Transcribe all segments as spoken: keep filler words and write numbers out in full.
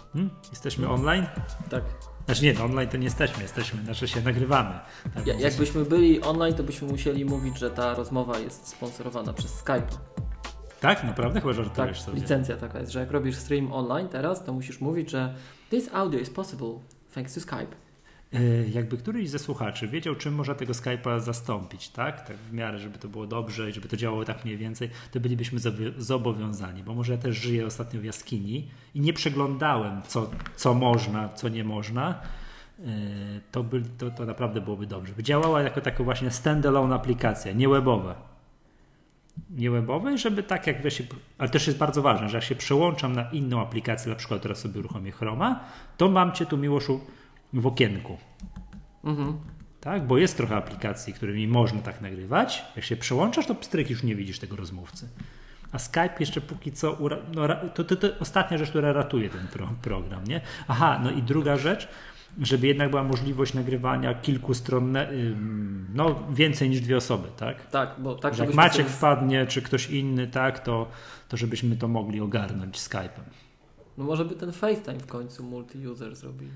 Hmm? Jesteśmy hmm. online? Tak. Znaczy nie, no online to nie jesteśmy, jesteśmy, znaczy się nagrywamy. Tak, ja, jakbyśmy byli online, to byśmy musieli mówić, że ta rozmowa jest sponsorowana przez Skype. Tak? Naprawdę? Chyba żartujesz tak, sobie. Licencja taka jest, że jak robisz stream online teraz, to musisz mówić, że this audio is possible thanks to Skype. Jakby któryś ze słuchaczy wiedział, czym można tego Skype'a zastąpić, tak? Tak w miarę, żeby to było dobrze i żeby to działało tak mniej więcej, to bylibyśmy zobowiązani, bo może ja też żyję ostatnio w jaskini i nie przeglądałem, co, co można, co nie można, to, by, to, to naprawdę byłoby dobrze. By działała jako taka właśnie standalone aplikacja, nie webowa. Nie webowe, żeby tak jak ja się, ale też jest bardzo ważne, że jak się przełączam na inną aplikację, na przykład teraz sobie uruchomię Chroma, to mam cię tu, Miłoszu, w okienku. Mhm. Tak, bo jest trochę aplikacji, którymi można tak nagrywać. Jak się przełączasz, to pstryk już nie widzisz tego rozmówcy. A Skype jeszcze póki co, no, to, to, to ostatnia rzecz, która ratuje ten pro, program, nie? Aha, no i druga rzecz, żeby jednak była możliwość nagrywania kilku stron, no więcej niż dwie osoby, tak? Tak, bo tak, jak Maciek jest... wpadnie, czy ktoś inny, tak, to, to żebyśmy to mogli ogarnąć Skype'em. No może by ten FaceTime w końcu multi-user zrobili.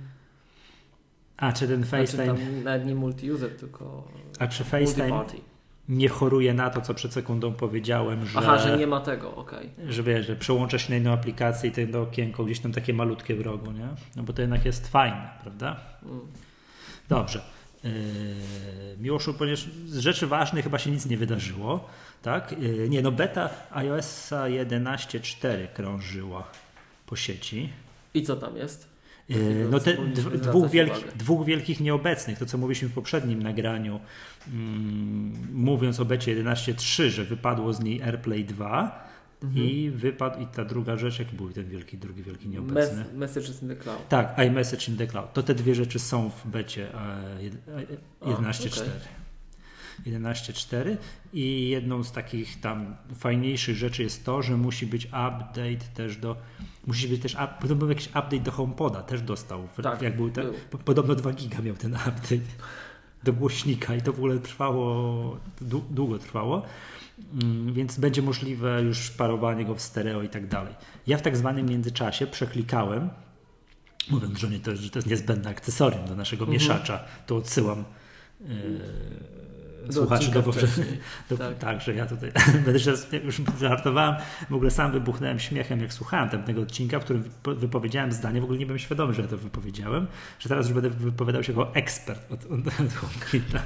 A czy ten FaceTime... Znaczy tam nawet nie multi-user, tylko A czy FaceTime nie choruje na to, co przed sekundą powiedziałem, że... Aha, że nie ma tego, okej. Okay. Że wiesz, że przełącza się na inną aplikację i to jedno okienko, gdzieś tam takie malutkie w rogu, nie? No bo to jednak jest fajne, prawda? Mm. Dobrze. Yy, Miłoszu, ponieważ z rzeczy ważnych chyba się nic nie wydarzyło, tak? Yy, nie, no beta iOS-a jedenaście cztery krążyła po sieci. I co tam jest? No te dwóch wielkich, dwóch wielkich nieobecnych, to co mówiliśmy w poprzednim nagraniu, mm, mówiąc o becie jedenaście trzy, że wypadło z niej AirPlay dwa mhm. i wypadł i ta druga rzecz, jaki był ten wielki, drugi wielki nieobecny? Mes- message in the cloud. Tak, iMessage in the cloud. To te dwie rzeczy są w becie jedenaście cztery. jedenaście cztery i jedną z takich tam fajniejszych rzeczy jest to, że musi być update też do musi być też up, podobno jakiś update do HomePoda też dostał. Tak, jak był ten, podobno dwa giga miał ten update do głośnika i to w ogóle trwało długo trwało, więc będzie możliwe już parowanie go w stereo i tak dalej. Ja w tak zwanym międzyczasie przeklikałem, mówiąc, że to, że to jest niezbędne akcesorium do naszego mhm. mieszacza, to odsyłam yy, słuchaczy do, do, tak. tak, że ja tutaj będę się już żartowałem, w ogóle sam wybuchnąłem śmiechem, jak słuchałem tamtego odcinka, w którym wypowiedziałem zdanie, w ogóle nie byłem świadomy, że ja to wypowiedziałem, że teraz już będę wypowiadał się jako ekspert od, od, od HomeKita.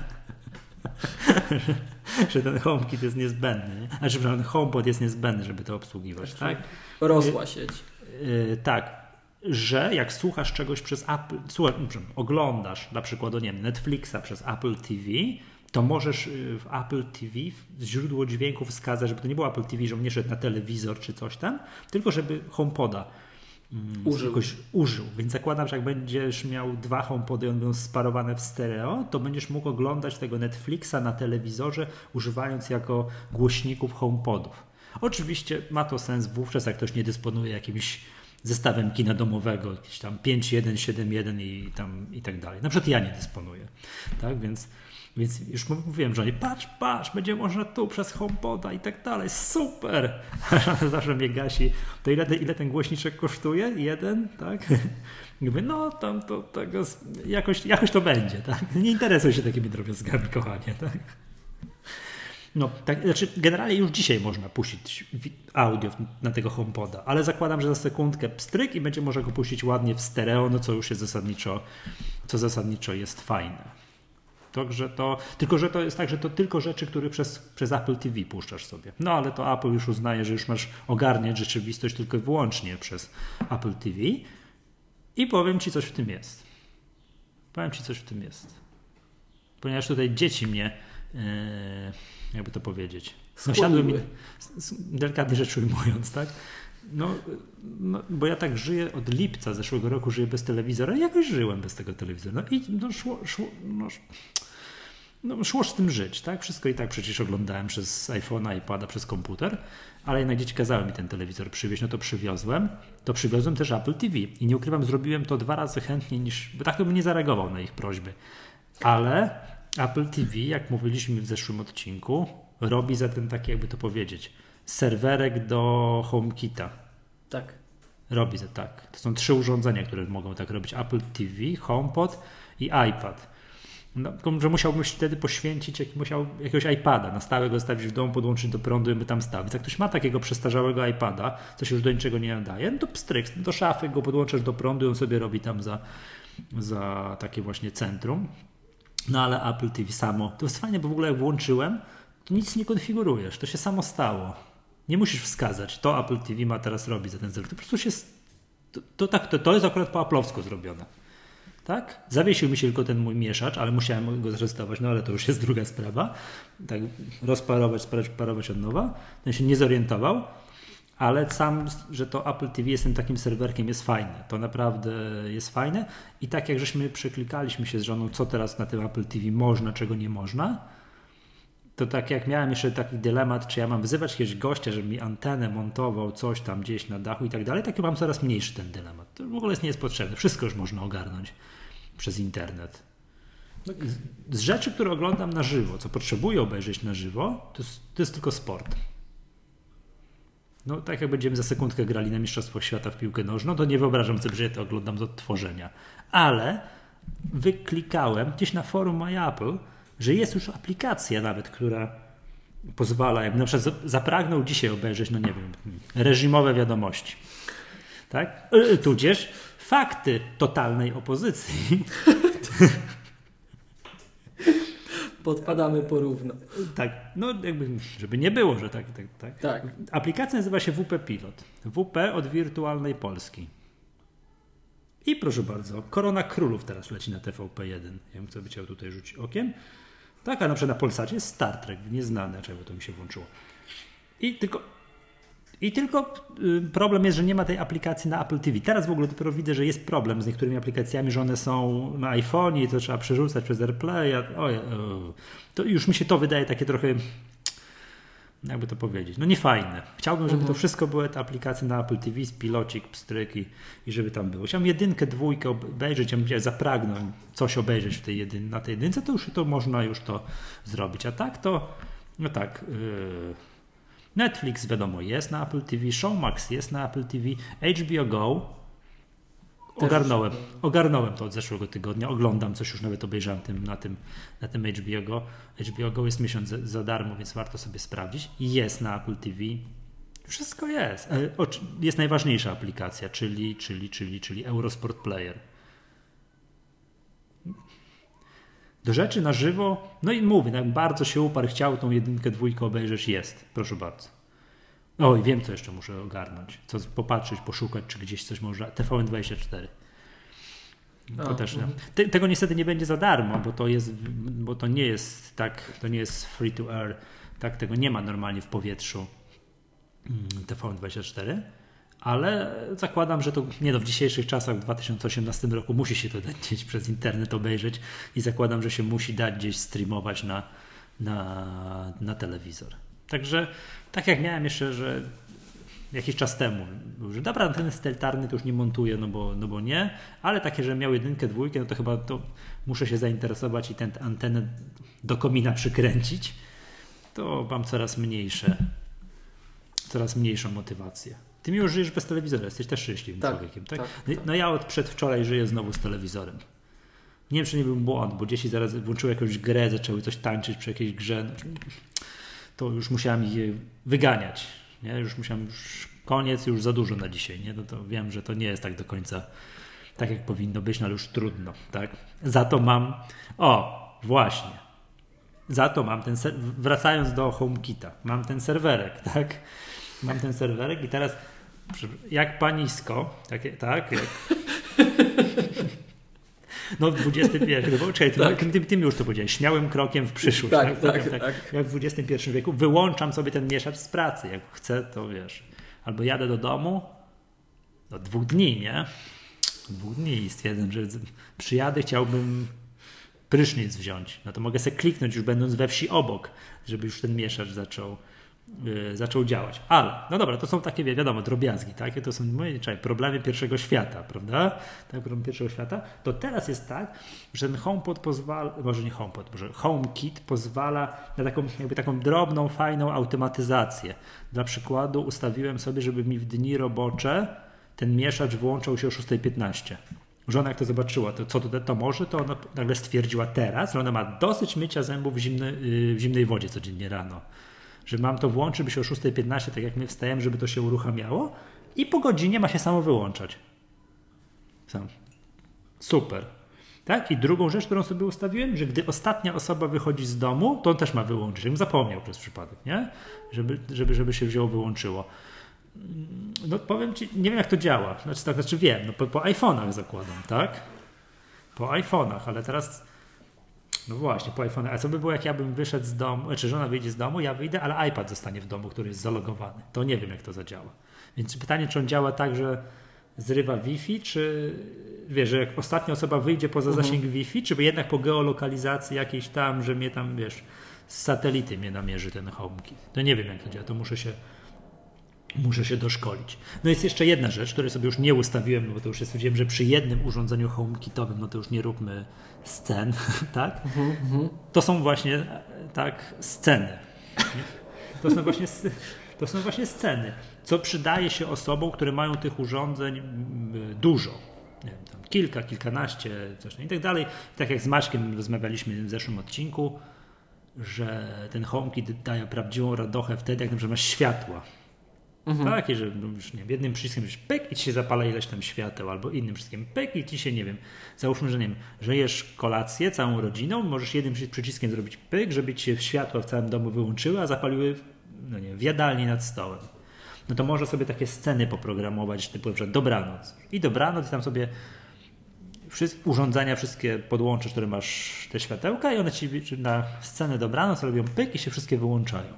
że, że ten HomeKit jest niezbędny, nie? Znaczy, że ten HomePod jest niezbędny, żeby to obsługiwać. Tak? Rosła sieć. Yy, tak. Że jak słuchasz czegoś przez Apple, słuchasz, oglądasz na przykład, nie wiem, Netflixa przez Apple T V, to możesz w Apple T V źródło dźwięku wskazać, żeby to nie było Apple T V, że nie szedł na telewizor czy coś tam, tylko żeby HomePoda użył. Jakoś użył. Więc zakładam, że jak będziesz miał dwa HomePody i one będą sparowane w stereo, to będziesz mógł oglądać tego Netflixa na telewizorze, używając jako głośników HomePodów. Oczywiście ma to sens wówczas, jak ktoś nie dysponuje jakimś zestawem kina domowego, jakiś tam pięć jeden siedem jeden i tam i tak dalej. Na przykład ja nie dysponuję. Tak, więc Więc już mówiłem żonie, patrz, patrz, będzie można tu przez HomePoda i tak dalej, super! A zawsze mnie gasi, to ile, ile ten głośniczek kosztuje? Jeden, tak? I mówię, no tam to tego, jakoś, jakoś to będzie, tak? Nie interesuj się takimi drobiazgami, kochanie, tak? No, tak, znaczy generalnie już dzisiaj można puścić audio na tego HomePoda, ale zakładam, że za sekundkę pstryk i będzie można go puścić ładnie w stereo, no co już jest zasadniczo, co zasadniczo jest fajne. Także to, tylko, że to jest tak, że to tylko rzeczy, które przez, przez Apple T V puszczasz sobie. No ale to Apple już uznaje, że już masz ogarniać rzeczywistość tylko i wyłącznie przez Apple T V i powiem Ci, coś w tym jest. Powiem Ci, coś w tym jest. Ponieważ tutaj dzieci mnie, yy, jakby to powiedzieć, no siadły mi, delikatnie rzecz ujmując, tak? No, no, bo ja tak żyję od lipca zeszłego roku, żyję bez telewizora i jakoś żyłem bez tego telewizora. No i no, szło, szło, no, no, szło z tym żyć, tak? Wszystko i tak przecież oglądałem przez iPhone'a, iPada, przez komputer, ale jednak dzieci kazały mi ten telewizor przywieźć, no to przywiozłem. To przywiozłem też Apple T V i nie ukrywam, zrobiłem to dwa razy chętniej niż, bo tak to bym nie zareagował na ich prośby. Ale Apple T V, jak mówiliśmy w zeszłym odcinku, robi za ten taki, jakby to powiedzieć, serwerek do HomeKita. Tak. Robi to tak. To są trzy urządzenia, które mogą tak robić. Apple T V, HomePod i iPad. No, tylko, że musiałbym wtedy poświęcić, jak, musiał jakiegoś iPada, na stałe go zostawić w domu, podłączyć do prądu i by tam stał. Więc jak ktoś ma takiego przestarzałego iPada, co się już do niczego nie nadaje, no to pstryk, do szafy go podłączasz do prądu i on sobie robi tam za, za takie właśnie centrum. No ale Apple T V samo, to jest fajnie, bo w ogóle jak włączyłem, to nic nie konfigurujesz, to się samo stało. Nie musisz wskazać, to Apple T V ma teraz robić za ten cel. To po prostu się, to, to, tak, to, to jest akurat po aplowsku zrobione. Tak? Zawiesił mi się tylko ten mój mieszacz, ale musiałem go zrestować, no ale to już jest druga sprawa. Tak, rozparować, sparować od nowa. Ten się nie zorientował, ale sam, że to Apple T V jest tym takim serwerkiem, jest fajne. To naprawdę jest fajne. I tak jak żeśmy przeklikaliśmy się z żoną, co teraz na tym Apple T V można, czego nie można, to tak jak miałem jeszcze taki dylemat, czy ja mam wzywać jakiegoś gościa, żeby mi antenę montował, coś tam gdzieś na dachu i tak dalej, tak mam coraz mniejszy ten dylemat. To w ogóle jest nie jest potrzebne. Wszystko już można ogarnąć przez internet. Z rzeczy, które oglądam na żywo, co potrzebuję obejrzeć na żywo, to jest, to jest tylko sport. No tak jak będziemy za sekundkę grali na Mistrzostwach Świata w piłkę nożną, to nie wyobrażam sobie, że ja to oglądam z odtworzenia. Ale wyklikałem gdzieś na forum MyApple, że jest już aplikacja nawet, która pozwala, jak na przykład zapragnął dzisiaj obejrzeć, no nie wiem, reżimowe wiadomości. Tak? Tudzież fakty totalnej opozycji. Podpadamy porówno. Tak, no jakby, żeby nie było, że tak, tak, tak. tak. Aplikacja nazywa się W P Pilot. W P od Wirtualnej Polski. I proszę bardzo, Korona Królów teraz leci na T V P jeden. Ja bym sobie chciał tutaj rzucić okiem. Tak, a na przykład na Polsacie jest Star Trek, nieznane, czego to mi się włączyło. I tylko, i tylko problem jest, że nie ma tej aplikacji na Apple T V. Teraz w ogóle dopiero widzę, że jest problem z niektórymi aplikacjami, że one są na iPhone'ie i to trzeba przerzucać przez AirPlay. Oj, to już mi się to wydaje takie trochę, jakby to powiedzieć, no niefajne. Chciałbym, żeby to wszystko były te aplikacje na Apple T V, z pilocik, pstryk i, i żeby tam było. Chciałbym jedynkę, dwójkę obejrzeć, ja zapragnę coś obejrzeć w tej jedyn, na tej jedynce, to już to można już to zrobić. A tak to, no tak, yy, Netflix wiadomo jest na Apple T V, Showmax jest na Apple T V, H B O Go ogarnąłem, ogarnąłem to od zeszłego tygodnia, oglądam coś, już nawet obejrzałem tym, na, tym, na tym H B O Go. H B O Go jest miesiąc za, za darmo, więc warto sobie sprawdzić. Jest na Apple T V. Wszystko jest. Jest najważniejsza aplikacja, czyli, czyli, czyli, czyli Eurosport Player. Do rzeczy na żywo, no i mówię, jak bardzo się uparł, chciał tą jedynkę, dwójkę obejrzeć, jest. Proszę bardzo. Oj, wiem, co jeszcze muszę ogarnąć. Co popatrzeć, poszukać, czy gdzieś coś można. T V N dwadzieścia cztery. To A, też, mm. Te, tego niestety nie będzie za darmo, bo to jest, bo to nie jest tak, to nie jest free to air. Tak, tego nie ma normalnie w powietrzu T V N dwadzieścia cztery. Ale zakładam, że to nie no, w dzisiejszych czasach, w dwa tysiące osiemnastym roku musi się to dać gdzieś przez internet obejrzeć i zakładam, że się musi dać gdzieś streamować na, na, na telewizor. Także tak jak miałem jeszcze, że jakiś czas temu, że dobra, anteny stelarny to już nie montuję, no bo, no bo nie, ale takie, że miał jedynkę, dwójkę, no to chyba to muszę się zainteresować i tę antenę do komina przykręcić, to mam coraz mniejsze, coraz mniejszą motywację. Ty mi już żyjesz bez telewizora, jesteś też szczęśliwym tak, człowiekiem, tak? tak, no, tak? No ja od przedwczoraj żyję znowu z telewizorem. Nie wiem, czy nie był błąd, bo dzieci zaraz włączyły jakąś grę, zaczęły coś tańczyć przy jakiejś grze. To już musiałem je wyganiać. Nie? Już musiałem, już koniec, już za dużo na dzisiaj. Nie? No to wiem, że to nie jest tak do końca tak, jak powinno być, no ale już trudno. Tak? Za to mam, o, właśnie, za to mam ten, wracając do HomeKita, mam ten serwerek, tak? Mam ten serwerek i teraz jak panisko, tak, tak jak... No dwudziesty pierwszy, bo czekaj, tak. ty, ty, ty mi już to powiedziałeś, śmiałym krokiem w przyszłość. Tak, tak, tak, tak, tak. Jak w dwudziestym pierwszym wieku wyłączam sobie ten mieszacz z pracy, jak chcę, to wiesz. Albo jadę do domu, do dwóch dni, nie? Dwóch dni i stwierdzam, że przyjadę, chciałbym prysznic wziąć. No to mogę sobie kliknąć już będąc we wsi obok, żeby już ten mieszacz zaczął Yy, zaczął działać. Ale, no dobra, to są takie, wiadomo, drobiazgi, tak? To są moje problemy pierwszego świata, prawda? Tak, problem pierwszego świata. To teraz jest tak, że ten HomePod pozwala, może nie HomePod, może HomeKit pozwala na taką, jakby taką drobną, fajną automatyzację. Dla przykładu ustawiłem sobie, żeby mi w dni robocze ten mieszacz wyłączał się o szósta piętnaście. Żona jak to zobaczyła, to co to, to może, to ona nagle stwierdziła teraz, że ona ma dosyć mycia zębów w, zimny, w zimnej wodzie codziennie rano. Że mam to włączyć, by się o szósta piętnaście, tak jak my wstajemy, żeby to się uruchamiało i po godzinie ma się samo wyłączać. Sam. Super. Tak? I drugą rzecz, którą sobie ustawiłem, że gdy ostatnia osoba wychodzi z domu, to on też ma wyłączyć. Żebym zapomniał przez przypadek, nie? Żeby, żeby, żeby się wzięło, wyłączyło. No powiem ci, nie wiem jak to działa. Znaczy, tak, znaczy wiem, no po, po iPhone'ach zakładam, tak? Po iPhone'ach, ale teraz no właśnie, po iPhone'ach. A co by było, jak ja bym wyszedł z domu, znaczy żona wyjdzie z domu, ja wyjdę, ale iPad zostanie w domu, który jest zalogowany. To nie wiem jak to zadziała. Więc pytanie, czy on działa tak, że zrywa Wi-Fi, czy wiesz, że jak ostatnia osoba wyjdzie poza mhm. zasięg Wi-Fi, czy jednak po geolokalizacji jakiejś tam, że mnie tam, wiesz, z satelity mnie namierzy ten HomeKit. To nie wiem jak to działa, to muszę się muszę się doszkolić. No jest jeszcze jedna rzecz, której sobie już nie ustawiłem, no bo to już stwierdziłem, że przy jednym urządzeniu HomeKitowym, no to już nie róbmy scen, tak? Mhm, to są właśnie tak sceny. To są właśnie to są właśnie sceny, co przydaje się osobom, które mają tych urządzeń dużo. Nie wiem, tam kilka, kilkanaście, coś tam i tak dalej. Tak jak z Maćkiem rozmawialiśmy w zeszłym odcinku, że ten HomeKit daje prawdziwą radochę wtedy, jak na przykład masz światła. Mhm. Takie, że już nie wiem, jednym przyciskiem już pyk i ci się zapala ileś tam świateł, albo innym przyciskiem pyk i ci się, nie wiem, załóżmy, że nie wiem, że jesz kolację całą rodziną, możesz jednym przyciskiem zrobić pyk, żeby ci się światła w całym domu wyłączyły, a zapaliły no nie wiem, w jadalni nad stołem. No to może sobie takie sceny poprogramować, typu na przykład dobranoc. I dobranoc, i tam sobie wszystkie urządzenia wszystkie podłączysz, które masz te światełka i one ci na scenę dobranoc robią pyk i się wszystkie wyłączają.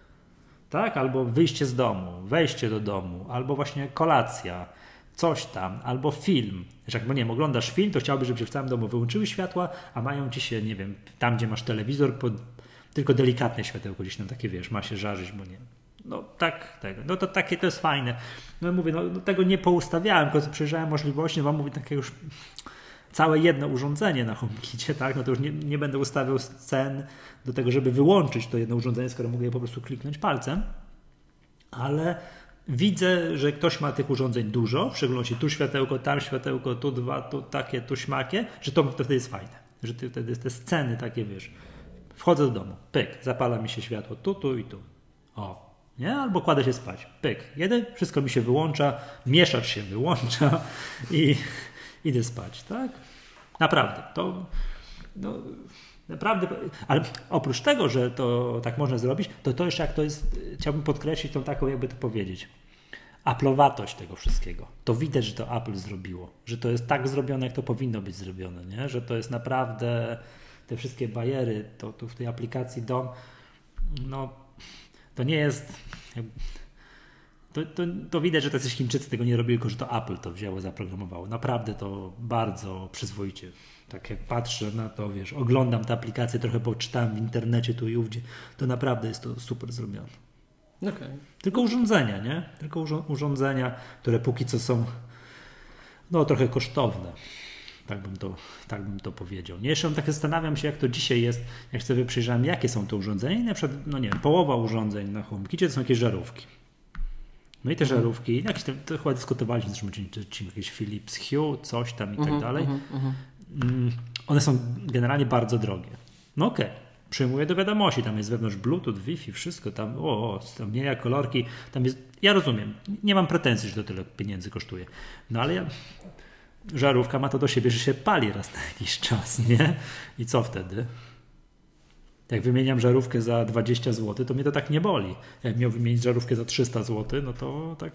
Tak? Albo wyjście z domu, wejście do domu, albo właśnie kolacja, coś tam, albo film. Jak nie wiem, oglądasz film, to chciałbyś, żeby się w całym domu wyłączyły światła, a mają ci się, nie wiem, tam gdzie masz telewizor, pod, tylko delikatne światełko gdzieś tam takie, wiesz, ma się żarzyć, bo nie. No tak, tego. No to takie to jest fajne. No mówię, no, no tego nie poustawiałem, tylko przejrzałem możliwości, no wam mówię, takie już całe jedno urządzenie na HomeKicie, tak? No to już nie, nie będę ustawiał scen do tego, żeby wyłączyć to jedno urządzenie, skoro mogę je po prostu kliknąć palcem, ale widzę, że ktoś ma tych urządzeń dużo, w szczególności tu światełko, tam światełko, tu dwa, tu takie, tu śmakie, że to, to wtedy jest fajne, że ty, wtedy te sceny takie, wiesz, wchodzę do domu, pyk, zapala mi się światło tu, tu i tu, o, nie? Albo kładę się spać, pyk, jeden, wszystko mi się wyłącza, mieszacz się wyłącza i idę spać, tak? Naprawdę, to no, naprawdę, ale oprócz tego, że to tak można zrobić, to to jeszcze jak to jest, chciałbym podkreślić tą taką, jakby to powiedzieć, Apple'owatość tego wszystkiego. To widać, że to Apple zrobiło, że to jest tak zrobione, jak to powinno być zrobione, nie? Że to jest naprawdę te wszystkie bariery, to, to w tej aplikacji Dom, no to nie jest... To, to, to widać, że tacy Chińczycy tego nie robili, tylko że to Apple to wzięło, zaprogramowało. Naprawdę to bardzo przyzwoicie. Tak jak patrzę na to, wiesz, oglądam tę aplikację, trochę poczytałem w internecie tu i ówdzie, to naprawdę jest to super zrobione. Okay. Tylko urządzenia, nie? Tylko urządzenia, które póki co są no trochę kosztowne. Tak bym to, tak bym to powiedział. Nie, jeszcze tak zastanawiam się, jak to dzisiaj jest, jak sobie przyjrzałem, jakie są te urządzenia i na przykład, no nie wiem, połowa urządzeń na HomeKicie to są jakieś żarówki. No i te żarówki, jakieś te, to chyba dyskutowaliśmy, czy, czy jakieś Philips Hue, coś tam i tak uh-huh, dalej. Uh-huh, uh-huh. One są generalnie bardzo drogie. No okej, okay. Przyjmuję do wiadomości, tam jest wewnątrz Bluetooth, Wi-Fi, wszystko tam, o, o tam zmienia kolorki, tam jest, ja rozumiem, nie mam pretensji, że to tyle pieniędzy kosztuje. No ale ja, żarówka ma to do siebie, że się pali raz na jakiś czas, nie? I co wtedy? Jak wymieniam żarówkę za dwadzieścia złotych, to mnie to tak nie boli. Jak miał wymienić żarówkę za trzysta złotych, no to tak,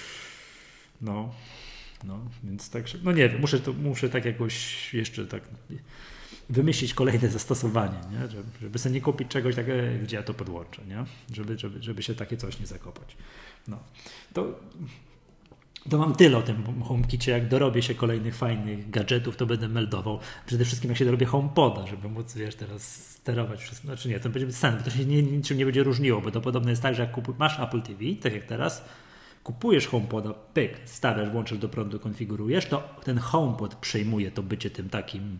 no, no, więc tak, no nie wiem, muszę, to, muszę tak jakoś jeszcze tak wymyślić kolejne zastosowanie, nie? Żeby, żeby sobie nie kupić czegoś takiego, gdzie ja to podłączę, nie? Żeby, żeby, żeby się takie coś nie zakopać. No, to... To mam tyle o tym HomeKicie, jak dorobię się kolejnych fajnych gadżetów, to będę meldował. Przede wszystkim jak się dorobię HomePoda, żeby móc, wiesz, teraz sterować wszystko. Znaczy nie, to będzie sen, to się nie, niczym nie będzie różniło, bo to podobne jest tak, że jak kupuj, masz Apple T V, tak jak teraz, kupujesz HomePoda, pyk, stawiasz, włączysz do prądu, konfigurujesz, to ten HomePod przejmuje to bycie tym takim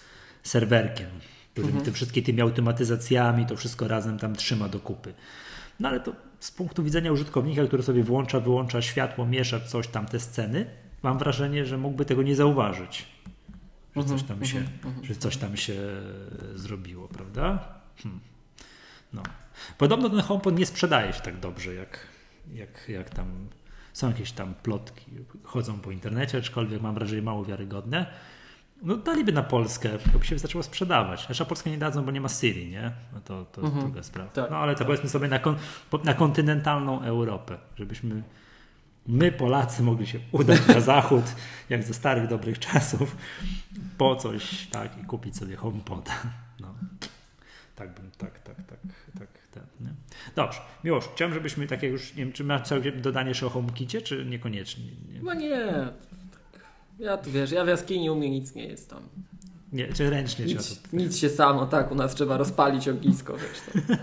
serwerkiem, którym mhm. tym wszystkimi tymi automatyzacjami to wszystko razem tam trzyma do kupy. No ale to z punktu widzenia użytkownika, który sobie włącza, wyłącza światło, miesza coś tam, te sceny, mam wrażenie, że mógłby tego nie zauważyć, że coś tam się, że coś tam się zrobiło, prawda? Hmm. No. Podobno ten HomePod nie sprzedaje się tak dobrze, jak, jak, jak tam są jakieś tam plotki, chodzą po internecie, aczkolwiek mam wrażenie mało wiarygodne. No daliby na Polskę, to by się zaczęło sprzedawać. Jeszcze na Polskę nie dadzą, bo nie ma Siri, nie? No to, to jest mhm. druga sprawa. Tak, no ale to tak. Powiedzmy sobie na, kon, na kontynentalną Europę, żebyśmy my Polacy mogli się udać na zachód, jak ze starych dobrych czasów, po coś tak i kupić sobie HomePoda. No. Tak bym, tak, tak, tak, tak, tak. Nie? Dobrze, Miłosz, chciałem, żebyśmy takie już, nie wiem, czy masz coś dodanie jeszcze o HomeKicie, czy niekoniecznie? Nie? No nie, ja tu wiesz, ja w jaskini u mnie nic nie jest tam. Nie, czy ręcznie nic, trzeba to... nic się samo, tak, u nas trzeba rozpalić ognisko, wiesz. To.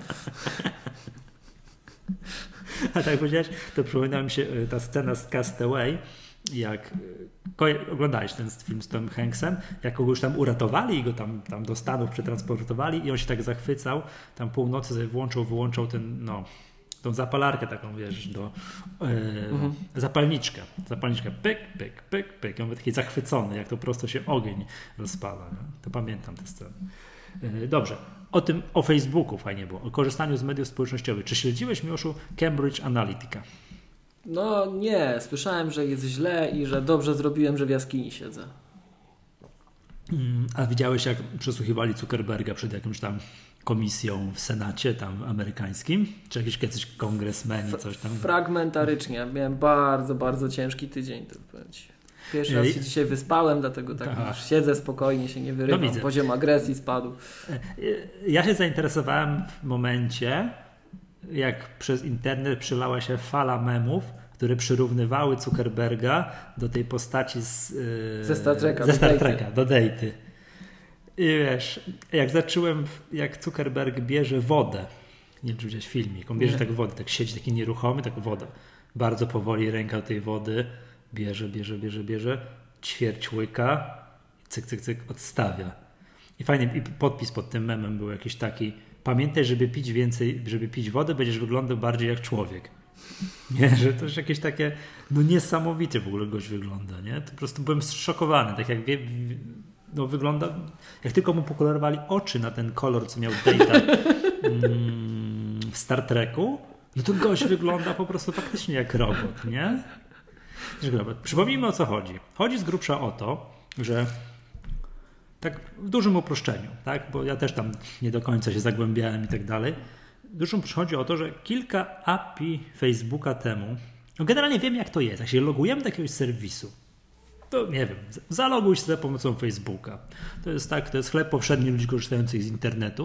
A tak powiedziałeś, to przypomina mi się ta scena z Castaway, jak oglądałeś ten film z Tom Hanksem, jak kogoś tam uratowali i go tam, tam do Stanów przetransportowali i on się tak zachwycał, tam północy sobie włączał, wyłączał ten, no, tą zapalarkę taką, wiesz, do yy, mhm. zapalniczkę, zapalniczkę, pyk, pyk, pyk, pyk, i on był taki zachwycony, jak to prosto się ogień rozpala, no? To pamiętam tę scenę. Yy, dobrze, o tym, o Facebooku fajnie było, o korzystaniu z mediów społecznościowych. Czy śledziłeś, Miłoszu, Cambridge Analytica? No nie, słyszałem, że jest źle i że dobrze zrobiłem, że w jaskini siedzę. A widziałeś, jak przesłuchiwali Zuckerberga przed jakimś tam komisją w Senacie tam amerykańskim? Czy jakiś jacyś kongresmeni, coś tam? Fragmentarycznie. Miałem bardzo, bardzo ciężki tydzień, to powiedzieć. Pierwszy raz się dzisiaj wyspałem, dlatego tak już siedzę spokojnie, się nie wyrywam. No poziom agresji spadł. Ja się zainteresowałem w momencie, jak przez internet przelała się fala memów, które przyrównywały Zuckerberga do tej postaci z, yy, ze Star Treka, ze Star Treka do Dejty. I wiesz, jak zacząłem, jak Zuckerberg bierze wodę, nie wiem, czy widziałeś filmik, on bierze nie. tak wodę, tak siedzi taki nieruchomy, tak woda. Bardzo powoli ręka tej wody bierze, bierze, bierze, bierze, ćwierć łyka, cyk, cyk, cyk, odstawia. I fajnie, i podpis pod tym memem był jakiś taki: pamiętaj, żeby pić więcej, żeby pić wodę, będziesz wyglądał bardziej jak człowiek. Nie, że to już jakieś takie, no niesamowite w ogóle gość wygląda, nie? To po prostu byłem zszokowany, tak jak wie, no wygląda, jak tylko mu pokolorowali oczy na ten kolor, co miał Data mm, w Star Treku, no to gość wygląda po prostu faktycznie jak robot, nie? Jak robot. Przypomnijmy, o co chodzi. Chodzi z grubsza o to, że tak w dużym uproszczeniu, tak? Bo ja też tam nie do końca się zagłębiałem i tak dalej. W dużym chodzi o to, że kilka A P I Facebooka temu, no generalnie wiem, jak to jest. Jak się logujemy do jakiegoś serwisu, to nie wiem, zaloguj się za pomocą Facebooka. To jest tak, to jest chleb powszedni ludzi korzystających z internetu.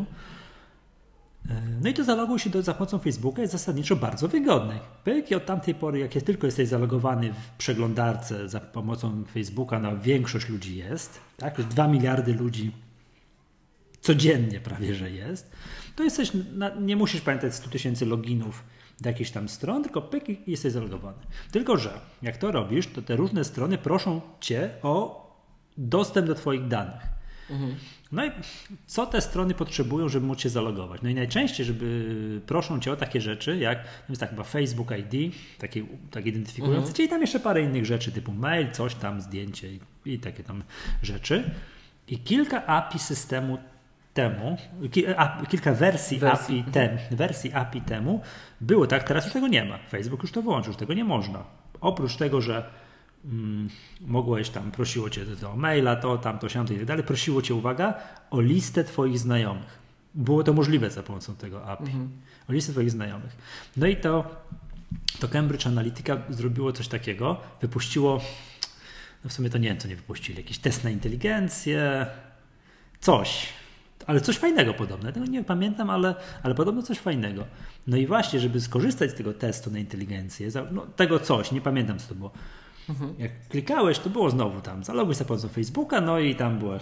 No i to zaloguj się do, za pomocą Facebooka jest zasadniczo bardzo wygodny. I od tamtej pory, jak tylko jesteś zalogowany w przeglądarce za pomocą Facebooka, na większość ludzi jest, tak? Już dwa miliardy ludzi codziennie prawie, że jest, to jesteś, na, nie musisz pamiętać stu tysięcy loginów do jakichś tam stron, tylko pyk i jesteś zalogowany. Tylko że jak to robisz, to te różne strony proszą cię o dostęp do twoich danych. Mhm. No i co te strony potrzebują, żeby móc się zalogować? No i najczęściej, żeby proszą cię o takie rzeczy, jak jest tak chyba Facebook I D, takie, tak identyfikujące, mhm. i tam jeszcze parę innych rzeczy, typu mail, coś tam, zdjęcie i, i takie tam rzeczy. I kilka A P I systemu temu, kilka wersji, wersji. A P I tem, wersji A P I temu było tak, teraz już tego nie ma. Facebook już to wyłączył, już tego nie można. Oprócz tego, że mm, mogłeś tam, prosiło cię do maila, to, tamto, siamto i tak dalej, prosiło cię, uwaga, o listę twoich znajomych. Było to możliwe za pomocą tego A P I. Mhm. O listę twoich znajomych. No i to, to Cambridge Analytica zrobiło coś takiego, wypuściło, no w sumie to nie wiem, co nie wypuścili, jakiś test na inteligencję, coś. Ale coś fajnego podobne. Tego nie pamiętam, ale, ale podobno coś fajnego. No i właśnie, żeby skorzystać z tego testu na inteligencję, no, tego coś, nie pamiętam, co to było. Mhm. Jak klikałeś, to było znowu tam, zaloguj za pomocą Facebooka, no i tam było.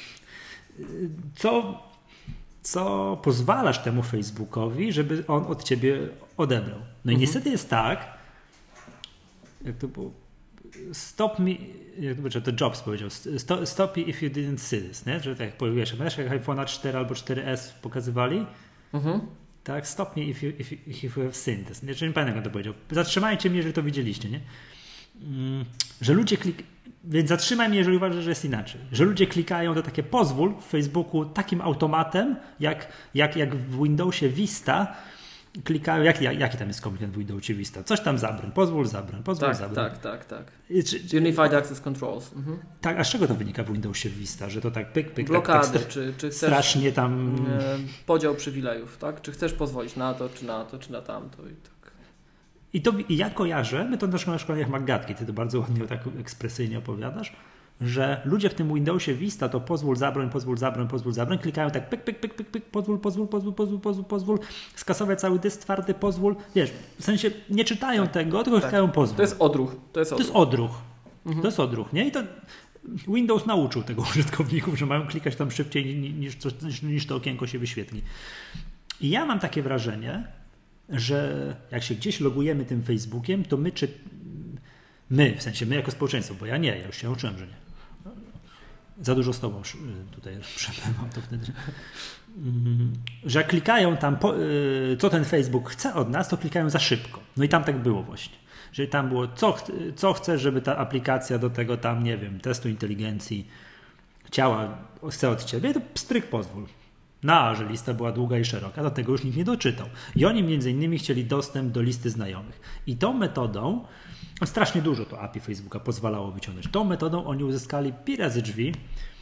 Co, co pozwalasz temu Facebookowi, żeby on od ciebie odebrał. No i mhm. niestety jest tak, jak to było, stop me, jak to, to Jobs powiedział, stop, stop me if you didn't see this, nie? Że tak jak powiesz, jak iPhone'a cztery albo cztery S pokazywali, mhm. Tak, stop me if you, if you, if you have seen this. Nie, nie pamiętam, jak to powiedział. Zatrzymajcie mnie, jeżeli to widzieliście, nie? Mm, że ludzie klik... Więc zatrzymaj mnie, jeżeli uważasz, że jest inaczej. Że ludzie klikają to takie pozwól w Facebooku takim automatem, jak, jak, jak w Windowsie Vista klikają, jak, jak, jaki tam jest komunikat w Windowsie Vista? Coś tam zabrań, pozwól zabrań, pozwól tak, zabrań. Tak, tak, tak. Czy, Unified Access Controls. Mhm. Tak, a z czego to wynika w Windowsie Vista? Że to tak pyk, pyk, blokady, tak, tak, czy, czy chcesz, strasznie tam... E, podział przywilejów, tak? Czy chcesz pozwolić na to, czy na to, czy na tamto i tak. I, to, I ja kojarzę, my to na szkoleniach Maggatki, ty to bardzo ładnie tak ekspresyjnie opowiadasz, że ludzie w tym Windowsie Vista to pozwól zabroń, pozwól zabroń, pozwól zabroń, klikają tak pyk, pyk, pyk, pyk, pyk, pozwól, pozwól, pozwól, pozwól, pozwól, pozwól, skasować cały dysk twardy, pozwól, wiesz, w sensie nie czytają tak, tego, tylko tak. klikają pozwól. To jest odruch. To jest odruch. To jest odruch, mhm. to jest odruch, nie? I to Windows nauczył tego użytkowników, że mają klikać tam szybciej niż, niż, niż to okienko się wyświetli. I ja mam takie wrażenie, że jak się gdzieś logujemy tym Facebookiem, to my czy my, w sensie my jako społeczeństwo, bo ja nie, ja już się nauczyłem, że nie. Za dużo z tobą tutaj przepływam to wtedy. Że jak klikają tam, co ten Facebook chce od nas, to klikają za szybko. No i tam tak było właśnie. Że tam było, co, co chce, żeby ta aplikacja do tego tam, nie wiem, testu inteligencji chciała, chce od ciebie, to pstryk pozwól. No, a że lista była długa i szeroka, to tego już nikt nie doczytał. I oni między innymi chcieli dostęp do listy znajomych. I tą metodą, strasznie dużo to A P I Facebooka pozwalało wyciągnąć, tą metodą oni uzyskali pi razy drzwi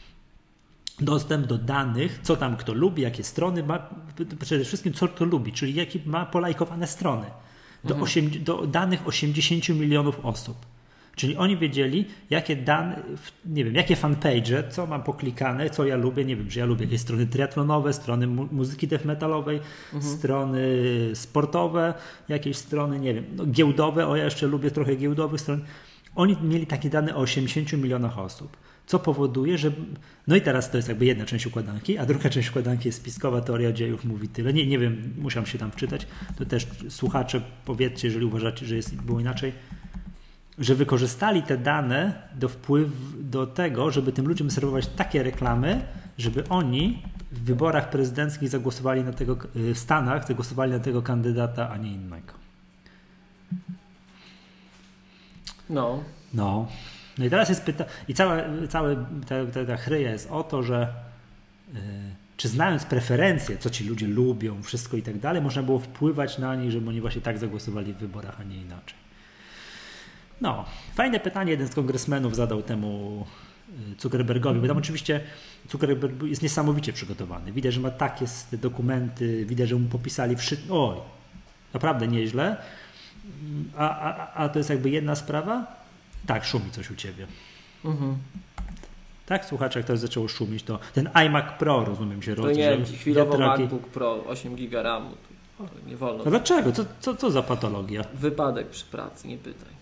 dostęp do danych, co tam kto lubi, jakie strony ma, przede wszystkim co kto lubi, czyli jakie ma polajkowane strony. Do, mhm. osiem, do danych osiemdziesięciu milionów osób. Czyli oni wiedzieli, jakie dane, nie wiem, jakie fanpage, co mam poklikane, co ja lubię, nie wiem, że ja lubię jakieś strony triatlonowe, strony mu- muzyki death metalowej, mhm. strony sportowe, jakieś strony, nie wiem, no, giełdowe, o ja jeszcze lubię trochę giełdowych stron. Oni mieli takie dane o osiemdziesięciu milionach osób, co powoduje, że, no i teraz to jest jakby jedna część układanki, a druga część układanki jest spiskowa teoria dziejów, mówi tyle. Nie, nie wiem, musiałem się tam wczytać, to też słuchacze powiedzcie, jeżeli uważacie, że jest, było inaczej, że wykorzystali te dane do wpływu do tego, żeby tym ludziom serwować takie reklamy, żeby oni w wyborach prezydenckich zagłosowali na tego, w Stanach zagłosowali na tego kandydata, a nie innego. No. No. No i teraz jest pytanie, i cała, cała ta, ta, ta chryja jest o to, że yy, czy znając preferencje, co ci ludzie lubią, wszystko i tak dalej, można było wpływać na nich, żeby oni właśnie tak zagłosowali w wyborach, a nie inaczej. No, fajne pytanie jeden z kongresmenów zadał temu Zuckerbergowi, bo tam oczywiście Zuckerberg jest niesamowicie przygotowany. Widać, że ma takie dokumenty, widać, że mu popisali wszystko. Oj, naprawdę nieźle. A, a, a to jest jakby jedna sprawa? Tak, szumi coś u ciebie. Mhm. Tak, słuchacz, jak to zaczęło szumić, to ten iMac Pro, rozumiem się, to nie wiem, chwilowo MacBook Pro, osiem giga ramu. To nie wolno. No dlaczego? Co, co, co za patologia? Wypadek przy pracy, nie pytaj.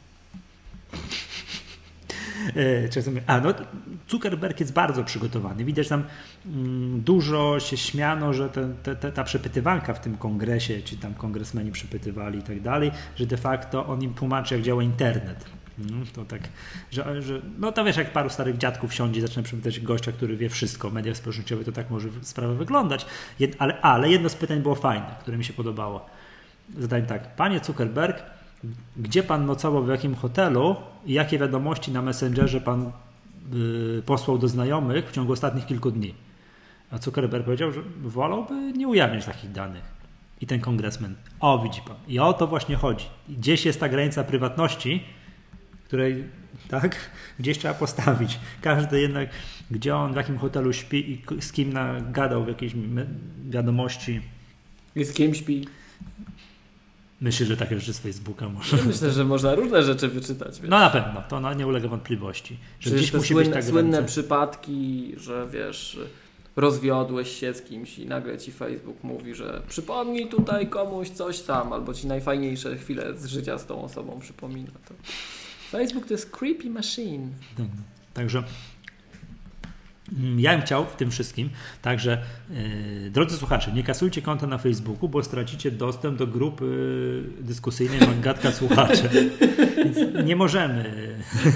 A no, Zuckerberg jest bardzo przygotowany. Widać tam mm, dużo się śmiano, że te, te, te, ta przepytywanka w tym kongresie, czy tam kongresmeni przepytywali i tak dalej, że de facto on im tłumaczy, jak działa internet. Mm, to tak, że, że no to wiesz, jak paru starych dziadków siądzie i zaczyna przepytać gościa, który wie wszystko o mediach społecznościowych, to tak może sprawa wyglądać. Jed, ale, ale jedno z pytań było fajne, które mi się podobało. Zadałem tak, panie Zuckerberg, gdzie pan nocował, w jakim hotelu i jakie wiadomości na Messengerze pan y, posłał do znajomych w ciągu ostatnich kilku dni. A Zuckerberg powiedział, że wolałby nie ujawniać takich danych. I ten kongresmen, o widzi pan, i o to właśnie chodzi. Gdzieś jest ta granica prywatności, której tak, gdzieś trzeba postawić. Każdy jednak, gdzie on, w jakim hotelu śpi i z kim nagadał w jakiejś wiadomości. I z kim śpi? Myślę, że takie rzeczy z Facebooka można. Myślę, że można różne rzeczy wyczytać. Wiesz? No na pewno, to nie ulega wątpliwości. Że gdzieś te musi słynne, być tak słynne granice. Przypadki, że wiesz, rozwiodłeś się z kimś i nagle ci Facebook mówi, że przypomnij tutaj komuś coś tam, albo ci najfajniejsze chwile z życia z tą osobą przypomina. To Facebook to jest creepy machine. Także ja bym chciał w tym wszystkim, także yy, drodzy słuchacze, nie kasujcie konta na Facebooku, bo stracicie dostęp do grupy dyskusyjnej Maggatka Słuchacze. Więc nie możemy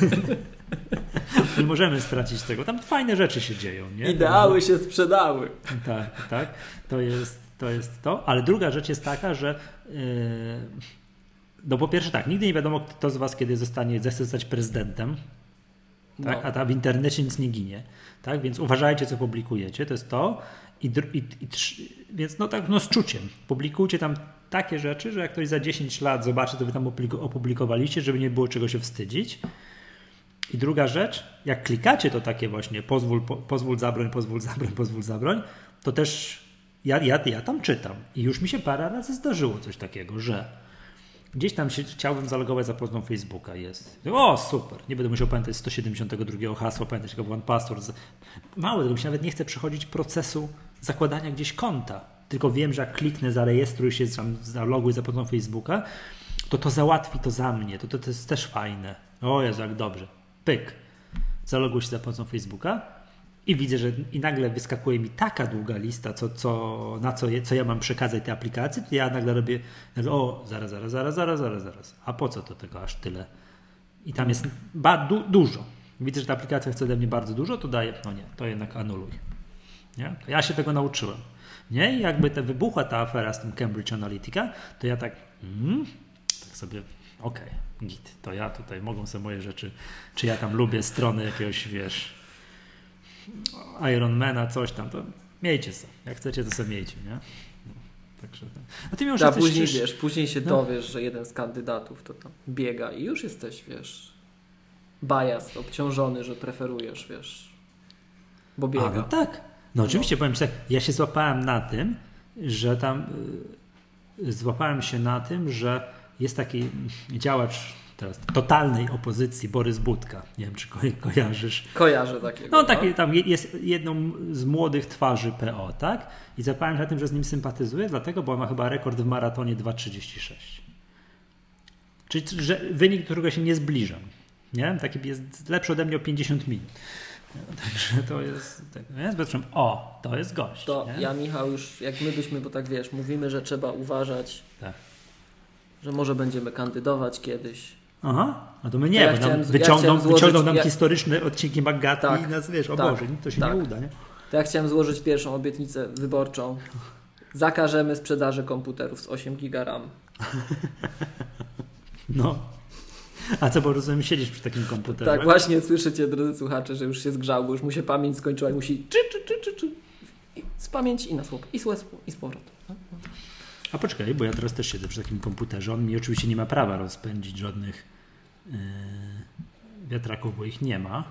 nie możemy stracić tego. Tam fajne rzeczy się dzieją. Nie? Ideały się sprzedały. Tak, tak. To jest to jest to. Ale druga rzecz jest taka, że yy, no po pierwsze tak, nigdy nie wiadomo, kto z was kiedy zostanie, zechce zostać prezydentem. Tak? No. A ta w internecie nic nie ginie. Tak? Więc uważajcie, co publikujecie. To jest to. I, i, i, więc no tak, no z czuciem. Publikujcie tam takie rzeczy, że jak ktoś za dziesięć lat zobaczy, to wy tam opublikowaliście, żeby nie było czego się wstydzić. I druga rzecz, jak klikacie to takie właśnie pozwól, po, pozwól zabroń, pozwól zabroń, pozwól zabroń, to też ja, ja, ja tam czytam. I już mi się parę razy zdarzyło coś takiego, że gdzieś tam się chciałbym zalogować za pomocą Facebooka. Jest. O, super. Nie będę musiał pamiętać sto siedemdziesiątego drugiego hasła, pamiętać tylko one password. Mało tego, mi się nawet nie chce przechodzić procesu zakładania gdzieś konta. Tylko wiem, że jak kliknę, zarejestruj się, tam zaloguj za pomocą Facebooka, to to załatwi to za mnie. To, to, to jest też fajne. O Jezu, jak dobrze. Pyk. Zaloguj się za pomocą Facebooka i widzę, że i nagle wyskakuje mi taka długa lista, co, co, na co, je, co ja mam przekazać tej aplikacji, to ja nagle robię, nagle, o, zaraz, zaraz, zaraz, zaraz, zaraz, zaraz. A po co to tego aż tyle? I tam jest ba, du, dużo. Widzę, że ta aplikacja chce ode mnie bardzo dużo, to daję, no nie, to jednak anuluj. Nie? To ja się tego nauczyłem. Nie? I jakby te wybuchła ta afera z tym Cambridge Analytica, to ja tak, mm, tak sobie, okej, okay, git, to ja tutaj mogą sobie moje rzeczy, czy ja tam lubię strony jakiegoś, wiesz, Ironmana, coś tam, to miejcie sobie. Jak chcecie, to sobie miejcie, nie? No, także, a ty A później, coś... wiesz, później się no. dowiesz, że jeden z kandydatów to tam biega i już jesteś, wiesz, biased, obciążony, że preferujesz, wiesz, bo biega. A, no tak. No oczywiście, no. Powiem ci tak, ja się złapałem na tym, że tam yy, złapałem się na tym, że jest taki działacz teraz totalnej opozycji, Borys Budka. Nie wiem, czy ko- kojarzysz. Kojarzę takiego. No taki tam jest jedną z młodych twarzy P O, tak? I złapałem się na tym, że z nim sympatyzuję, dlatego, bo on ma chyba rekord w maratonie dwa trzydzieści sześć. Czyli że wynik, którego się nie zbliżam. Nie? Taki jest lepszy ode mnie o pięćdziesiąt minut. No, także to jest, tak, nie? O, to jest gość. To nie? ja, Michał, już jak my byśmy, bo tak wiesz, mówimy, że trzeba uważać, tak. że może będziemy kandydować kiedyś. Aha, no to my nie, to ja bo chciałem, nam wyciągną, ja złożyć, wyciągną nam ja... historyczne odcinki Magaty tak, i nas, wiesz, o tak, Boże, to się tak. nie uda, nie? To ja chciałem złożyć pierwszą obietnicę wyborczą. Zakażemy sprzedaży komputerów z osiem giga RAM. No. A co, bo rozumiem, siedzisz przy takim komputerze? Tak, właśnie słyszycie, drodzy słuchacze, że już się zgrzał, bo już mu się pamięć skończyła i musi czy, czy, czy, czy, czy. I z pamięci i na słuch, i z, i z powrotem. A poczekaj, bo ja teraz też siedzę przy takim komputerze. On mi oczywiście nie ma prawa rozpędzić żadnych yy, wiatraków, bo ich nie ma.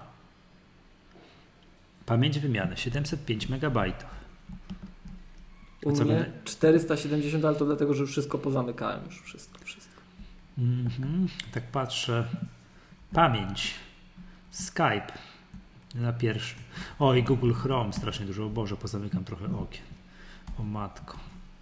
Pamięć wymiany siedemset pięć megabajtów. U mnie będę... czterysta siedemdziesiąt, ale to dlatego, że już wszystko pozamykałem. Już wszystko, wszystko. Mm-hmm. Tak patrzę. Pamięć. Skype. Na pierwszy. O, i Google Chrome strasznie dużo. O Boże, pozamykam trochę okien. O matko.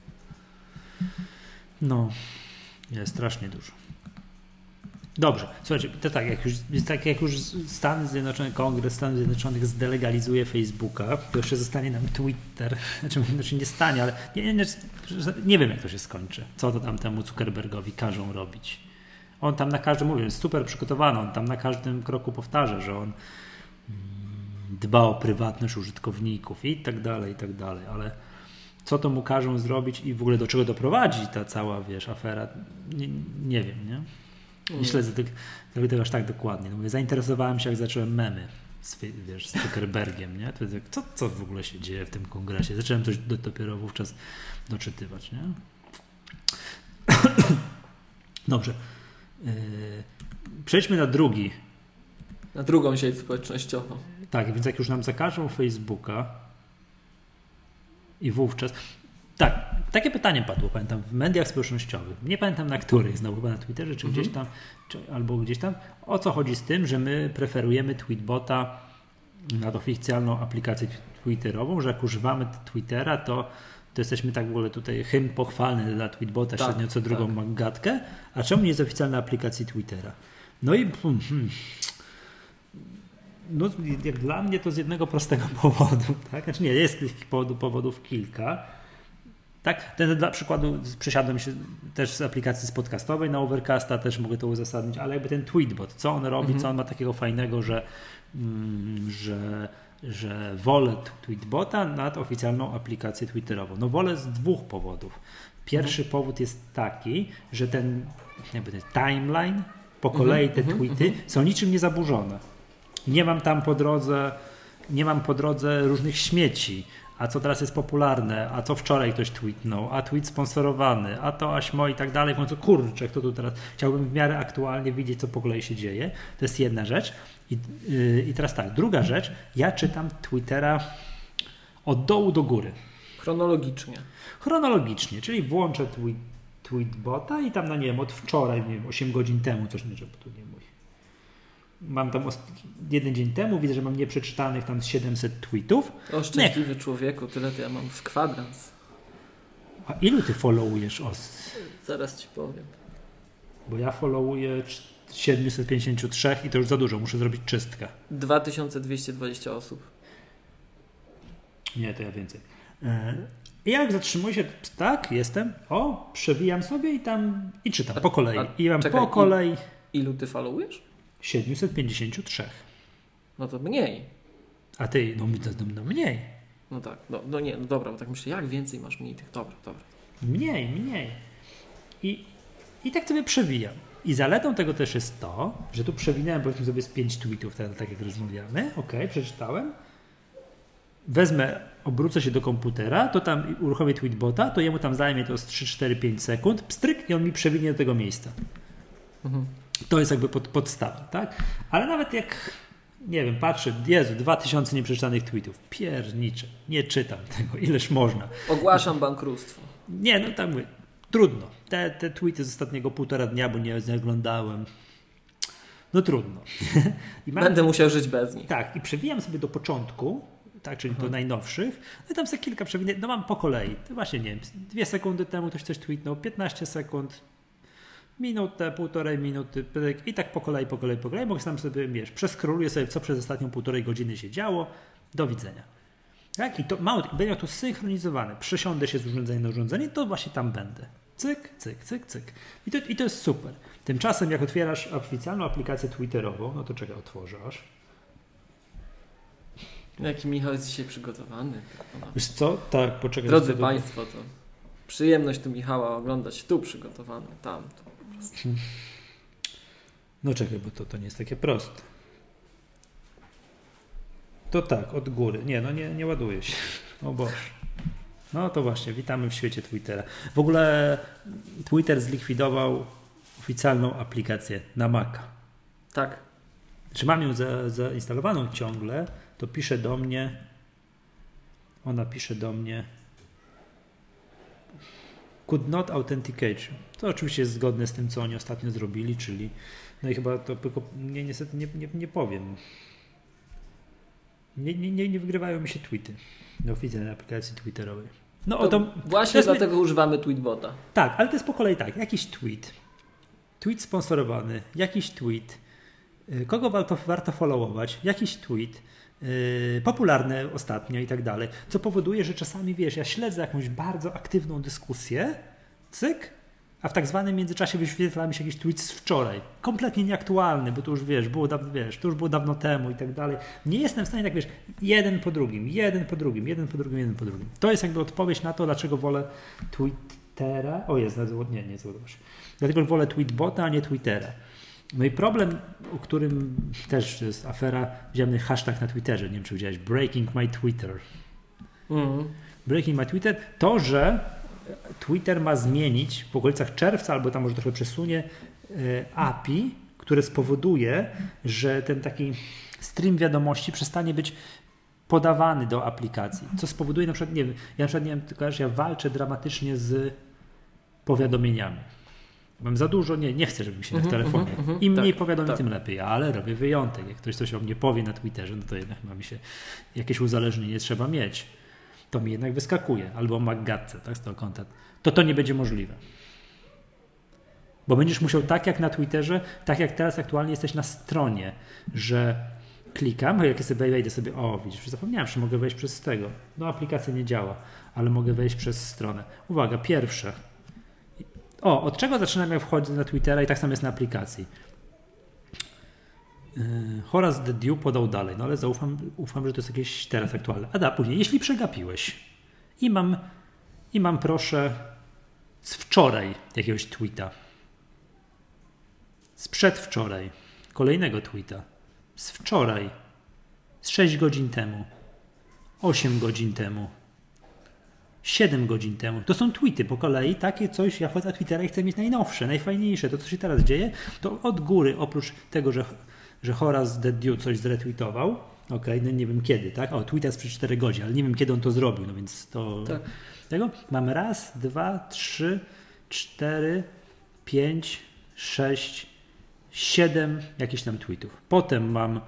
No. Jest strasznie dużo. Dobrze. Słuchajcie, to tak jak już, tak jak już Stany Zjednoczone, Kongres Stanów Zjednoczonych zdelegalizuje Facebooka, to jeszcze zostanie nam Twitter. Znaczy, znaczy nie stanie, ale nie, nie, nie wiem, jak to się skończy. Co to tam temu Zuckerbergowi każą robić. On tam na każdym, mówię, jest super przygotowany, on tam na każdym kroku powtarza, że on dba o prywatność użytkowników i tak dalej, i tak dalej, ale co to mu każą zrobić i w ogóle do czego doprowadzi ta cała, wiesz, afera, nie, nie wiem, nie? Nie śledzę tego, tego aż tak dokładnie. No mówię, zainteresowałem się, jak zacząłem memy z, wiesz, z Zuckerbergiem, nie? To jest, co, co w ogóle się dzieje w tym kongresie? Zacząłem coś do, dopiero wówczas doczytywać, nie? Dobrze. Yy, przejdźmy na drugi. Na drugą sieć społecznościową. Tak, więc jak już nam zakażą Facebooka i wówczas... Tak, takie pytanie padło, pamiętam, w mediach społecznościowych. Nie pamiętam na których, znowu chyba na Twitterze, czy gdzieś tam, czy, albo gdzieś tam. O co chodzi z tym, że my preferujemy Tweetbota nad oficjalną aplikację twitterową, że jak używamy Twittera, to, to jesteśmy tak w ogóle tutaj hymn pochwalny dla Tweetbota, tak, średnio co drugą tak. magatkę, a czemu nie jest oficjalna aplikacji Twittera? No i hmm, no, jak dla mnie to z jednego prostego powodu, tak? Znaczy nie, jest tych powodów, powodów kilka. Tak, ten dla przykładu przesiadłem się też z aplikacji podcastowej na Overcasta, też mogę to uzasadnić, ale jakby ten Tweetbot, co on robi, mhm. co on ma takiego fajnego, że, mm, że że wolę Tweetbota nad oficjalną aplikację Twitterową. No wolę z dwóch powodów. Pierwszy mhm. powód jest taki, że ten, jakby ten timeline, po kolei te mhm. tweety mhm. są niczym nie zaburzone. Nie mam tam po drodze, nie mam po drodze różnych śmieci, a co teraz jest popularne, a co wczoraj ktoś tweetnął, a tweet sponsorowany, a to aśmo i tak dalej. W końcu kurczę, kto tu teraz, chciałbym w miarę aktualnie widzieć, co po kolei się dzieje. To jest jedna rzecz. I, yy, i teraz tak, druga rzecz, ja czytam Twittera od dołu do góry. Chronologicznie. Chronologicznie, czyli włączę tweet, Tweetbota i tam, no nie wiem, od wczoraj, nie wiem, osiem godzin temu, coś nie, żeby tu nie mój. Mam tam jeden dzień temu, widzę, że mam nieprzeczytanych tam siedemset tweetów. O szczęśliwy nie. człowieku, tyle to ja mam w kwadrans. A ilu ty followujesz os? Zaraz ci powiem. Bo ja followuję siedemset pięćdziesiąt trzy i to już za dużo, muszę zrobić czystkę. dwa tysiące dwieście dwadzieścia osób. Nie, to ja więcej. I jak zatrzymuję się, tak, jestem, o, przewijam sobie i tam, i czytam a, po kolei. A, I mam czekaj, po kolei. Ilu ty followujesz? siedemset pięćdziesiąt trzy. No to mniej. A ty, no, no mniej. No tak, no, no nie, no dobra, bo tak myślę, jak więcej masz mniej tych, dobra, dobra. Mniej, mniej. I, i tak sobie przewijam. I zaletą tego też jest to, że tu przewinąłem, powiedzmy sobie z pięć tweetów, tak, tak jak rozmawiamy, ok, przeczytałem, wezmę, obrócę się do komputera, to tam uruchomię Tweetbota, to jemu tam zajmie to z trzy, cztery, pięć sekund, pstryk i on mi przewinie do tego miejsca. Mhm. To jest jakby pod, podstawa, tak? Ale nawet jak, nie wiem, patrzę, Jezu, dwa tysiące nieprzeczytanych tweetów, piernicze, nie czytam tego, ileż można. Ogłaszam bankructwo. Nie, no tak mówię, trudno. Te, te tweety z ostatniego półtora dnia, bo nie zaglądałem. No trudno. I mam, Będę musiał żyć bez nich. Tak, i przewijam sobie do początku, tak, czyli do najnowszych, no i tam sobie kilka przewinień, no mam po kolei, to właśnie nie wiem, dwie sekundy temu ktoś coś tweetnął, piętnaście sekund, minutę, półtorej minuty, pyk, i tak po kolei, po kolei, po kolei, mogę sam sobie, wiesz, przeskroluję sobie, co przez ostatnią półtorej godziny się działo, do widzenia. Tak, i to mało, będę miał to synchronizowane, przesiądę się z urządzenia na urządzenie, to właśnie tam będę. Cyk, cyk, cyk, cyk. I to, i to jest super. Tymczasem, jak otwierasz oficjalną aplikację Twitterową, no to czekaj, otworzę aż. Jaki Michał jest dzisiaj przygotowany. Wiesz co? Tak, poczekaj. Drodzy Państwo, to przyjemność tu Michała oglądać tu przygotowany, tam. Tu po prostu. No czekaj, bo to, to nie jest takie proste. To tak, od góry. Nie, no nie, nie ładuje się. O Boże. No to właśnie, witamy w świecie Twittera. W ogóle Twitter zlikwidował oficjalną aplikację na Maca. Tak. Czy mam ją za, zainstalowaną ciągle, to pisze do mnie, ona pisze do mnie could not authenticate. To oczywiście jest zgodne z tym, co oni ostatnio zrobili, czyli no i chyba to tylko nie, niestety nie, nie, nie powiem. Nie, nie, nie wygrywają mi się tweety na oficjalnej aplikacji twitterowej. No, to o to, właśnie to dlatego my... używamy Tweetbota. Tak, ale to jest po kolei tak. Jakiś tweet, tweet sponsorowany, jakiś tweet, kogo warto, warto followować, jakiś tweet, yy, popularny ostatnio i tak dalej, co powoduje, że czasami, wiesz, ja śledzę jakąś bardzo aktywną dyskusję, cyk, a w tak zwanym międzyczasie wyświetla mi się jakiś tweet z wczoraj, kompletnie nieaktualny, bo to już, wiesz, było dawno, wiesz, to już było dawno temu i tak dalej. Nie jestem w stanie, tak wiesz, jeden po drugim, jeden po drugim, jeden po drugim, jeden po drugim. To jest jakby odpowiedź na to, dlaczego wolę Twittera, o jest, nie, nie złożyłeś. Dlatego wolę Tweetbota, a nie Twittera. No i problem, o którym też jest afera, widziałem hashtag na Twitterze, nie wiem, czy widziałeś, breaking my Twitter. Mm. Breaking my Twitter, to, że Twitter ma zmienić w okolicach czerwca, albo tam może trochę przesunie A P I, które spowoduje, że ten taki stream wiadomości przestanie być podawany do aplikacji, co spowoduje na przykład, nie wiem, ja na przykład nie wiem, tylko że ja walczę dramatycznie z powiadomieniami. Mam za dużo, nie, nie chcę, żeby mi się mm-hmm, na telefonie. Mm-hmm, Im mniej tak, powiadomień, tak. tym lepiej, ale robię wyjątek. Jak ktoś coś o mnie powie na Twitterze, no to jednak ma mi się jakieś uzależnienie trzeba mieć. To mi jednak wyskakuje, albo McGatce, tak, z tego konta, to to nie będzie możliwe. Bo będziesz musiał tak jak na Twitterze, tak jak teraz aktualnie jesteś na stronie, że klikam, jak ja sobie wejdę sobie, o widzisz, zapomniałem, że mogę wejść przez tego. No aplikacja nie działa, ale mogę wejść przez stronę. Uwaga, pierwsze. O, od czego zaczynam jak wchodzę na Twittera i tak samo jest na aplikacji. Horace Dediu podał dalej, no ale zaufam, ufam, że to jest jakieś teraz aktualne. A da, później, jeśli przegapiłeś i mam, i mam proszę z wczoraj jakiegoś tweeta, z przedwczoraj kolejnego tweeta, z wczoraj, z sześć godzin temu, osiem godzin temu, siedem godzin temu. To są tweety po kolei, takie coś, ja wchodzę na Twittera i chcę mieć najnowsze, najfajniejsze. To, co się teraz dzieje, to od góry, oprócz tego, że, że Horace Dediu coś zretweetował, okej, okay, no nie wiem kiedy, tak? O, tweeta sprzed czterech godzin, ale nie wiem kiedy on to zrobił, no więc to... Tak. Tego mamy raz, dwa, trzy, cztery, pięć, sześć, siedem jakichś tam tweetów. Potem mam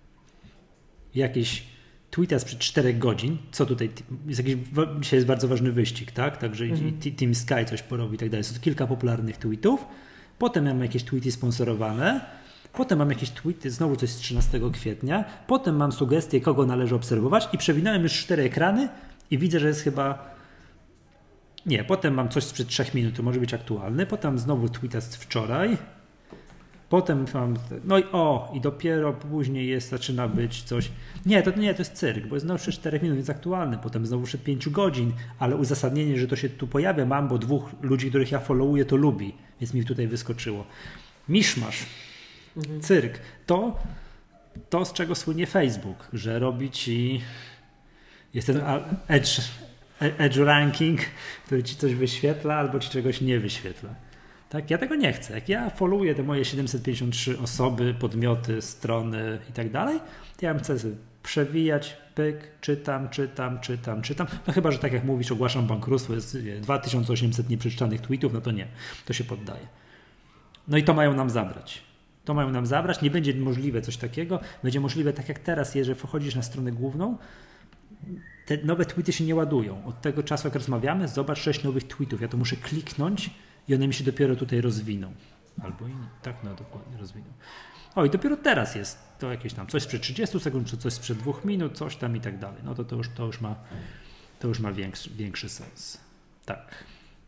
jakieś tweeta sprzed czterech godzin, co tutaj jest jakiś, dzisiaj jest bardzo ważny wyścig, tak? Także mm-hmm. Team Sky coś porobi i tak dalej. Jest kilka popularnych tweetów. Potem mam jakieś tweety sponsorowane. Potem mam jakieś tweety, znowu coś z trzynastego kwietnia. Potem mam sugestie, kogo należy obserwować i przewinąłem już cztery ekrany i widzę, że jest chyba... Nie, potem mam coś sprzed trzech minut, to może być aktualny. Potem znowu tweeta z wczoraj. Potem mam, no i o, i dopiero później jest, zaczyna być coś. Nie, to nie, to jest cyrk, bo jest znowu przed czterech minut, jest aktualny. Potem znowu przed pięciu godzin, ale uzasadnienie, że to się tu pojawia mam, bo dwóch ludzi, których ja followuję, to lubi, więc mi tutaj wyskoczyło. Miszmasz, mhm. cyrk. To, to, z czego słynie Facebook, że robi ci, jest ten edge, edge ranking, który ci coś wyświetla albo ci czegoś nie wyświetla. Tak, ja tego nie chcę. Jak ja followuję te moje siedemset pięćdziesiąt trzy osoby, podmioty, strony i tak dalej, to ja chcę sobie przewijać, pyk, czytam, czytam, czytam, czytam. No chyba, że tak jak mówisz, ogłaszam bankructwo, jest dwa tysiące osiemset nieprzeczytanych tweetów, no to nie, to się poddaje. No i to mają nam zabrać. To mają nam zabrać. Nie będzie możliwe coś takiego. Będzie możliwe tak jak teraz, jeżeli wchodzisz na stronę główną, te nowe tweety się nie ładują. Od tego czasu, jak rozmawiamy, zobacz sześć nowych tweetów. Ja to muszę kliknąć i one mi się dopiero tutaj rozwiną. Albo i nie. Tak, no dokładnie rozwiną. O, i dopiero teraz jest to jakieś tam coś sprzed trzydziestu sekund, czy coś sprzed dwóch minut, coś tam i tak dalej. No to to już, to już ma, to już ma większy, większy sens. Tak.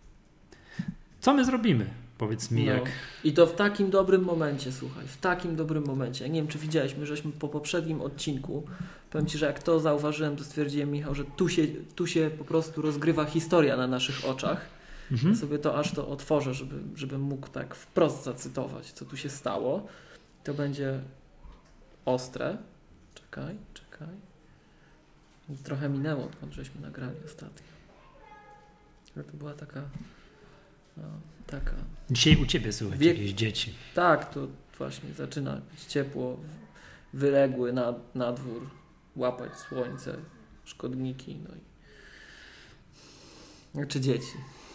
Co my zrobimy? Powiedz mi, no. jak... I to w takim dobrym momencie, słuchaj, w takim dobrym momencie. Ja nie wiem, czy widziałeś, my żeśmy po poprzednim odcinku, powiem Ci, że jak to zauważyłem, to stwierdziłem, Michał, że tu się, tu się po prostu rozgrywa historia na naszych oczach. Mhm. Ja sobie to aż to otworzę, żeby, żebym mógł tak wprost zacytować, co tu się stało. To będzie ostre. Czekaj, czekaj. Trochę minęło, odkąd żeśmy nagrali ostatnio. Ale to była taka... No, taka... Dzisiaj u Ciebie, słuchaj, Wiek... jakieś dzieci. Tak, to właśnie zaczyna być ciepło, wyległy na, na dwór, łapać słońce, szkodniki, no i... Znaczy dzieci.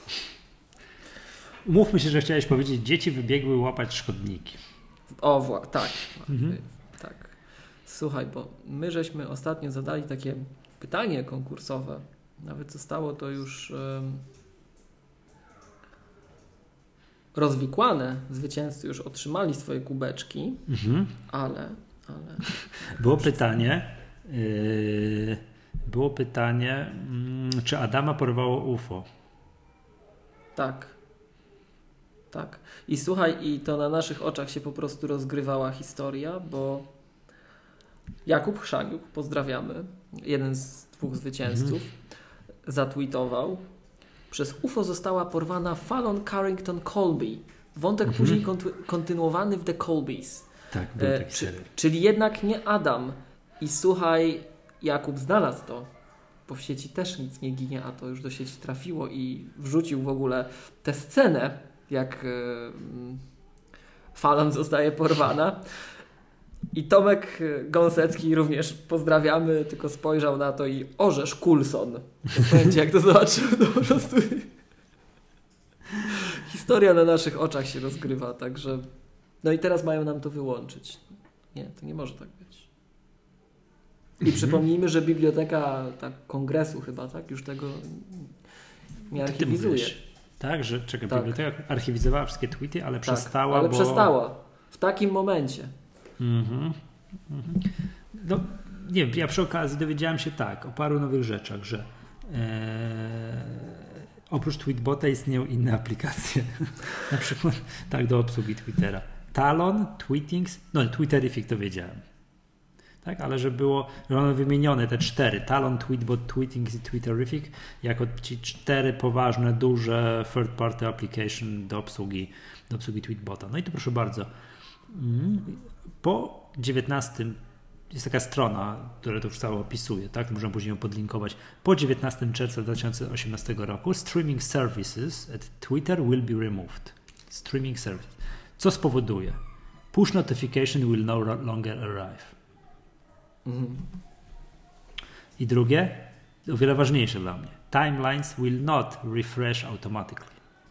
Umówmy się, że chciałeś powiedzieć, dzieci wybiegły łapać szkodniki. O, wła- tak, mhm. tak. Słuchaj, bo my żeśmy ostatnio zadali takie pytanie konkursowe. Nawet zostało to już um, rozwikłane. Zwycięzcy już otrzymali swoje kubeczki, mhm. ale, ale... Było pytanie, yy, było pytanie, yy, czy Adama porwało U F O? Tak. Tak. I słuchaj, i to na naszych oczach się po prostu rozgrywała historia, bo Jakub Chrzaniuk, pozdrawiamy, jeden z dwóch zwycięzców, mm. zatweetował: przez U F O została porwana Fallon Carrington Colby. Wątek mm-hmm. później konty- kontynuowany w The Colbys. Tak, był taki e, czy, Czyli jednak nie Adam. I słuchaj, Jakub znalazł to, bo w sieci też nic nie ginie, a to już do sieci trafiło i wrzucił w ogóle tę scenę, jak yy, Fallon zostaje porwana. I Tomek Gąsecki również pozdrawiamy, tylko spojrzał na to i orzesz Coulson. To będzie, jak to zobaczył, to po prostu historia na naszych oczach się rozgrywa, także no i teraz mają nam to wyłączyć. Nie, to nie może tak być. I przypomnijmy, że biblioteka tak, kongresu chyba, tak, już tego nie archiwizuje. Tak, że czekaj, tak. Biblioteka archiwizowała wszystkie tweety, ale tak, przestała, ale bo... przestała. W takim momencie. Mhm. Mhm. No, nie wiem, ja przy okazji dowiedziałem się tak, o paru nowych rzeczach, że e, oprócz Tweetbota istnieją inne aplikacje. Na przykład tak do obsługi Twittera. Talon, Tweetings, no Twitterific to wiedziałem. Tak, ale że było, że one wymienione, te cztery, Talon, Tweetbot, Tweetings i Twitterific, jako ci cztery poważne, duże third-party application do obsługi, do obsługi Tweetbota. No i to proszę bardzo, po dziewiętnastym jest taka strona, która to już całe opisuje, tak? Możemy później ją podlinkować. Po dziewiętnastego czerwca dwa tysiące osiemnastego roku streaming services at Twitter will be removed. Streaming service. Co spowoduje? Push notification will no longer arrive. Mhm. I drugie, o wiele ważniejsze dla mnie. Timelines will not refresh automatically.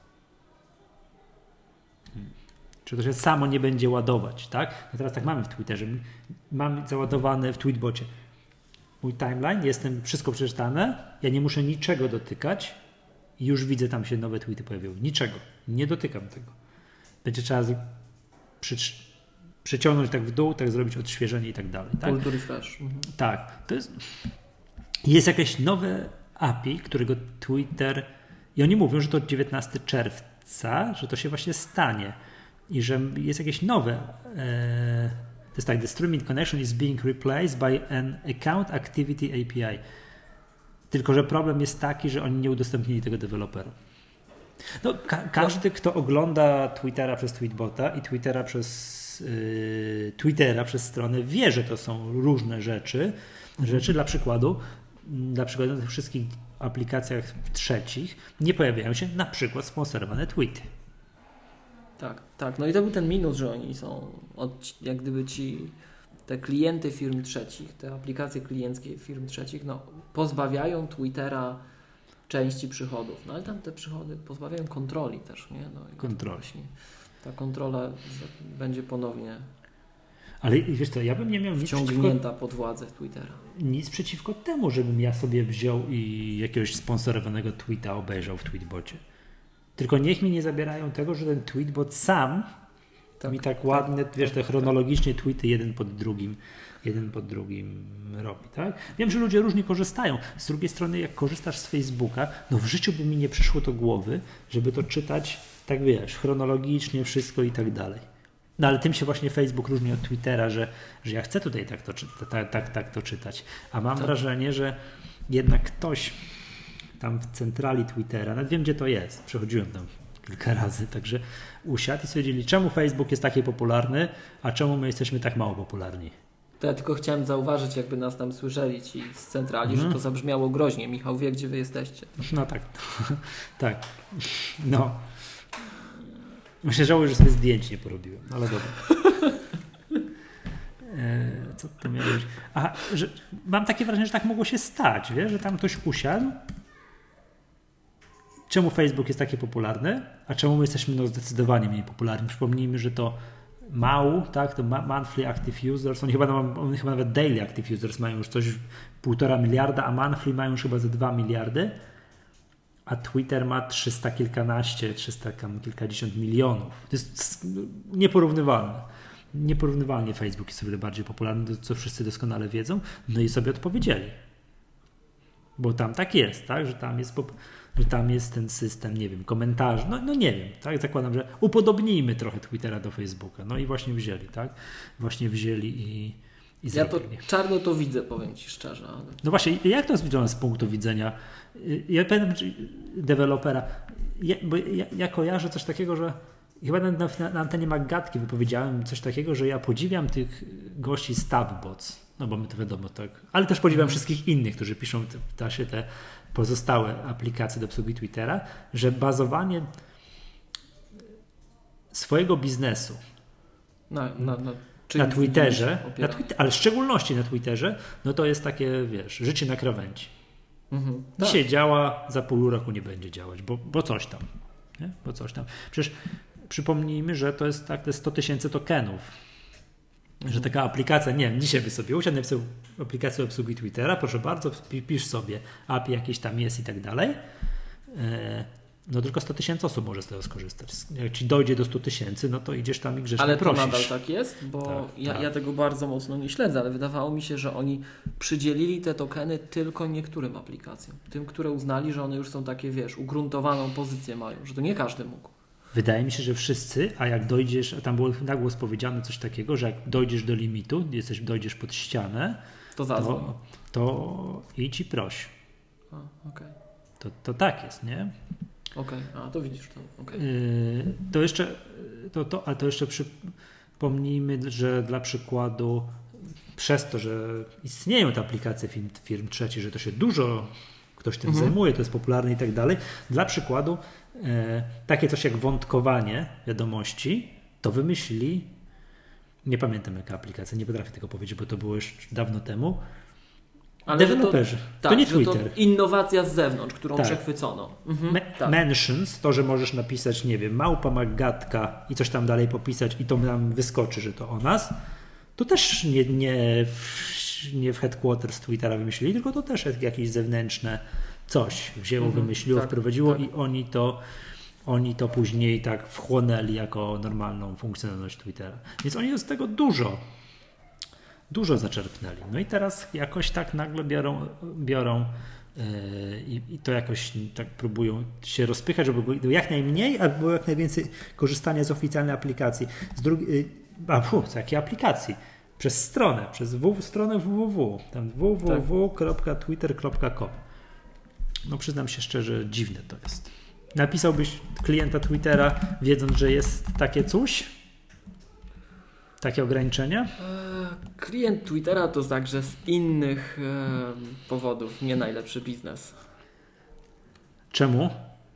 Hmm. Czy to się samo nie będzie ładować, tak? No teraz tak mamy w Twitterze. Mam załadowane w Tweetbocie mój timeline, jestem wszystko przeczytane, ja nie muszę niczego dotykać i już widzę, tam się nowe tweety pojawiły. Niczego. Nie dotykam tego. Będzie trzeba z... przy... przeciągnąć tak w dół, tak zrobić odświeżenie i tak dalej. Tak? Pull to refresh. Mhm. Tak. To jest... jest jakieś nowe A P I, którego Twitter i oni mówią, że to od dziewiętnastego czerwca, że to się właśnie stanie i że jest jakieś nowe e... to jest tak, the streaming connection is being replaced by an account activity A P I. Tylko że problem jest taki, że oni nie udostępnili tego deweloperom. No, ka- każdy, kto ogląda Twittera przez Tweetbota i Twittera przez yy, Twittera przez stronę, wie, że to są różne rzeczy. Rzeczy dla przykładu, dla przykładu na tych wszystkich aplikacjach trzecich nie pojawiają się na przykład sponsorowane tweety. Tak, tak. No i to był ten minus, że oni są od, jak gdyby ci te klienty firm trzecich, te aplikacje klienckie firm trzecich, no pozbawiają Twittera części przychodów. No ale tam te przychody pozbawiają kontroli też, nie? No i kontroli. Ta kontrola będzie ponownie ale wiesz co, ja bym nie miał nic wciągnięta przeciwko, pod władzę Twittera. Nic przeciwko temu, żebym ja sobie wziął i jakiegoś sponsorowanego tweeta obejrzał w Tweetbocie. Tylko niech mi nie zabierają tego, że ten Tweetbot sam tak, mi tak ładne, tak, wiesz, te chronologicznie tweety jeden pod drugim, jeden pod drugim robi, tak? Wiem, że ludzie różnie korzystają. Z drugiej strony, jak korzystasz z Facebooka, no w życiu by mi nie przyszło do głowy, żeby to czytać, tak wiesz, chronologicznie wszystko i tak dalej. No ale tym się właśnie Facebook różni od Twittera, że, że ja chcę tutaj tak to, tak, tak, tak to czytać. A mam tak. wrażenie, że jednak ktoś tam w centrali Twittera, nawet wiem, gdzie to jest, przechodziłem tam kilka razy, także usiadł i stwierdzili, czemu Facebook jest taki popularny, a czemu my jesteśmy tak mało popularni. To ja tylko chciałem zauważyć, jakby nas tam słyszeli ci z centrali, mm. że to zabrzmiało groźnie. Michał wie, gdzie wy jesteście. No tak, tak, no. Myślę, żałuję, że sobie zdjęć nie porobiłem, ale dobra. E, co to miało być? Aha, że mam takie wrażenie, że tak mogło się stać, wiesz, że tam ktoś usiadł. Czemu Facebook jest taki popularny, a czemu my jesteśmy no, zdecydowanie mniej popularni? Przypomnijmy, że to M A U, tak, to Monthly Active Users, oni chyba, oni chyba nawet Daily Active Users mają już coś półtora miliarda, a Monthly mają już chyba ze dwa miliardy, a Twitter ma trzysta kilkanaście, trzysta kilkadziesiąt milionów. To jest nieporównywalne. Nieporównywalnie Facebook jest o wiele bardziej popularny, co wszyscy doskonale wiedzą, no i sobie odpowiedzieli. Bo tam tak jest, tak, że tam jest, że tam jest ten system, nie wiem, komentarzy, no, no nie wiem, tak, zakładam, że upodobnijmy trochę Twittera do Facebooka, no i właśnie wzięli, tak, właśnie wzięli i, i ja to czarno to widzę, powiem Ci szczerze. Ale... No właśnie, jak to jest widziane z punktu widzenia, ja pamiętam dewelopera, ja, bo ja, ja kojarzę coś takiego, że chyba na, na, na antenie Maggatki wypowiedziałem coś takiego, że ja podziwiam tych gości z Tabbots, no bo my to wiadomo, tak, ale też podziwiam wszystkich innych, którzy piszą te, te, te pozostałe aplikacje do obsługi Twittera, że bazowanie swojego biznesu na, na, na, na Twitterze, na Twitter, ale w szczególności na Twitterze, no to jest takie, wiesz, życie na krawędzi. Mhm, Dzisiaj tak. działa, za pół roku nie będzie działać, bo, bo coś tam. Nie? Bo coś tam. Przecież przypomnijmy, że to jest tak te sto tysięcy tokenów. Mhm. Że taka aplikacja, nie wiem, dzisiaj by sobie usiadł, napisał aplikację obsługi Twittera, proszę bardzo, pisz sobie, A P I jakieś tam jest i tak dalej. No tylko sto tysięcy osób może z tego skorzystać. Jak ci dojdzie do stu tysięcy, no to idziesz tam i grzecznie ale prosisz. Ale to nadal tak jest? Bo tak, ja, tak. ja tego bardzo mocno nie śledzę, ale wydawało mi się, że oni przydzielili te tokeny tylko niektórym aplikacjom. Tym, które uznali, że one już są takie, wiesz, ugruntowaną pozycję mają, że to nie każdy mógł. Wydaje mi się, że wszyscy, a jak dojdziesz, a tam było na głos powiedziane coś takiego, że jak dojdziesz do limitu, jesteś, dojdziesz pod ścianę, To zadzwoń. to, to idź i proś. A, okej. To, to tak jest, nie? Okej, a to widzisz to. Okay. Yy, to jeszcze, to, to, ale to jeszcze przypomnijmy, że dla przykładu przez to, że istnieją te aplikacje firm, firm trzecich, że to się dużo ktoś tym Mhm. zajmuje, to jest popularne i tak dalej. Dla przykładu e, takie coś jak wątkowanie wiadomości, to wymyślili, nie pamiętam jaka aplikacja, nie potrafię tego powiedzieć, bo to było już dawno temu, Ale deweloperzy. To, to tak, nie że Twitter. To innowacja z zewnątrz, którą Tak. przechwycono. Mhm, Me- tak. Mentions, to, że możesz napisać, nie wiem, małpa Magatka i coś tam dalej popisać i to nam wyskoczy, że to o nas, to też nie, nie, w, nie w headquarters Twittera wymyślili, tylko to też jest jakieś zewnętrzne coś wzięło, Mhm, wymyśliło, tak, wprowadziło tak. i oni to, oni to później tak wchłonęli jako normalną funkcjonalność Twittera. Więc oni z tego dużo, dużo zaczerpnęli. No i teraz jakoś tak nagle biorą, biorą I, I to jakoś tak próbują się rozpychać, żeby było jak najmniej, albo było jak najwięcej korzystania z oficjalnej aplikacji. Z drugiej, a fu, z jakiej aplikacji? Przez stronę, przez w, stronę www, tam w w w kropka twitter kropka com. No przyznam się szczerze, dziwne to jest. Napisałbyś klienta Twittera, wiedząc, że jest takie coś? Takie ograniczenia? Klient Twittera to także z innych e, powodów nie najlepszy biznes. Czemu?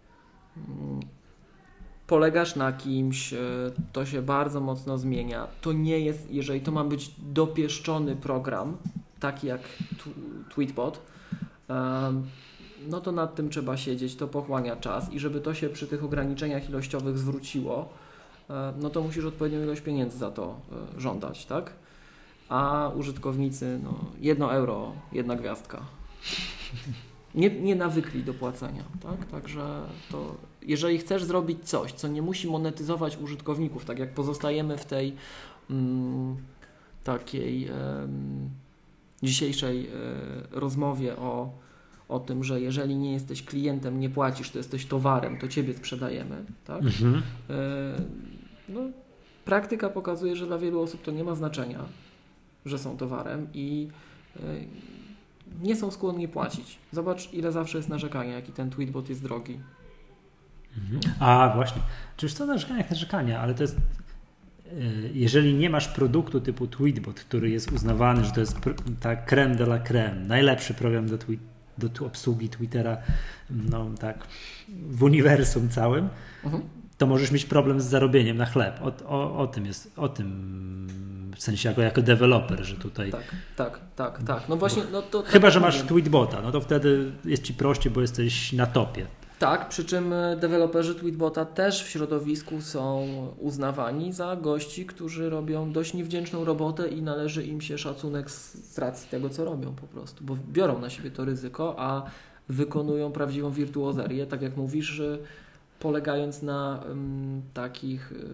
Polegasz na kimś, e, to się bardzo mocno zmienia. To nie jest, jeżeli to ma być dopieszczony program, taki jak tw- Tweetbot, e, no to nad tym trzeba siedzieć, to pochłania czas i żeby to się przy tych ograniczeniach ilościowych zwróciło, no to musisz odpowiednią ilość pieniędzy za to żądać, tak? A użytkownicy, no jedno euro, jedna gwiazdka. Nie, nie nawykli do płacenia, tak? Także to, jeżeli chcesz zrobić coś, co nie musi monetyzować użytkowników, tak jak pozostajemy w tej mm, takiej em, dzisiejszej e, rozmowie o, o tym, że jeżeli nie jesteś klientem, nie płacisz, to jesteś towarem, to ciebie sprzedajemy, tak? Mhm. E, no, praktyka pokazuje, że dla wielu osób to nie ma znaczenia, że są towarem i e, nie są skłonni płacić. Zobacz, ile zawsze jest narzekania, jaki ten Tweetbot jest drogi. Mhm. A właśnie, czyż to narzekania, narzekania, ale to jest, jeżeli nie masz produktu typu Tweetbot, który jest uznawany, że to jest ta crème de la crème, najlepszy program do, tweet, do obsługi Twittera, no tak, w uniwersum całym, mhm. to możesz mieć problem z zarobieniem na chleb. O, o, o tym jest, o tym w sensie jako, jako deweloper, że tutaj... Tak, tak, tak, tak. No właśnie, no to, chyba, tak że masz powiem. Tweetbota, no to wtedy jest ci prościej, bo jesteś na topie. Tak, przy czym deweloperzy Tweetbota też w środowisku są uznawani za gości, którzy robią dość niewdzięczną robotę i należy im się szacunek z racji tego, co robią po prostu, bo biorą na siebie to ryzyko, a wykonują prawdziwą wirtuozerię, tak jak mówisz, polegając na um, takich y,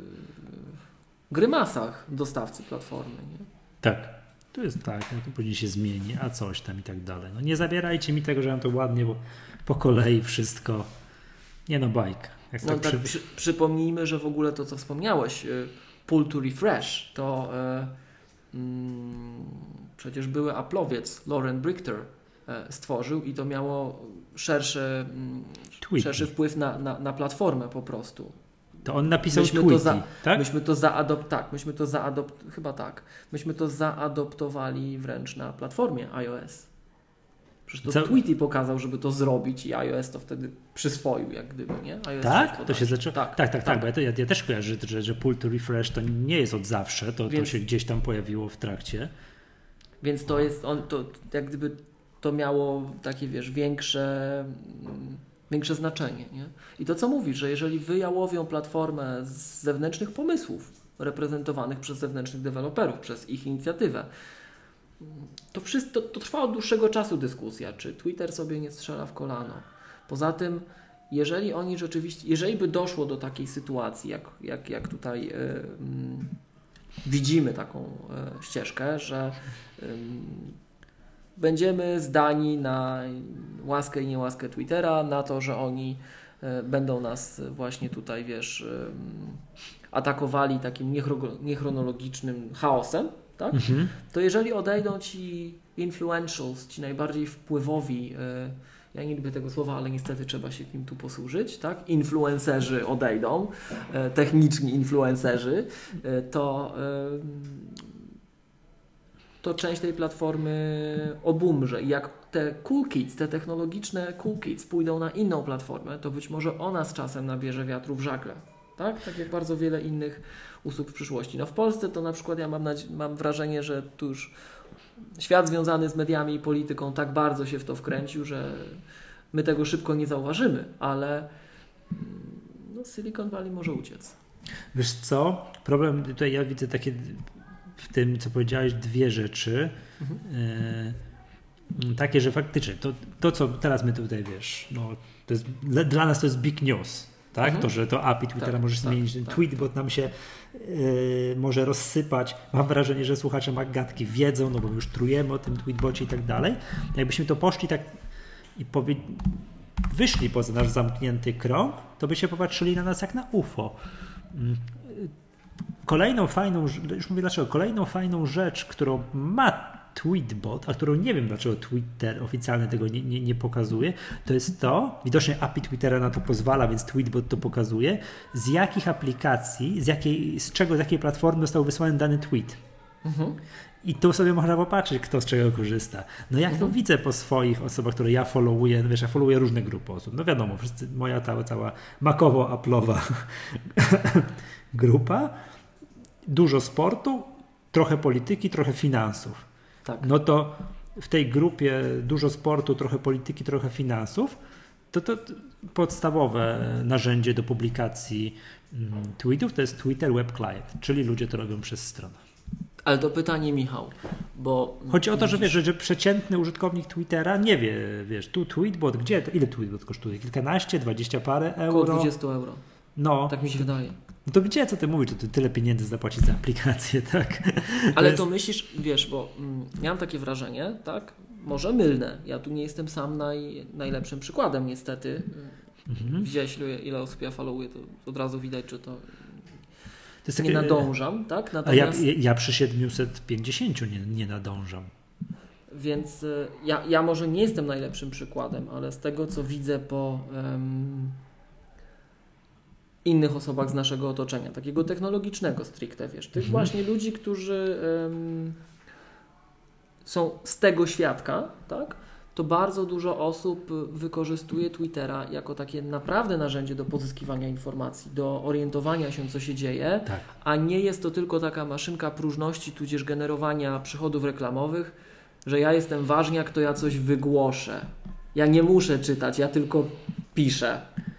grymasach dostawcy platformy. Nie? Tak. To jest tak, no to później się zmieni, a coś tam i tak dalej. No nie zabierajcie mi tego, że mam to ładnie, bo po kolei wszystko, nie no bajka. Jak no tak tak przy... przy, przypomnijmy, że w ogóle to, co wspomniałeś, pull to refresh, to e, mm, przecież były Apple'owiec Lauren Brichter e, stworzył i to miało szerszy, mm, szerszy wpływ na, na, na platformę po prostu. To on napisał myśmy tweety, to za, tak? Myśmy to zaadop- tak, myśmy to zaadop- chyba tak. Myśmy to zaadoptowali wręcz na platformie iOS. Przecież to Co? Tweety pokazał, żeby to zrobić i iOS to wtedy przyswoił, jak gdyby, nie? iOS tak? To się zaczęło. Tak, tak, tak, tak, tak. Bo ja, to, ja, ja też kojarzę, że, że pull to refresh to nie jest od zawsze, to, Więc, to się gdzieś tam pojawiło w trakcie. Więc to jest, on, to jak gdyby to miało takie, wiesz, większe... większe znaczenie. Nie? I to, co mówisz, że jeżeli wyjałowią platformę z zewnętrznych pomysłów reprezentowanych przez zewnętrznych deweloperów, przez ich inicjatywę, to, wszystko, to, to trwa od dłuższego czasu dyskusja, czy Twitter sobie nie strzela w kolano. Poza tym, jeżeli oni rzeczywiście, jeżeli by doszło do takiej sytuacji, jak, jak, jak tutaj y, y, widzimy taką y, ścieżkę, że y, będziemy zdani na łaskę i niełaskę Twittera, na to, że oni będą nas właśnie tutaj, wiesz, atakowali takim niechronologicznym chaosem, tak? Mhm. To jeżeli odejdą ci influentials, ci najbardziej wpływowi, ja nie lubię tego słowa, ale niestety trzeba się nim tu posłużyć, tak? Influencerzy odejdą, techniczni influencerzy, to, to część tej platformy obumrze. I jak te cool kids, te technologiczne cool kids pójdą na inną platformę, to być może ona z czasem nabierze wiatru w żagle. Tak? Tak jak bardzo wiele innych usług w przyszłości. No w Polsce to na przykład ja mam, nadzie- mam wrażenie, że tu już świat związany z mediami i polityką tak bardzo się w to wkręcił, że my tego szybko nie zauważymy, ale no, Silicon Valley może uciec. Wiesz co? Problem tutaj ja widzę takie w tym, co powiedziałeś, dwie rzeczy. Mhm. E, takie, że faktycznie to, to, co teraz my tutaj wiesz, no, to jest, dla nas to jest big news. Tak? Mhm. To, że to A P I Twittera tak, może się tak, zmienić, ten tak. tweetbot nam się yy, może rozsypać. Mam wrażenie, że słuchacze Maggatki wiedzą, no bo już trujemy o tym tweetbocie i tak dalej. Jakbyśmy to poszli tak i powie... wyszli poza nasz zamknięty krąg, to by się popatrzyli na nas jak na U F O. Kolejną fajną, już mówię dlaczego, kolejną fajną rzecz, którą ma Tweetbot, a którą nie wiem dlaczego Twitter oficjalnie tego nie, nie, nie pokazuje, to jest to, widocznie A P I Twittera na to pozwala, więc Tweetbot to pokazuje, z jakich aplikacji, z, jakiej, z czego, z jakiej platformy został wysłany dany tweet. Mhm. I tu sobie można popatrzeć, kto z czego korzysta. No jak to widzę po swoich osobach, które ja followuję, no wiesz, ja followuję różne grupy osób. No wiadomo, wszyscy, moja ta, cała makowo-aplowa grupa, dużo sportu, trochę polityki, trochę finansów. Tak. No to w tej grupie dużo sportu, trochę polityki, trochę finansów, to to podstawowe narzędzie do publikacji tweetów to jest Twitter Web Client, czyli ludzie to robią przez stronę. Ale to pytanie, Michał, bo... Chodzi o to, że wiesz, że, że przeciętny użytkownik Twittera nie wie, wiesz, tu Tweetbot, gdzie to, ile Tweetbot kosztuje? Kilkanaście, dwadzieścia parę euro? Około dwadzieścia euro. No. Tak mi się wydaje. No to gdzie, co ty mówisz, że ty tyle pieniędzy zapłacić za aplikację, tak? Ale to, jest... to myślisz, wiesz, bo mm, miałem takie wrażenie, tak, może mylne, ja tu nie jestem sam naj, najlepszym przykładem niestety. Mhm. Widziałeś, ile, ile osób ja followuję, to od razu widać, że to, to jest nie takie... nadążam, tak? Natomiast... A ja, ja przy siedemset pięćdziesiąt nie, nie nadążam. Więc ja, ja może nie jestem najlepszym przykładem, ale z tego, co widzę po... Um, innych osobach z naszego otoczenia, takiego technologicznego stricte, wiesz, tych mhm. właśnie ludzi, którzy um, są z tego świadka, tak, to bardzo dużo osób wykorzystuje Twittera jako takie naprawdę narzędzie do pozyskiwania informacji, do orientowania się, co się dzieje, tak. A nie jest to tylko taka maszynka próżności, tudzież generowania przychodów reklamowych, że ja jestem ważniak, to ja coś wygłoszę. Ja nie muszę czytać, ja tylko piszę.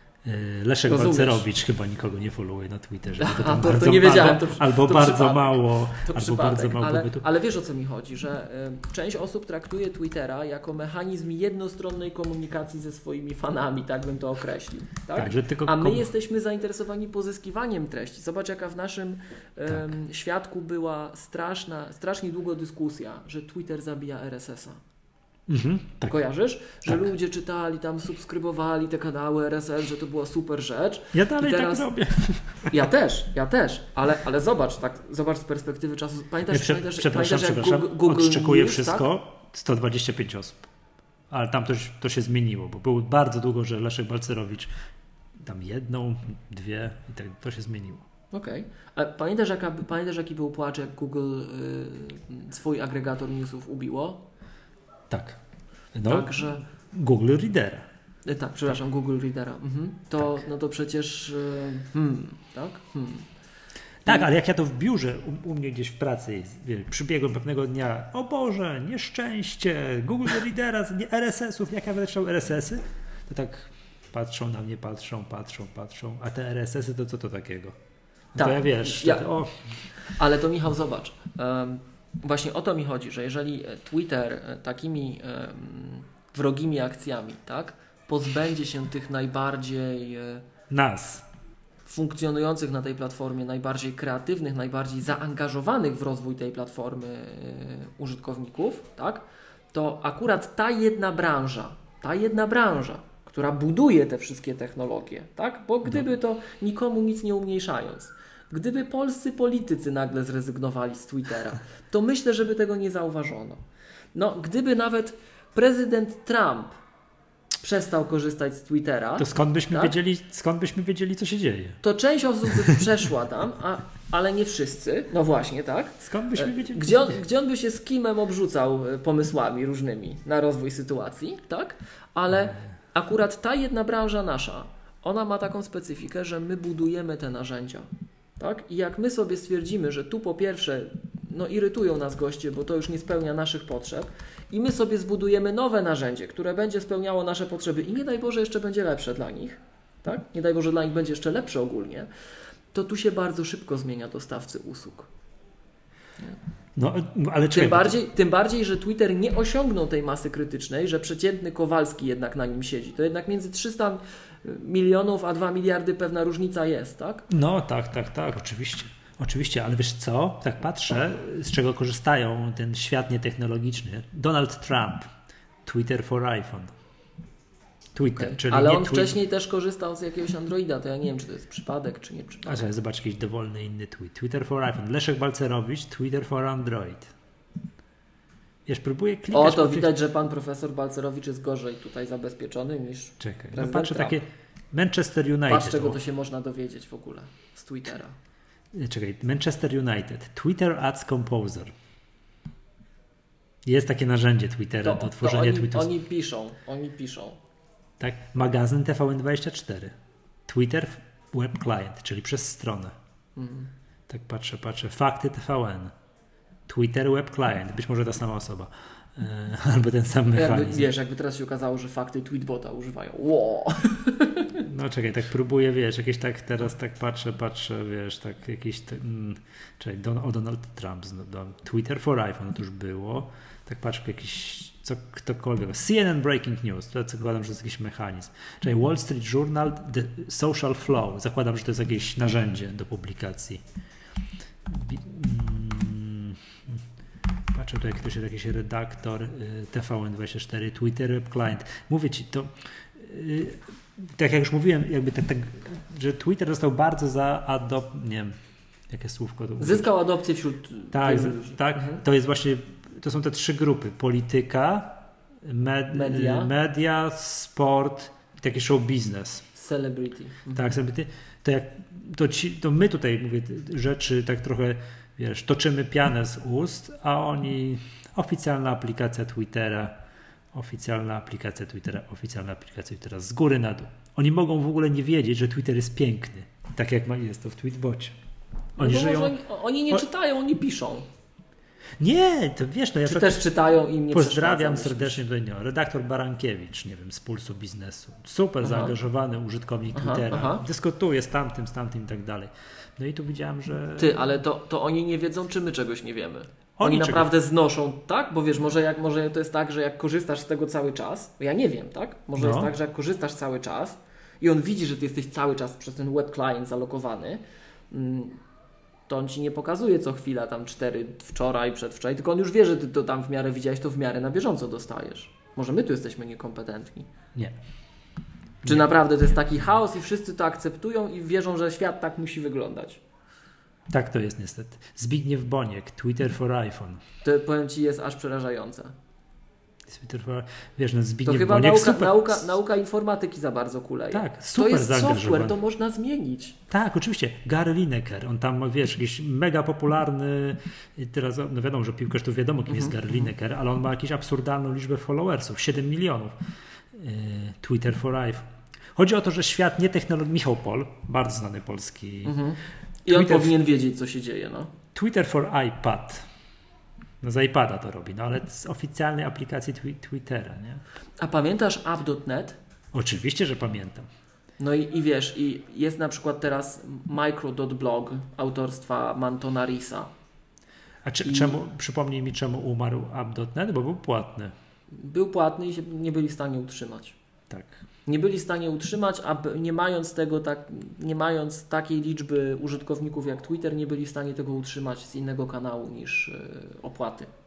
Leszek Balcerowicz chyba nikogo nie followuje na Twitterze. A, to, bardzo, to nie wiedziałem. Albo, to, albo to bardzo mało. To albo bardzo mało ale, ale wiesz, o co mi chodzi, że y, część osób traktuje Twittera jako mechanizm jednostronnej komunikacji ze swoimi fanami, tak bym to określił. Tak? Tak, że tylko A my komu... jesteśmy zainteresowani pozyskiwaniem treści. Zobacz, jaka w naszym y, tak. świadku była straszna, strasznie długo dyskusja, że Twitter zabija R S S a. Mhm, tak. Kojarzysz? Że tak. ludzie czytali, tam subskrybowali te kanały R S S, że to była super rzecz. Ja dalej teraz... tak robię. Ja też, ja też, ale, ale zobacz, tak, zobacz z perspektywy czasu. Pamiętasz, prze, pamiętasz, przepraszam, pamiętasz przepraszam, jak Google odszczekuję News, wszystko, tak? sto dwadzieścia pięć osób. Ale tam to, to się zmieniło, bo było bardzo długo, że Leszek Balcerowicz tam jedną, dwie i tak to się zmieniło. Okej. Okay. A pamiętasz, jaka, pamiętasz, jaki był płacz, jak Google y, swój agregator newsów ubiło? Tak. No, Także Google Readera. Tak, przepraszam, Google Readera. Mhm. To, tak. No to przecież hmm, tak? Hmm. Tak, ale jak ja to w biurze, u, u mnie gdzieś w pracy jest, przybiegłem pewnego dnia, o Boże, nieszczęście, Google Readera, R S S ów, jak ja będę czytał R S S y, to tak patrzą na mnie, patrzą, patrzą, patrzą, a te R S S y to co to takiego? No tak, to ja wiesz. Ja, to, o. Ale to Michał, zobacz. Um, Właśnie o to mi chodzi, że jeżeli Twitter takimi um, wrogimi akcjami, tak, pozbędzie się tych najbardziej nas funkcjonujących na tej platformie, najbardziej kreatywnych, najbardziej zaangażowanych w rozwój tej platformy y, użytkowników, tak, to akurat ta jedna branża, ta jedna branża, która buduje te wszystkie technologie, tak? Bo gdyby to nikomu nic nie umniejszając, gdyby polscy politycy nagle zrezygnowali z Twittera, to myślę, żeby tego nie zauważono. No, gdyby nawet prezydent Trump przestał korzystać z Twittera, to skąd byśmy, tak? wiedzieli, skąd byśmy wiedzieli, co się dzieje? To część osób by przeszła tam, a, ale nie wszyscy. No właśnie, tak? Skąd byśmy wiedzieli? Gdzie on, gdzie on by się z kimem obrzucał pomysłami różnymi na rozwój sytuacji, tak? Ale akurat ta jedna branża nasza, ona ma taką specyfikę, że my budujemy te narzędzia, tak? I jak my sobie stwierdzimy, że tu po pierwsze no irytują nas goście, bo to już nie spełnia naszych potrzeb i my sobie zbudujemy nowe narzędzie, które będzie spełniało nasze potrzeby i nie daj Boże jeszcze będzie lepsze dla nich, tak? Nie daj Boże dla nich będzie jeszcze lepsze ogólnie, to tu się bardzo szybko zmienia dostawcy usług. No, ale tym, bardziej, tym bardziej, że Twitter nie osiągnął tej masy krytycznej, że przeciętny Kowalski jednak na nim siedzi. To jednak między trzysta milionów a dwa miliardy pewna różnica jest, tak? No tak, tak, tak, oczywiście. Oczywiście, ale wiesz co, tak patrzę, z czego korzystają ten świat nietechnologiczny. Donald Trump, Twitter for iPhone. Twitter, Okay. czyli ale nie on twi- wcześniej też korzystał z jakiegoś Androida, to ja nie wiem, czy to jest przypadek, czy nie przypadek. A zobacz, jakiś dowolny inny tweet. Twitter for iPhone. Leszek Balcerowicz, Twitter for Android. Wiesz, próbuję klikać. O, to widać, tych... że pan profesor Balcerowicz jest gorzej tutaj zabezpieczony niż Czekaj, no patrzę Trump. Takie Manchester United. Patrz, czego to się można dowiedzieć w ogóle z Twittera. Czekaj, Manchester United. Twitter Ads Composer. Jest takie narzędzie Twittera to, do tworzenia to oni, tweetów. Oni piszą, oni piszą. Tak, magazyn T V N dwadzieścia cztery. Twitter Web Client, czyli przez stronę. Mhm. Tak patrzę, patrzę. Fakty T V N. Twitter Web Client. Być może ta sama osoba. E, albo ten sam mechanizm. Jakby, wiesz, jakby teraz się okazało, że fakty Tweetbota używają. Wow. No czekaj, tak próbuję, wiesz, jakieś tak teraz tak patrzę, patrzę, wiesz, tak jakieś, te, mm, czekaj, Don, o Donald Trump, do, Twitter for iPhone, to już było, tak patrzę, jakiś, co, ktokolwiek, C N N Breaking News, to zakładam, że to jest jakiś mechanizm, czekaj, Wall Street Journal, The Social Flow, zakładam, że to jest jakieś narzędzie do publikacji. Mm, patrzę tu, jak ktoś jest jakiś redaktor, y, T V N dwadzieścia cztery, Twitter Web Client, mówię ci, to y, tak jak już mówiłem, jakby tak, tak, że Twitter został bardzo zaadop... nie wiem, jakie słówko to Zyskał adopcję wśród tak, ludzi. tak, mhm. To jest właśnie, to są te trzy grupy, polityka, med, media. media, sport i taki show business. Celebrity. Mhm. Tak, celebrity. To, jak, to, ci, to my tutaj, mówię, rzeczy tak trochę, wiesz, toczymy pianę z ust, a oni, oficjalna aplikacja Twittera, Oficjalna aplikacja Twittera, oficjalna aplikacja Twittera z góry na dół. Oni mogą w ogóle nie wiedzieć, że Twitter jest piękny, tak jak jest to w Tweetbocie. Oni no żyją. Oni, oni nie o... czytają, oni piszą. Nie, to wiesz, no ja Czy tak też czytają i nie pozdrawiam serdecznie tutaj, no, redaktor Barankiewicz, nie wiem, z Pulsu Biznesu. Super aha. zaangażowany użytkownik aha, Twittera. Aha. Dyskutuje z tamtym, z tamtym i tak dalej. No i tu widziałem, że. Ty, ale to, to oni nie wiedzą, czy my czegoś nie wiemy. Oni, Oni naprawdę czego? znoszą, tak? Bo wiesz, może, jak, może to jest tak, że jak korzystasz z tego cały czas, ja nie wiem, tak? Może no. jest tak, że jak korzystasz cały czas i on widzi, że ty jesteś cały czas przez ten web client zalokowany, to on ci nie pokazuje co chwila, tam cztery wczoraj, przedwczoraj, tylko on już wie, że ty to tam w miarę widziałeś, to w miarę na bieżąco dostajesz. Może my tu jesteśmy niekompetentni. Nie. Czy nie. naprawdę to jest taki chaos i wszyscy to akceptują i wierzą, że świat tak musi wyglądać? Tak to jest niestety. Zbigniew Boniek, Twitter for iPhone. To powiem ci jest aż przerażające. Twitter for, wiesz, no Zbigniew to chyba Boniek nauka, super. Nauka, nauka informatyki za bardzo kuleje. Tak, super to jest software, to można zmienić. Tak, oczywiście. Gary Lineker, on tam, wiesz, jakiś mega popularny, teraz no wiadomo, że piłkarz to wiadomo, kim jest Gary Lineker, ale on ma jakąś absurdalną liczbę followersów, siedem milionów. Yy, Twitter for iPhone. Chodzi o to, że świat nie technologii, Michał Pol, bardzo znany polski. Mhm. I on Twitter, powinien wiedzieć, co się dzieje. No. Twitter for iPad. No z iPada to robi, no ale z oficjalnej aplikacji twi- Twittera, nie? A pamiętasz app kropka net? Oczywiście, że pamiętam. No i, i wiesz, i jest na przykład teraz micro.blog autorstwa Mantona Risa. A czy, I... czemu, przypomnij mi, czemu umarł app kropka net? Bo był płatny. Był płatny i się nie byli w stanie utrzymać. Tak. Nie byli w stanie utrzymać, a nie mając tego, tak, nie mając takiej liczby użytkowników jak Twitter, nie byli w stanie tego utrzymać z innego kanału niż yy, opłaty.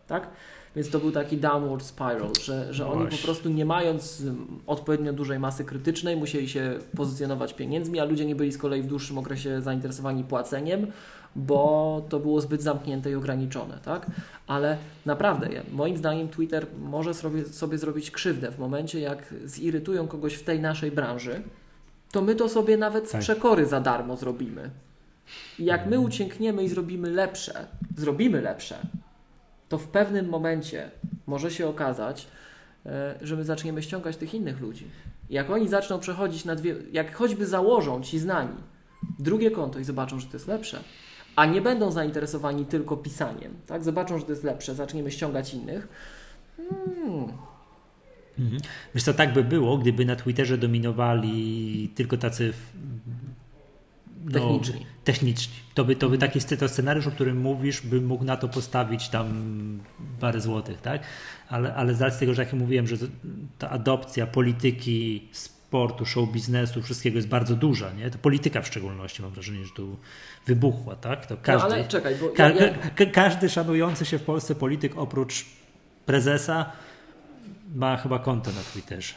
tak? Więc to był taki downward spiral, że, że oni po prostu nie mając odpowiednio dużej masy krytycznej musieli się pozycjonować pieniędzmi, a ludzie nie byli z kolei w dłuższym okresie zainteresowani płaceniem, bo to było zbyt zamknięte i ograniczone, tak? Ale naprawdę, moim zdaniem Twitter może sobie, sobie zrobić krzywdę w momencie, jak zirytują kogoś w tej naszej branży, to my to sobie nawet z tak. przekory za darmo zrobimy. I jak my uciekniemy i zrobimy lepsze, zrobimy lepsze, to w pewnym momencie może się okazać, że my zaczniemy ściągać tych innych ludzi. I jak oni zaczną przechodzić na dwie, jak choćby założą ci znani drugie konto i zobaczą, że to jest lepsze, a nie będą zainteresowani tylko pisaniem, tak? Zobaczą, że to jest lepsze, zaczniemy ściągać innych. Hmm. Mhm. Wiesz co, tak by było, gdyby na Twitterze dominowali tylko tacy no, techniczni. techniczni. To by, to by taki to scenariusz, o którym mówisz, by mógł na to postawić tam parę złotych, tak? Ale, ale z racji tego, że jak mówiłem, że ta adopcja polityki, sportu, show biznesu, wszystkiego jest bardzo duża, nie? To polityka w szczególności, mam wrażenie, że tu wybuchła, tak? To każdy, no ale czekaj, bo ka- ja, ja... ka- każdy szanujący się w Polsce polityk oprócz prezesa ma chyba konto na Twitterze.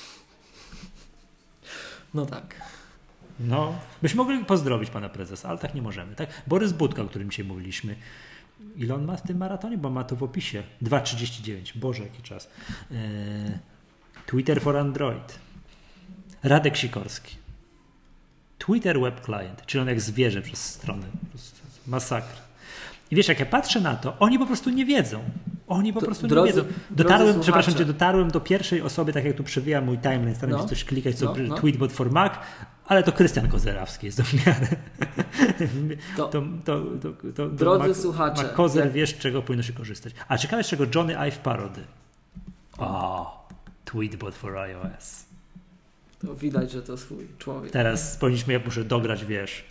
No tak. No, byśmy mogli pozdrowić pana prezesa, ale tak nie możemy, tak? Borys Budka, o którym dzisiaj mówiliśmy. Ile on ma w tym maratonie? Bo ma to w opisie. dwa trzydzieści dziewięć. Boże, jaki czas. Eee, Twitter for Android. Radek Sikorski. Twitter Web Client. Czyli on jak zwierzę przez stronę. Masakra. I wiesz, jak ja patrzę na to, oni po prostu nie wiedzą. Oni po to, prostu drodzy, nie wiedzą. Dotarłem, drodzy przepraszam cię, dotarłem do pierwszej osoby, tak jak tu przewijam mój timeline, staram się no. coś klikać, co no, no. Tweetbot for Mac, ale to Krystian Kozerawski jest do w miarę. To, to, to, to, to, drodzy Mac, słuchacze. Mac Kozer, jak... wiesz, czego powinno się korzystać. A ciekawe, z czego Johnny Ive parody. O, Tweetbot for iOS. To widać, że to swój człowiek. Teraz powinniśmy, jak muszę dograć, wiesz.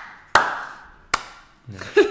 wiesz.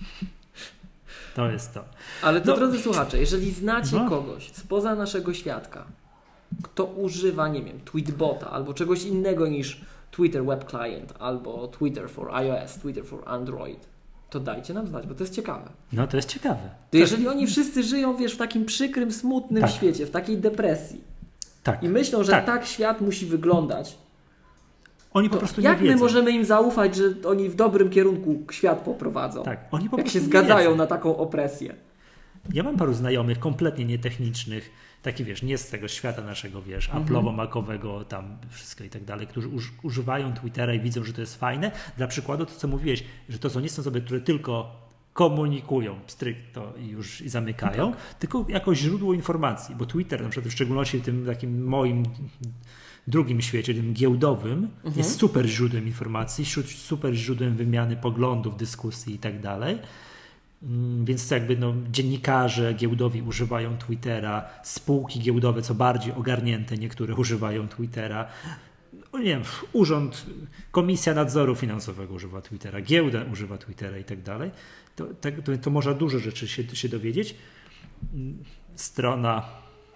To jest to. Ale to, no. drodzy słuchacze, jeżeli znacie no. kogoś spoza naszego świadka, kto używa, nie wiem, Tweetbota albo czegoś innego niż Twitter Web Client albo Twitter for iOS, Twitter for Android, to dajcie nam znać, bo to jest ciekawe. No to jest ciekawe. To jeżeli oni wszyscy żyją, wiesz, w takim przykrym, smutnym tak. świecie, w takiej depresji tak. i myślą, że tak. tak świat musi wyglądać, oni po prostu jak nie wiedzą. my możemy im zaufać, że oni w dobrym kierunku świat poprowadzą? Tak, oni po jak prostu się nie zgadzają wiedzą. na taką opresję. Ja mam paru znajomych kompletnie nietechnicznych, taki wiesz, nie z tego świata naszego, wiesz, Mhm. Apple'owo-makowego, tam wszystko i tak dalej, którzy uż, używają Twittera i widzą, że to jest fajne. Dla przykładu to, co mówiłeś, że to są nie są osoby, które tylko komunikują stricto i już i zamykają, tak. tylko jako źródło informacji, bo Twitter na przykład w szczególności w tym takim moim drugim świecie, tym giełdowym, mhm. jest super źródłem informacji, super źródłem wymiany poglądów, dyskusji i tak dalej. Więc to jakby no, dziennikarze giełdowi używają Twittera, spółki giełdowe, co bardziej ogarnięte, niektóre używają Twittera. Nie wiem, urząd, Komisja Nadzoru Finansowego używa Twittera, giełda używa Twittera i tak dalej. To, to, to można dużo rzeczy się, się dowiedzieć. Strona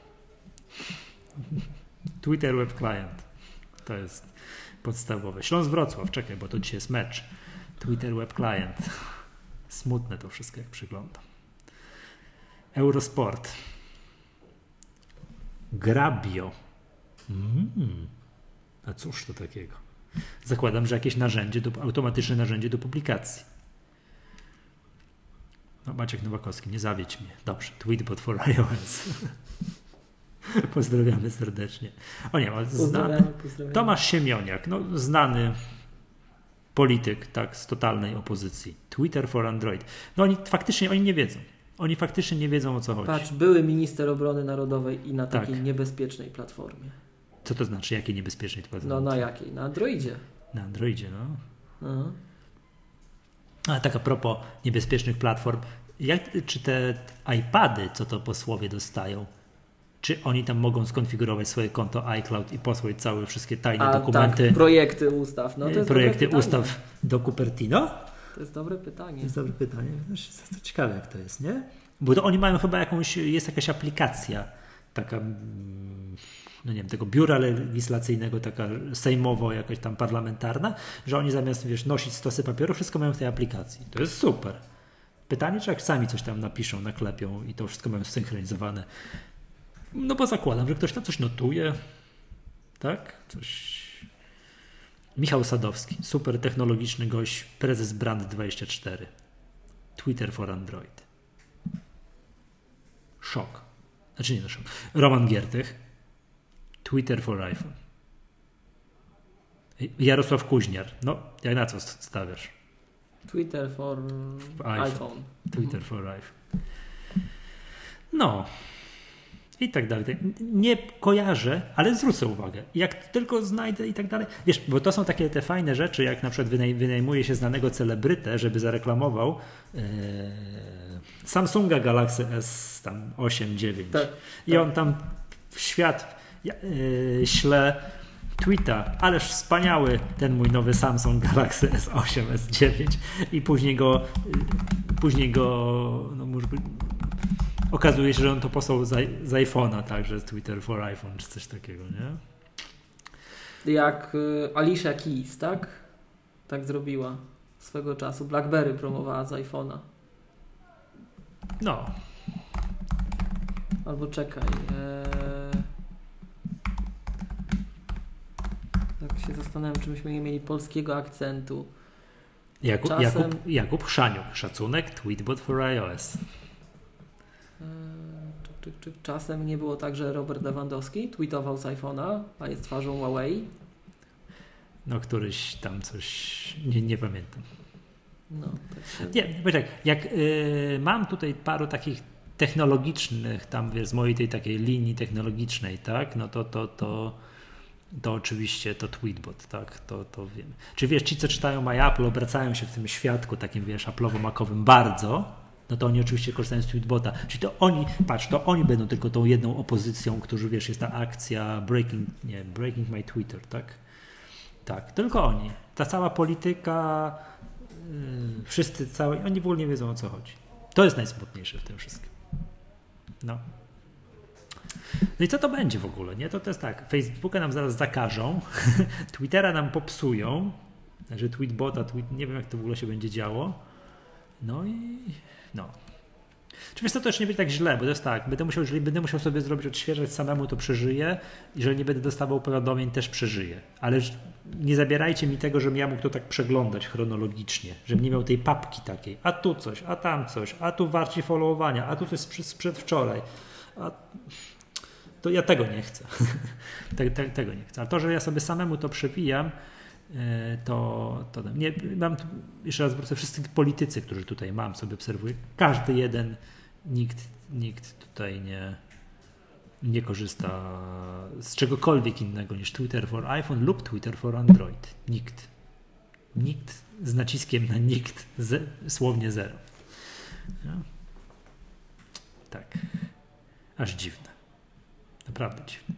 Twitter Web Client. To jest podstawowe. Śląsk Wrocław, czekaj, bo to dzisiaj jest mecz. Twitter Web Client. Smutne to wszystko, jak przyglądam. Eurosport. Grabio. Mm. A cóż to takiego? Zakładam, że jakieś narzędzie, do, automatyczne narzędzie do publikacji. No, Maciek Nowakowski, nie zawiedź mnie. Dobrze, Tweetbot for iOS. Pozdrawiamy serdecznie. O nie, znany, pozdrawiamy, pozdrawiamy. Tomasz Siemioniak, no, znany polityk, tak, z totalnej opozycji. Twitter for Android. No oni faktycznie, oni nie wiedzą. Oni faktycznie nie wiedzą, o co chodzi. Patrz, były minister obrony narodowej i na takiej tak. niebezpiecznej platformie. Co to znaczy? Jakiej niebezpiecznej platformie? No na jakiej? Na Androidzie. Na Androidzie, no. Aha. A tak a propos niebezpiecznych platform, jak, czy te iPady, co to posłowie dostają, czy oni tam mogą skonfigurować swoje konto iCloud i posłać całe wszystkie tajne A, dokumenty, tak, projekty ustaw. No, to jest projekty dobre ustaw do Cupertino? To jest dobre pytanie. To jest dobre pytanie. To ciekawe, jak to jest, nie? Bo to oni mają chyba jakąś, jest jakaś aplikacja taka, no nie wiem, tego biura legislacyjnego, taka sejmowo, jakaś tam parlamentarna, że oni zamiast, wiesz, nosić stosy papieru, wszystko mają w tej aplikacji. To jest super. Pytanie, czy jak sami coś tam napiszą, naklepią i to wszystko mają zsynchronizowane. No bo zakładam, że ktoś tam coś notuje. Tak? Coś... Michał Sadowski, super technologiczny gość, prezes Brand dwadzieścia cztery. Twitter for Android. Szok. Znaczy nie no szok. Roman Giertych. Twitter for iPhone. Jarosław Kuźniar. No, jak na co stawiasz? Twitter for iPhone. iPhone. Twitter for iPhone. No. I tak dalej. Nie kojarzę, ale zwrócę uwagę. Jak tylko znajdę i tak dalej. Wiesz, bo to są takie te fajne rzeczy, jak na przykład wynaj- wynajmuje się znanego celebrytę, żeby zareklamował yy, Samsunga Galaxy S tam osiem, dziewięć. Tak, I tak. on tam w świat yy, śle tweeta, ależ wspaniały ten mój nowy Samsung Galaxy S osiem, S dziewięć i później go yy, później go no może być okazuje się, że on to posłał z, z iPhone'a, także z Twitter for iPhone, czy coś takiego, nie? Jak y, Alicia Keys, tak? Tak zrobiła swego czasu. BlackBerry promowała z iPhone'a. No. Albo czekaj. Ee... Tak się zastanawiam, czy myśmy nie mieli polskiego akcentu. Jakub, Czasem... Jakub, Jakub Chrzaniuk. Szacunek, Tweetbot for iOS. Czy, czy, czy czasem nie było tak, że Robert Lewandowski tweetował z iPhone'a, a jest twarzą Huawei? No któryś tam coś, nie, nie pamiętam. No, tak się... Nie, poczekaj, jak y, mam tutaj paru takich technologicznych, tam wiesz, z mojej tej takiej linii technologicznej, tak, no to to, to, to oczywiście to Tweetbot, tak, to, to wiem. Czy wiesz, ci co czytają My Apple obracają się w tym świadku takim, wiesz, Apple'owo-makowym bardzo, no to oni oczywiście korzystają z Tweetbota. Czyli to oni, patrz, to oni będą tylko tą jedną opozycją, którzy, wiesz, jest ta akcja breaking, nie, breaking my Twitter, tak? Tak, tylko oni. Ta cała polityka, yy, wszyscy, cały, oni w ogóle nie wiedzą, o co chodzi. To jest najsmutniejsze w tym wszystkim. No. No i co to będzie w ogóle, nie? To, to jest tak, Facebooka nam zaraz zakażą, Twittera nam popsują, także Tweetbota, tweet, nie wiem jak to w ogóle się będzie działo. No i no. Czy wiesz co, to też nie będzie tak źle, bo to jest tak, będę musiał, jeżeli będę musiał sobie zrobić odświeżać samemu, to przeżyję. Jeżeli nie będę dostawał powiadomień, też przeżyję. Ale nie zabierajcie mi tego, żebym ja mógł to tak przeglądać chronologicznie, żebym nie miał tej papki takiej, a tu coś, a tam coś, a tu warci followowania, a tu coś sprzed wczoraj. A... To ja tego nie chcę. te, te, tego nie chcę. A to, że ja sobie samemu to przewijam, to, to nie, mam, jeszcze raz wrócę, wszyscy politycy, którzy tutaj mam, sobie obserwuję, każdy jeden, nikt, nikt tutaj nie, nie korzysta z czegokolwiek innego niż Twitter for iPhone lub Twitter for Android. Nikt. Nikt z naciskiem na nikt, ze, słownie zero. No. Tak. Aż dziwne. Naprawdę dziwne.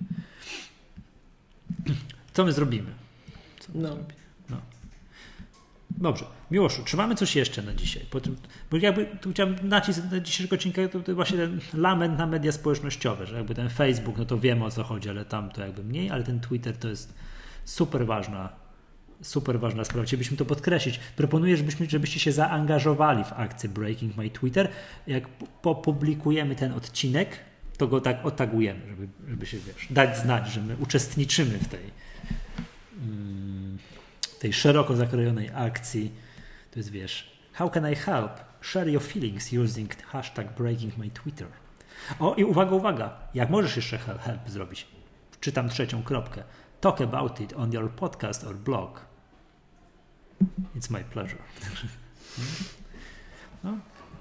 Co my zrobimy? No. no. Dobrze. Miłoszu, czy mamy coś jeszcze na dzisiaj? Po tym, bo jakby tu chciałem nacisk na dzisiejszego odcinka, to, to właśnie ten lament na media społecznościowe, że jakby ten Facebook, no to wiemy o co chodzi, ale tam to jakby mniej, ale ten Twitter to jest super ważna, super ważna sprawa. Chcielibyśmy to podkreślić. Proponuję, żebyśmy, żebyście się zaangażowali w akcję Breaking My Twitter. Jak opublikujemy ten odcinek, to go tak otagujemy, żeby, żeby się, wiesz, dać znać, że my uczestniczymy w tej tej szeroko zakrojonej akcji. To jest, wiesz, how can I help? Share your feelings using hashtag breaking my Twitter. O i uwaga, uwaga, jak możesz jeszcze help, help zrobić? Czytam trzecią kropkę. Talk about it on your podcast or blog. It's my pleasure. No.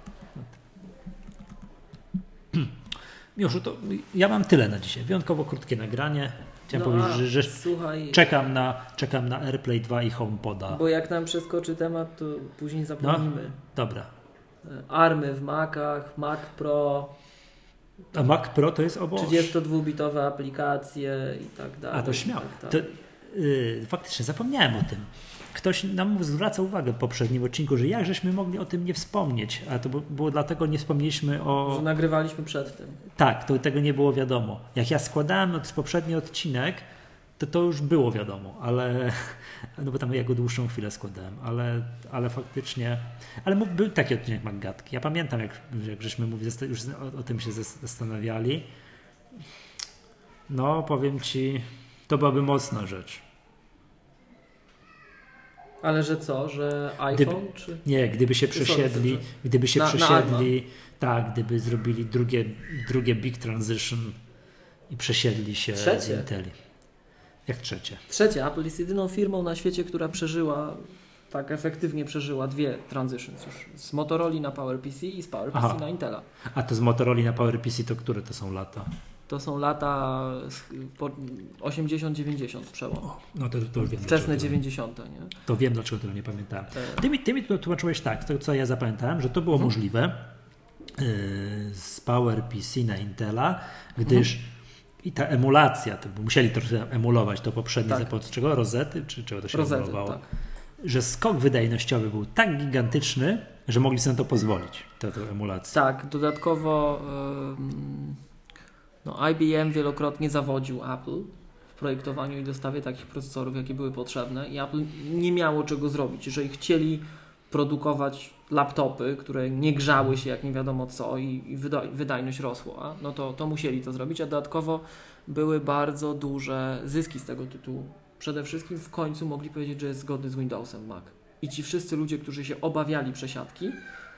Miłoszu, to ja mam tyle na dzisiaj. Wyjątkowo krótkie nagranie. Chciałem no, powiedzieć, że, że słuchaj, czekam, na, czekam na AirPlay dwa i HomePoda. Bo jak nam przeskoczy temat, to później zapomnimy. No, dobra. Army w Macach, Mac Pro. A Mac Pro to jest obok. trzydziestodwubitowe aplikacje i tak dalej. A to śmiało. Tak to, yy, faktycznie zapomniałem o tym. Ktoś nam zwraca uwagę w poprzednim odcinku, że jak żeśmy mogli o tym nie wspomnieć, a to było dlatego nie wspomnieliśmy o... Że nagrywaliśmy przed tym. Tak, to tego nie było wiadomo. Jak ja składałem od poprzedni odcinek, to, to już było wiadomo, ale no bo tam ja go dłuższą chwilę składałem, ale, ale faktycznie, ale był taki odcinek Maggatki. Ja pamiętam, jak, jak żeśmy mówili, już o, o tym się zastanawiali. No, powiem ci, to byłaby mocna rzecz. Ale że co, że iPhone? Gdyby, czy... Nie, gdyby się przesiedli, sorry, gdyby się na, przesiedli, na tak, gdyby zrobili drugie, drugie big transition i przesiedli się Trzecie. z Inteli. Jak trzecie? Trzecie. Apple jest jedyną firmą na świecie, która przeżyła, tak efektywnie przeżyła dwie transitions już. Z Motorola na PowerPC i z PowerPC Aha. na Intela. A to z Motorola na PowerPC to które to są lata? To są lata osiemdziesiąt dziewięćdziesiąt przełom. O, no to, to już wiem. Wczesne dziewięćdziesiąte. Nie? To wiem, dlaczego tego nie pamiętałem. E... Ty, mi, ty mi tłumaczyłeś tak, to co ja zapamiętałem, że to było mhm. możliwe yy, z PowerPC na Intela, gdyż mhm. i ta emulacja, to, bo musieli trochę emulować to poprzednie, tak. za czego? Rozety? Czy czego to się Rozety, emulowało? Tak. Że skok wydajnościowy był tak gigantyczny, że mogli sobie to pozwolić, tę emulację. Tak, dodatkowo yy, no, I B M wielokrotnie zawodził Apple w projektowaniu i dostawie takich procesorów, jakie były potrzebne i Apple nie miało czego zrobić. Jeżeli chcieli produkować laptopy, które nie grzały się jak nie wiadomo co i, i wyda- wydajność rosła, no to, to musieli to zrobić, a dodatkowo były bardzo duże zyski z tego tytułu. Przede wszystkim w końcu mogli powiedzieć, że jest zgodny z Windowsem Mac. I ci wszyscy ludzie, którzy się obawiali przesiadki,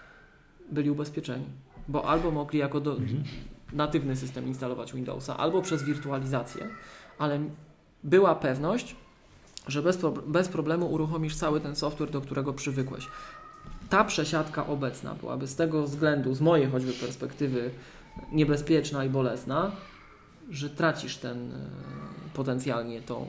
byli ubezpieczeni. Bo albo mogli jako do, mhm. natywny system instalować Windowsa, albo przez wirtualizację, ale była pewność, że bez, pro, bez problemu uruchomisz cały ten software, do którego przywykłeś. Ta przesiadka obecna byłaby z tego względu, z mojej choćby perspektywy, niebezpieczna i bolesna, że tracisz ten potencjalnie tą,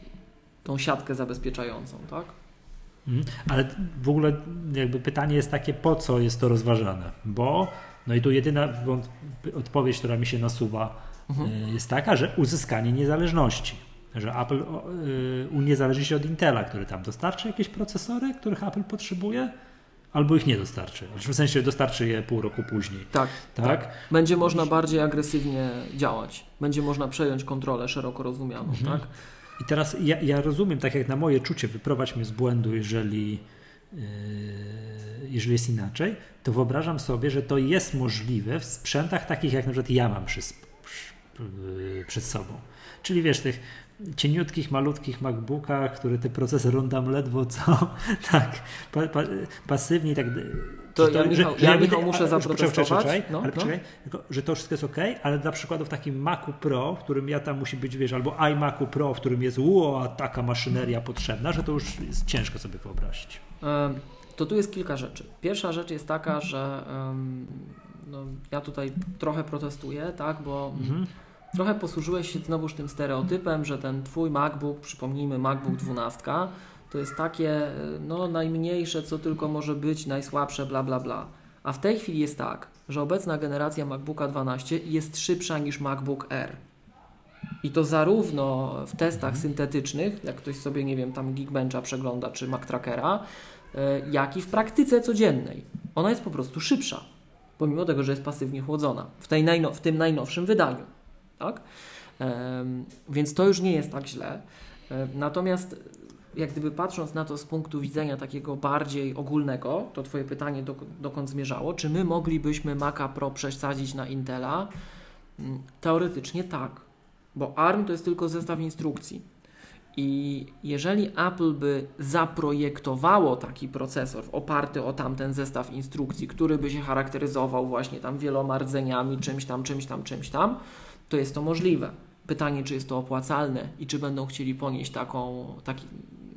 tą siatkę zabezpieczającą, tak? Mm, ale w ogóle jakby pytanie jest takie, po co jest to rozważane? Bo no i tu jedyna odpowiedź, która mi się nasuwa, mhm. jest taka, że uzyskanie niezależności. Że Apple uniezależy się od Intela, który tam dostarczy jakieś procesory, których Apple potrzebuje, albo ich nie dostarczy. W sensie dostarczy je pół roku później. Tak, tak. tak. Będzie można bardziej agresywnie działać. Będzie można przejąć kontrolę szeroko rozumianą. Mhm. Tak? I teraz ja, ja rozumiem, tak jak na moje czucie, wyprowadź mnie z błędu, jeżeli, yy, jeżeli jest inaczej, to wyobrażam sobie, że to jest możliwe w sprzętach takich, jak na przykład ja mam przy, przy, yy, przed sobą. Czyli wiesz, tych cieniutkich, malutkich MacBookach, które te procesory dam ledwo co, tak, pa, pa, pasywnie i tak to, to ja, Michał, że, że ja Michał muszę zaprotestować. Czekaj, no, ale no. Czekaj, tylko, że to wszystko jest ok, ale dla przykładu w takim Macu Pro, w którym ja tam musi być, wiesz, albo iMacu Pro, w którym jest ło, taka maszyneria potrzebna, że to już jest ciężko sobie wyobrazić. Um, to tu jest kilka rzeczy. Pierwsza rzecz jest taka, że um, no, ja tutaj trochę protestuję, tak, bo mhm. trochę posłużyłeś się znowuż tym stereotypem, że ten twój MacBook, przypomnijmy MacBook dwanaście, to jest takie no, najmniejsze, co tylko może być, najsłabsze, bla, bla, bla. A w tej chwili jest tak, że obecna generacja MacBooka dwanaście jest szybsza niż MacBook Air. I to zarówno w testach syntetycznych, jak ktoś sobie, nie wiem, tam Geekbencha przegląda, czy MacTrackera, jak i w praktyce codziennej. Ona jest po prostu szybsza, pomimo tego, że jest pasywnie chłodzona w, tej najno- w tym najnowszym wydaniu. Tak? Um, więc to już nie jest tak źle. Um, natomiast jak gdyby patrząc na to z punktu widzenia takiego bardziej ogólnego, to twoje pytanie do, dokąd zmierzało, czy my moglibyśmy Maca Pro przesadzić na Intela? Um, teoretycznie tak, bo A R M to jest tylko zestaw instrukcji. I jeżeli Apple by zaprojektowało taki procesor oparty o tamten zestaw instrukcji, który by się charakteryzował właśnie tam wieloma rdzeniami, czymś tam, czymś tam, czymś tam, to jest to możliwe. Pytanie, czy jest to opłacalne i czy będą chcieli ponieść taką, taki,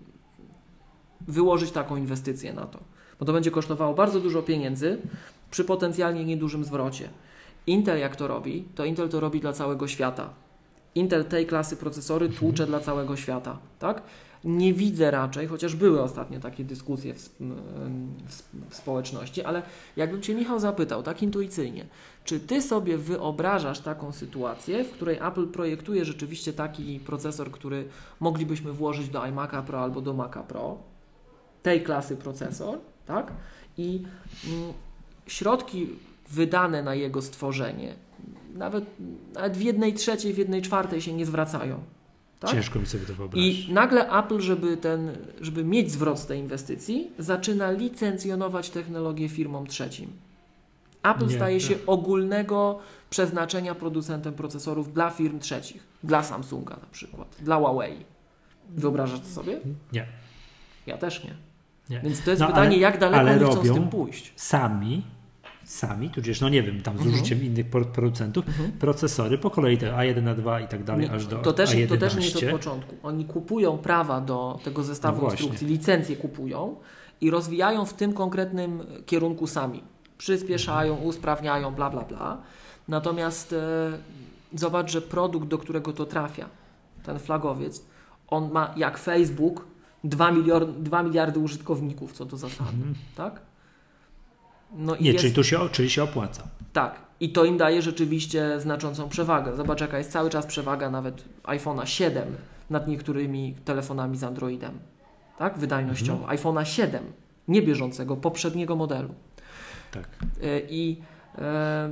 wyłożyć taką inwestycję na to. Bo to będzie kosztowało bardzo dużo pieniędzy przy potencjalnie niedużym zwrocie. Intel jak to robi, to Intel to robi dla całego świata. Intel tej klasy procesory tłucze dla całego świata. Tak? Nie widzę raczej, chociaż były ostatnio takie dyskusje w, w, w społeczności, ale jakbym Cię, Michał, zapytał tak intuicyjnie, czy Ty sobie wyobrażasz taką sytuację, w której Apple projektuje rzeczywiście taki procesor, który moglibyśmy włożyć do iMac'a Pro albo do Maca Pro, tej klasy procesor, tak? I mm, środki wydane na jego stworzenie nawet, nawet w jednej trzeciej, w jednej czwartej się nie zwracają. Tak? Ciężko mi sobie to wyobrazić. I nagle Apple, żeby, ten, żeby mieć zwrot z tej inwestycji, zaczyna licencjonować technologię firmom trzecim. Apple Nie, staje to... się ogólnego przeznaczenia producentem procesorów dla firm trzecich. Dla Samsunga na przykład, dla Huawei. Wyobrażasz to sobie? Nie. Ja też nie. nie. Więc to jest no, pytanie, ale, jak daleko ale oni chcą robią z tym pójść. Sami, sami, tudzież, no nie wiem, tam z Mhm. użyciem innych producentów, mhm. procesory po kolei te A jeden, A dwa i tak dalej, Nie, aż do to też, A jedenaście. To też nie jest od początku. Oni kupują prawa do tego zestawu no instrukcji, licencje kupują i rozwijają w tym konkretnym kierunku sami. Przyspieszają, mhm. usprawniają, bla, bla, bla. Natomiast e, zobacz, że produkt, do którego to trafia, ten flagowiec, on ma jak Facebook dwa miliardy użytkowników, co do zasady. Mhm. Tak? No i nie, jest... czyli, tu się, czyli się opłaca. Tak. I to im daje rzeczywiście znaczącą przewagę. Zobacz, jaka jest cały czas przewaga nawet iPhone'a siedem nad niektórymi telefonami z Androidem. Tak? Wydajnościowo. Mhm. iPhone'a siedem, nie bieżącego, poprzedniego modelu. Tak. I e,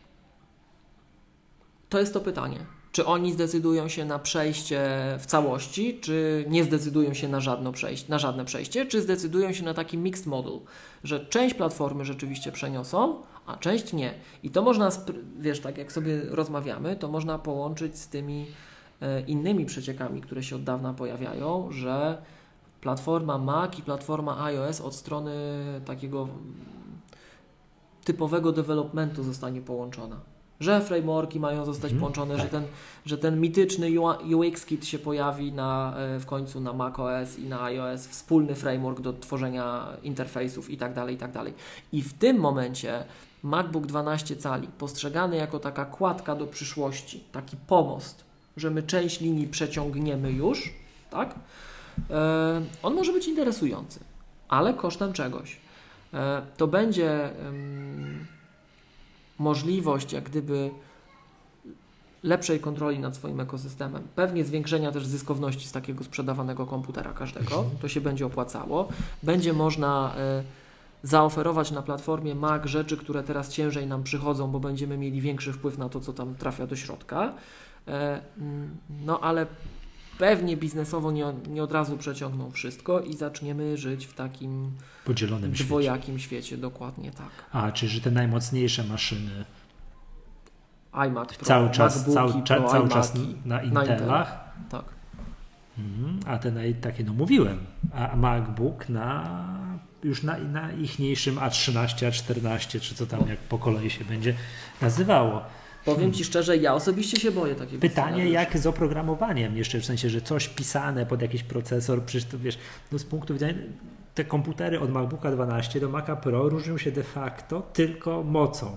to jest to pytanie. Czy oni zdecydują się na przejście w całości, czy nie zdecydują się na, żadne przejście, na żadne przejście, czy zdecydują się na taki mixed model, że część platformy rzeczywiście przeniosą, a część nie. I to można, wiesz, tak jak sobie rozmawiamy, to można połączyć z tymi e, innymi przeciekami, które się od dawna pojawiają, że platforma Mac i platforma iOS od strony takiego typowego developmentu zostanie połączona. Że frameworki mają zostać hmm, połączone, tak. że, ten, że ten mityczny U X Kit się pojawi na, w końcu na macOS i na iOS, wspólny framework do tworzenia interfejsów i tak dalej, i tak dalej. I w tym momencie MacBook dwanaście cali, postrzegany jako taka kładka do przyszłości, taki pomost, że my część linii przeciągniemy już, tak? E, on może być interesujący, ale kosztem czegoś. E, to będzie... Ym, możliwość jak gdyby lepszej kontroli nad swoim ekosystemem, pewnie zwiększenia też zyskowności z takiego sprzedawanego komputera każdego, to się będzie opłacało. Będzie można y, zaoferować na platformie Mac rzeczy, które teraz ciężej nam przychodzą, bo będziemy mieli większy wpływ na to, co tam trafia do środka. Y, no ale pewnie biznesowo nie, nie od razu przeciągną wszystko i zaczniemy żyć w takim podzielonym dwojakim świecie. świecie. Dokładnie tak. A, czyli że te najmocniejsze maszyny iMac Pro, cały czas, cały, Pro, cały czas na Intelach. Tak. Mhm, a te na, takie, no mówiłem, a MacBook na już na, na ichniejszym A trzynaście, A czternaście, czy co tam, jak po kolei się będzie nazywało. Powiem Ci szczerze, ja osobiście się boję takiego Pytanie, scenariusza. jak z oprogramowaniem, jeszcze w sensie, że coś pisane pod jakiś procesor, przecież to wiesz, no z punktu widzenia, te komputery od MacBooka dwanaście do Maca Pro różnią się de facto tylko mocą.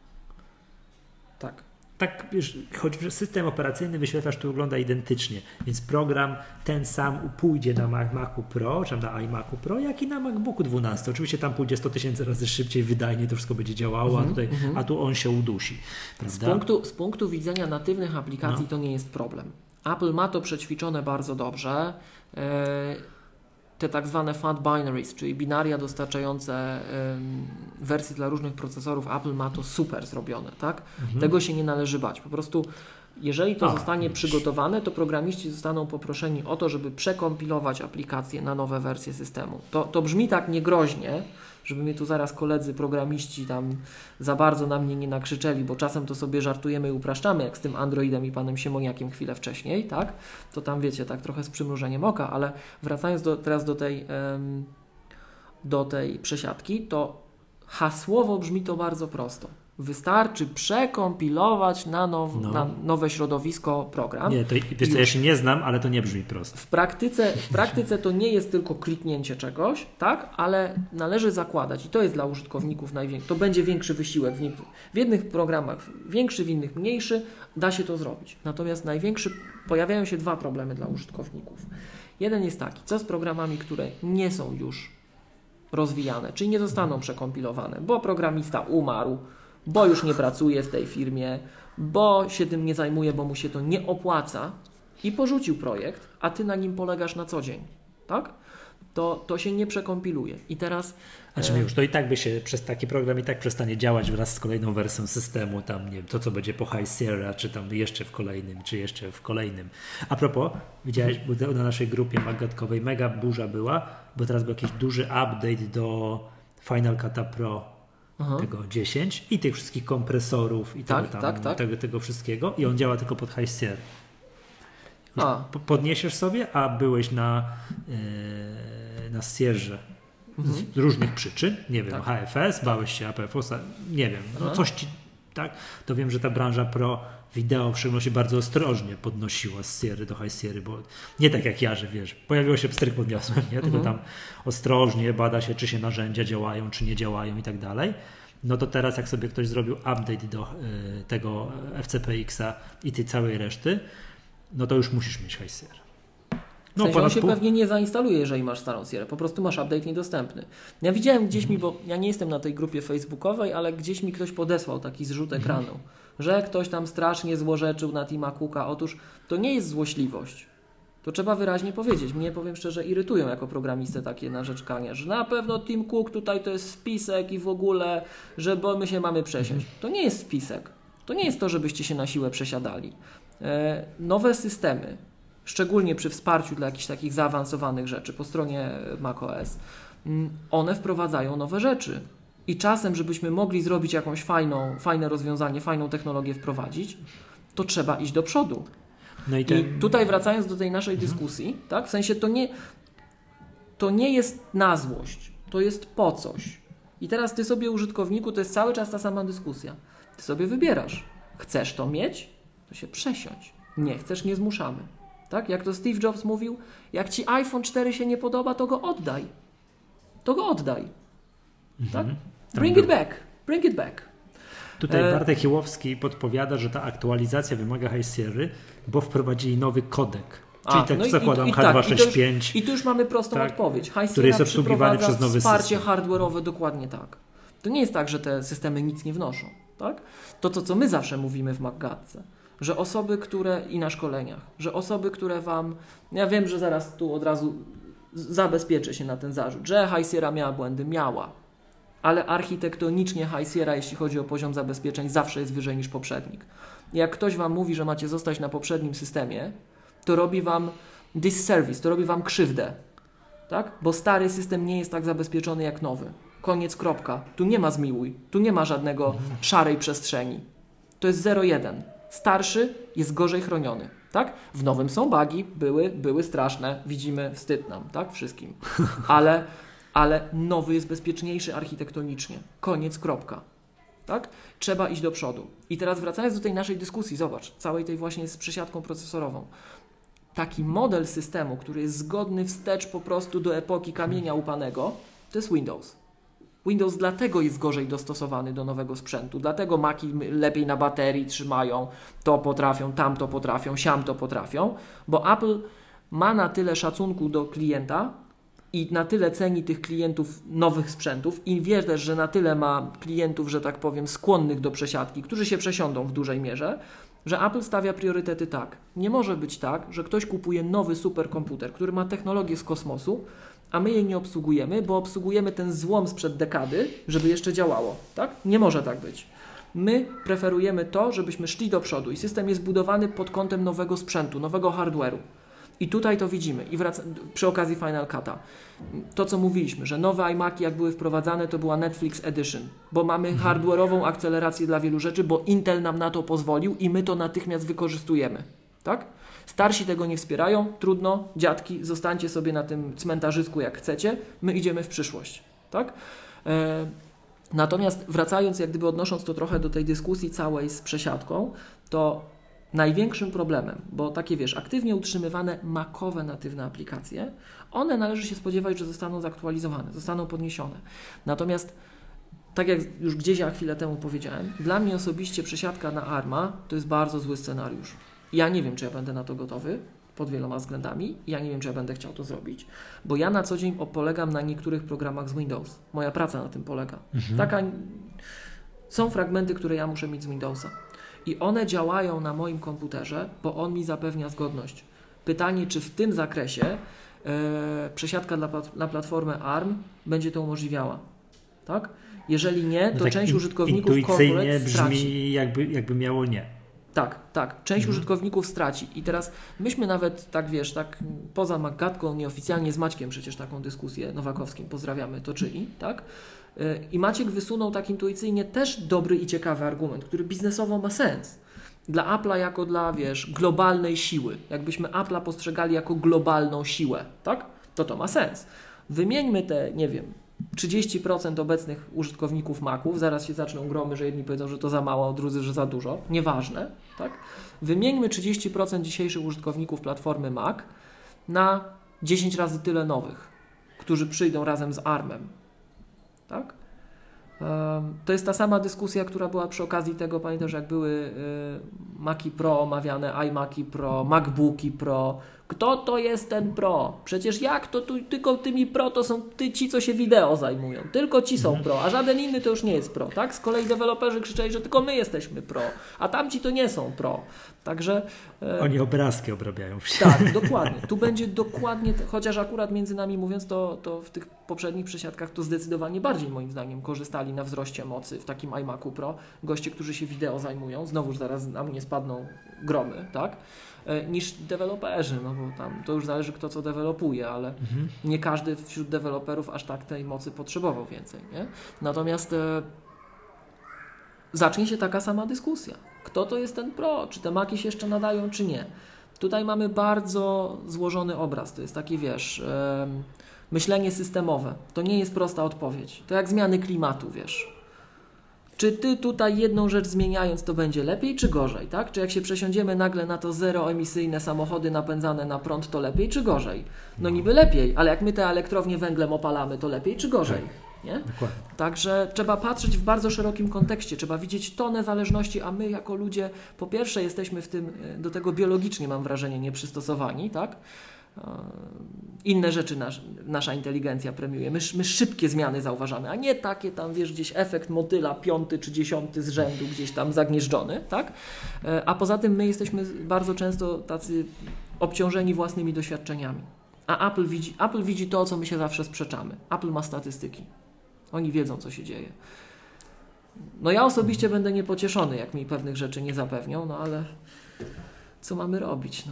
Tak. Tak, wiesz, choć system operacyjny wyświetlacz tu wygląda identycznie, więc program ten sam pójdzie na Macu Pro, czy na iMacu Pro, jak i na MacBooku dwunastym. Oczywiście tam pójdzie sto tysięcy razy szybciej, wydajnie to wszystko będzie działało, mm-hmm, a, tutaj, mm-hmm. a tu on się udusi. Z punktu, z punktu widzenia natywnych aplikacji no. to nie jest problem. Apple ma to przećwiczone bardzo dobrze. Yy, te tak zwane fat binaries, czyli binaria dostarczające y, wersje dla różnych procesorów, Apple ma to super zrobione, tak? Mhm. Tego się nie należy bać. Po prostu jeżeli to A, zostanie wiesz. przygotowane, to programiści zostaną poproszeni o to, żeby przekompilować aplikacje na nowe wersje systemu. To, to brzmi tak niegroźnie, żeby mnie tu zaraz koledzy programiści tam za bardzo na mnie nie nakrzyczeli, bo czasem to sobie żartujemy i upraszczamy, jak z tym Androidem i panem Siemoniakiem chwilę wcześniej, tak? To tam wiecie, tak trochę z przymrużeniem oka, ale wracając do, teraz do tej, ym, do tej przesiadki, to hasłowo brzmi to bardzo prosto. Wystarczy przekompilować na, now, no. na nowe środowisko program. Nie, to wiesz co, ja się nie znam, ale to nie brzmi prosto. W praktyce, w praktyce to nie jest tylko kliknięcie czegoś, tak, ale należy zakładać i to jest dla użytkowników największy. To będzie większy wysiłek w, nie, w jednych programach większy, w innych mniejszy, da się to zrobić. Natomiast największy, pojawiają się dwa problemy dla użytkowników. Jeden jest taki, co z programami, które nie są już rozwijane, czyli nie zostaną przekompilowane, bo programista umarł, bo już nie pracuje w tej firmie, bo się tym nie zajmuje, bo mu się to nie opłaca i porzucił projekt, a Ty na nim polegasz na co dzień, tak? to, to się nie przekompiluje. I teraz... Znaczy e... już, to i tak by się przez taki program i tak przestanie działać wraz z kolejną wersją systemu, tam nie wiem, to co będzie po High Sierra, czy tam jeszcze w kolejnym, czy jeszcze w kolejnym. A propos, widziałeś, bo na naszej grupie magatkowej mega burza była, bo teraz był jakiś duży update do Final Cut Pro Aha. tego dziesięć i tych wszystkich kompresorów i tak, tego, tam, tak, tak. Tego, tego wszystkiego i on działa tylko pod High Sierra. A. Podniesiesz sobie, a byłeś na, yy, na Sierrze mhm. z różnych przyczyn, nie wiem, tak. H F S, bałeś się A P F osa, nie wiem, no coś ci, tak, to wiem, że ta branża pro wideo w szczególności bardzo ostrożnie podnosiła z Sierry do High Sierry, bo nie tak jak ja, że wiesz, pojawiło się pstryk podniosłem, nie, tylko mhm. tam ostrożnie bada się, czy się narzędzia działają, czy nie działają i tak dalej. No to teraz jak sobie ktoś zrobił update do y, tego F C P X-a i tej całej reszty, no to już musisz mieć High Sierra. No, w sensie on się pół... pewnie nie zainstaluje, jeżeli masz starą Sierrę. Po prostu masz update niedostępny. Ja widziałem gdzieś mi, bo ja nie jestem na tej grupie facebookowej, ale gdzieś mi ktoś podesłał taki zrzut ekranu, że ktoś tam strasznie złorzeczył na Tima Cooka. Otóż to nie jest złośliwość. To trzeba wyraźnie powiedzieć. Mnie, powiem szczerze, irytują jako programistę takie narzeczkania, że na pewno Tim Cook tutaj to jest spisek i w ogóle, że bo my się mamy przesiąść. To nie jest spisek. To nie jest to, żebyście się na siłę przesiadali. E, nowe systemy, szczególnie przy wsparciu dla jakichś takich zaawansowanych rzeczy po stronie macOS, one wprowadzają nowe rzeczy. I czasem, żebyśmy mogli zrobić jakąś fajną, fajne rozwiązanie, fajną technologię wprowadzić, to trzeba iść do przodu. No i, ten... I tutaj wracając do tej naszej mhm. dyskusji, tak, w sensie to nie, to nie jest na złość, to jest po coś. I teraz ty sobie, użytkowniku, to jest cały czas ta sama dyskusja. Ty sobie wybierasz. Chcesz to mieć? To się przesiądź. Nie chcesz, nie zmuszamy. Tak? Jak to Steve Jobs mówił, jak ci iPhone cztery się nie podoba, to go oddaj. To go oddaj. Mhm. Tak? Bring it back. Bring it back. Tutaj e... Bartek Hiłowski podpowiada, że ta aktualizacja wymaga High Sierry, bo wprowadzili nowy kodek. Czyli A, tak no zakładam i, i, H dwa sześć pięć. I tu już mamy prostą tak, odpowiedź. High który jest obsługiwany przez nowy wsparcie system. Hardware'owe, dokładnie tak. To nie jest tak, że te systemy nic nie wnoszą. Tak? To, to, co my zawsze mówimy w MacGadce, że osoby, które i na szkoleniach, że osoby, które wam, ja wiem, że zaraz tu od razu zabezpieczę się na ten zarzut, że High Sierra miała błędy, miała, ale architektonicznie High Sierra, jeśli chodzi o poziom zabezpieczeń, zawsze jest wyżej niż poprzednik. Jak ktoś wam mówi, że macie zostać na poprzednim systemie, to robi wam disservice, to robi wam krzywdę, tak? Bo stary system nie jest tak zabezpieczony jak nowy. Koniec, kropka. Tu nie ma zmiłuj, tu nie ma żadnego szarej przestrzeni. To jest zero jeden. Starszy jest gorzej chroniony, tak? W nowym są bugi, były, były straszne, widzimy, wstyd nam, tak? Wszystkim. Ale, ale nowy jest bezpieczniejszy architektonicznie. Koniec, kropka. Tak? Trzeba iść do przodu. I teraz wracając do tej naszej dyskusji, zobacz, całej tej właśnie z przesiadką procesorową. Taki model systemu, który jest zgodny wstecz po prostu do epoki kamienia łupanego, to jest Windows. Windows dlatego jest gorzej dostosowany do nowego sprzętu, dlatego Maci lepiej na baterii trzymają, to potrafią, tamto potrafią, siam to potrafią, bo Apple ma na tyle szacunku do klienta i na tyle ceni tych klientów nowych sprzętów i wie też, że na tyle ma klientów, że tak powiem, skłonnych do przesiadki, którzy się przesiądą w dużej mierze, że Apple stawia priorytety tak. Nie może być tak, że ktoś kupuje nowy superkomputer, który ma technologię z kosmosu, a my jej nie obsługujemy, bo obsługujemy ten złom sprzed dekady, żeby jeszcze działało. Tak? Nie może tak być. My preferujemy to, żebyśmy szli do przodu i system jest budowany pod kątem nowego sprzętu, nowego hardware'u. I tutaj to widzimy. I wraca, przy okazji Final Cut'a. To, co mówiliśmy, że nowe iMaki, jak były wprowadzane, to była Netflix Edition, bo mamy mhm. hardware'ową akcelerację dla wielu rzeczy, bo Intel nam na to pozwolił i my to natychmiast wykorzystujemy. Tak? Starsi tego nie wspierają, trudno, dziadki, zostańcie sobie na tym cmentarzysku jak chcecie, my idziemy w przyszłość. Tak? E, natomiast wracając, jak gdyby odnosząc to trochę do tej dyskusji całej z przesiadką, to największym problemem, bo takie wiesz, aktywnie utrzymywane makowe natywne aplikacje, one należy się spodziewać, że zostaną zaktualizowane, zostaną podniesione. Natomiast tak jak już gdzieś ja chwilę temu powiedziałem, dla mnie osobiście przesiadka na ARMA to jest bardzo zły scenariusz. Ja nie wiem, czy ja będę na to gotowy pod wieloma względami. Ja nie wiem, czy ja będę chciał to zrobić, bo ja na co dzień polegam na niektórych programach z Windows. Moja praca na tym polega. Mhm. Taka... Są fragmenty, które ja muszę mieć z Windowsa. I one działają na moim komputerze, bo on mi zapewnia zgodność. Pytanie, czy w tym zakresie e, przesiadka dla, na platformę A R M będzie to umożliwiała. Tak? Jeżeli nie, to no tak część in, użytkowników intuicyjnie brzmi straci. Jakby, jakby miało nie. Tak, tak. Część mhm. użytkowników straci. I teraz myśmy nawet, tak wiesz, tak poza Magatką, nieoficjalnie z Maćkiem przecież taką dyskusję Nowakowskim, pozdrawiamy, toczyli, tak? I Maciek wysunął tak intuicyjnie też dobry i ciekawy argument, który biznesowo ma sens. Dla Apple'a jako dla, wiesz, globalnej siły. Jakbyśmy Apple'a postrzegali jako globalną siłę, tak? To to ma sens. Wymieńmy te, nie wiem, trzydzieści procent obecnych użytkowników Maców, zaraz się zaczną gromy, że jedni powiedzą, że to za mało, drudzy, że za dużo, nieważne, tak? Wymieńmy trzydzieści procent dzisiejszych użytkowników platformy Mac na dziesięć razy tyle nowych, którzy przyjdą razem z A R M-em, tak? Um, to jest ta sama dyskusja, która była przy okazji tego, pamiętasz, jak były y, Maci Pro omawiane, iMaci Pro, MacBooki Pro. Kto to jest ten Pro? Przecież jak to tu, tylko tymi Pro to są ty, ci, co się wideo zajmują. Tylko ci są Pro, a żaden inny to już nie jest Pro, tak? Z kolei deweloperzy krzyczeli, że tylko my jesteśmy Pro, a tamci to nie są Pro. Także... E, Oni obrazki obrabiają. Tak, dokładnie. Tu będzie dokładnie, chociaż akurat między nami mówiąc, to, to w tych poprzednich przesiadkach to zdecydowanie bardziej moim zdaniem korzystali na wzroście mocy w takim iMacu Pro goście, którzy się wideo zajmują, znowuż zaraz na mnie spadną gromy, tak? Niż deweloperzy, no bo tam to już zależy kto co dewelopuje, ale mhm. nie każdy wśród deweloperów aż tak tej mocy potrzebował więcej, nie? Natomiast e, zacznie się taka sama dyskusja. Kto to jest ten Pro? Czy te Maci się jeszcze nadają, czy nie? Tutaj mamy bardzo złożony obraz. To jest takie, wiesz, e, myślenie systemowe. To nie jest prosta odpowiedź. To jak zmiany klimatu, wiesz. Czy ty tutaj jedną rzecz zmieniając to będzie lepiej czy gorzej, tak? Czy jak się przesiądziemy nagle na to zeroemisyjne samochody napędzane na prąd, to lepiej czy gorzej? No niby lepiej, ale jak my te elektrownie węglem opalamy, to lepiej czy gorzej? Nie? Dokładnie. Także trzeba patrzeć w bardzo szerokim kontekście, trzeba widzieć tonę zależności, a my jako ludzie po pierwsze jesteśmy w tym, do tego biologicznie mam wrażenie nieprzystosowani, tak? Inne rzeczy nasz, nasza inteligencja premiuje. My, my szybkie zmiany zauważamy, a nie takie tam, wiesz, gdzieś efekt motyla piąty czy dziesiąty z rzędu gdzieś tam zagnieżdżony, tak? A poza tym my jesteśmy bardzo często tacy obciążeni własnymi doświadczeniami. A Apple widzi, Apple widzi to, o co my się zawsze sprzeczamy. Apple ma statystyki. Oni wiedzą, co się dzieje. No ja osobiście będę niepocieszony, jak mi pewnych rzeczy nie zapewnią, no ale co mamy robić, no?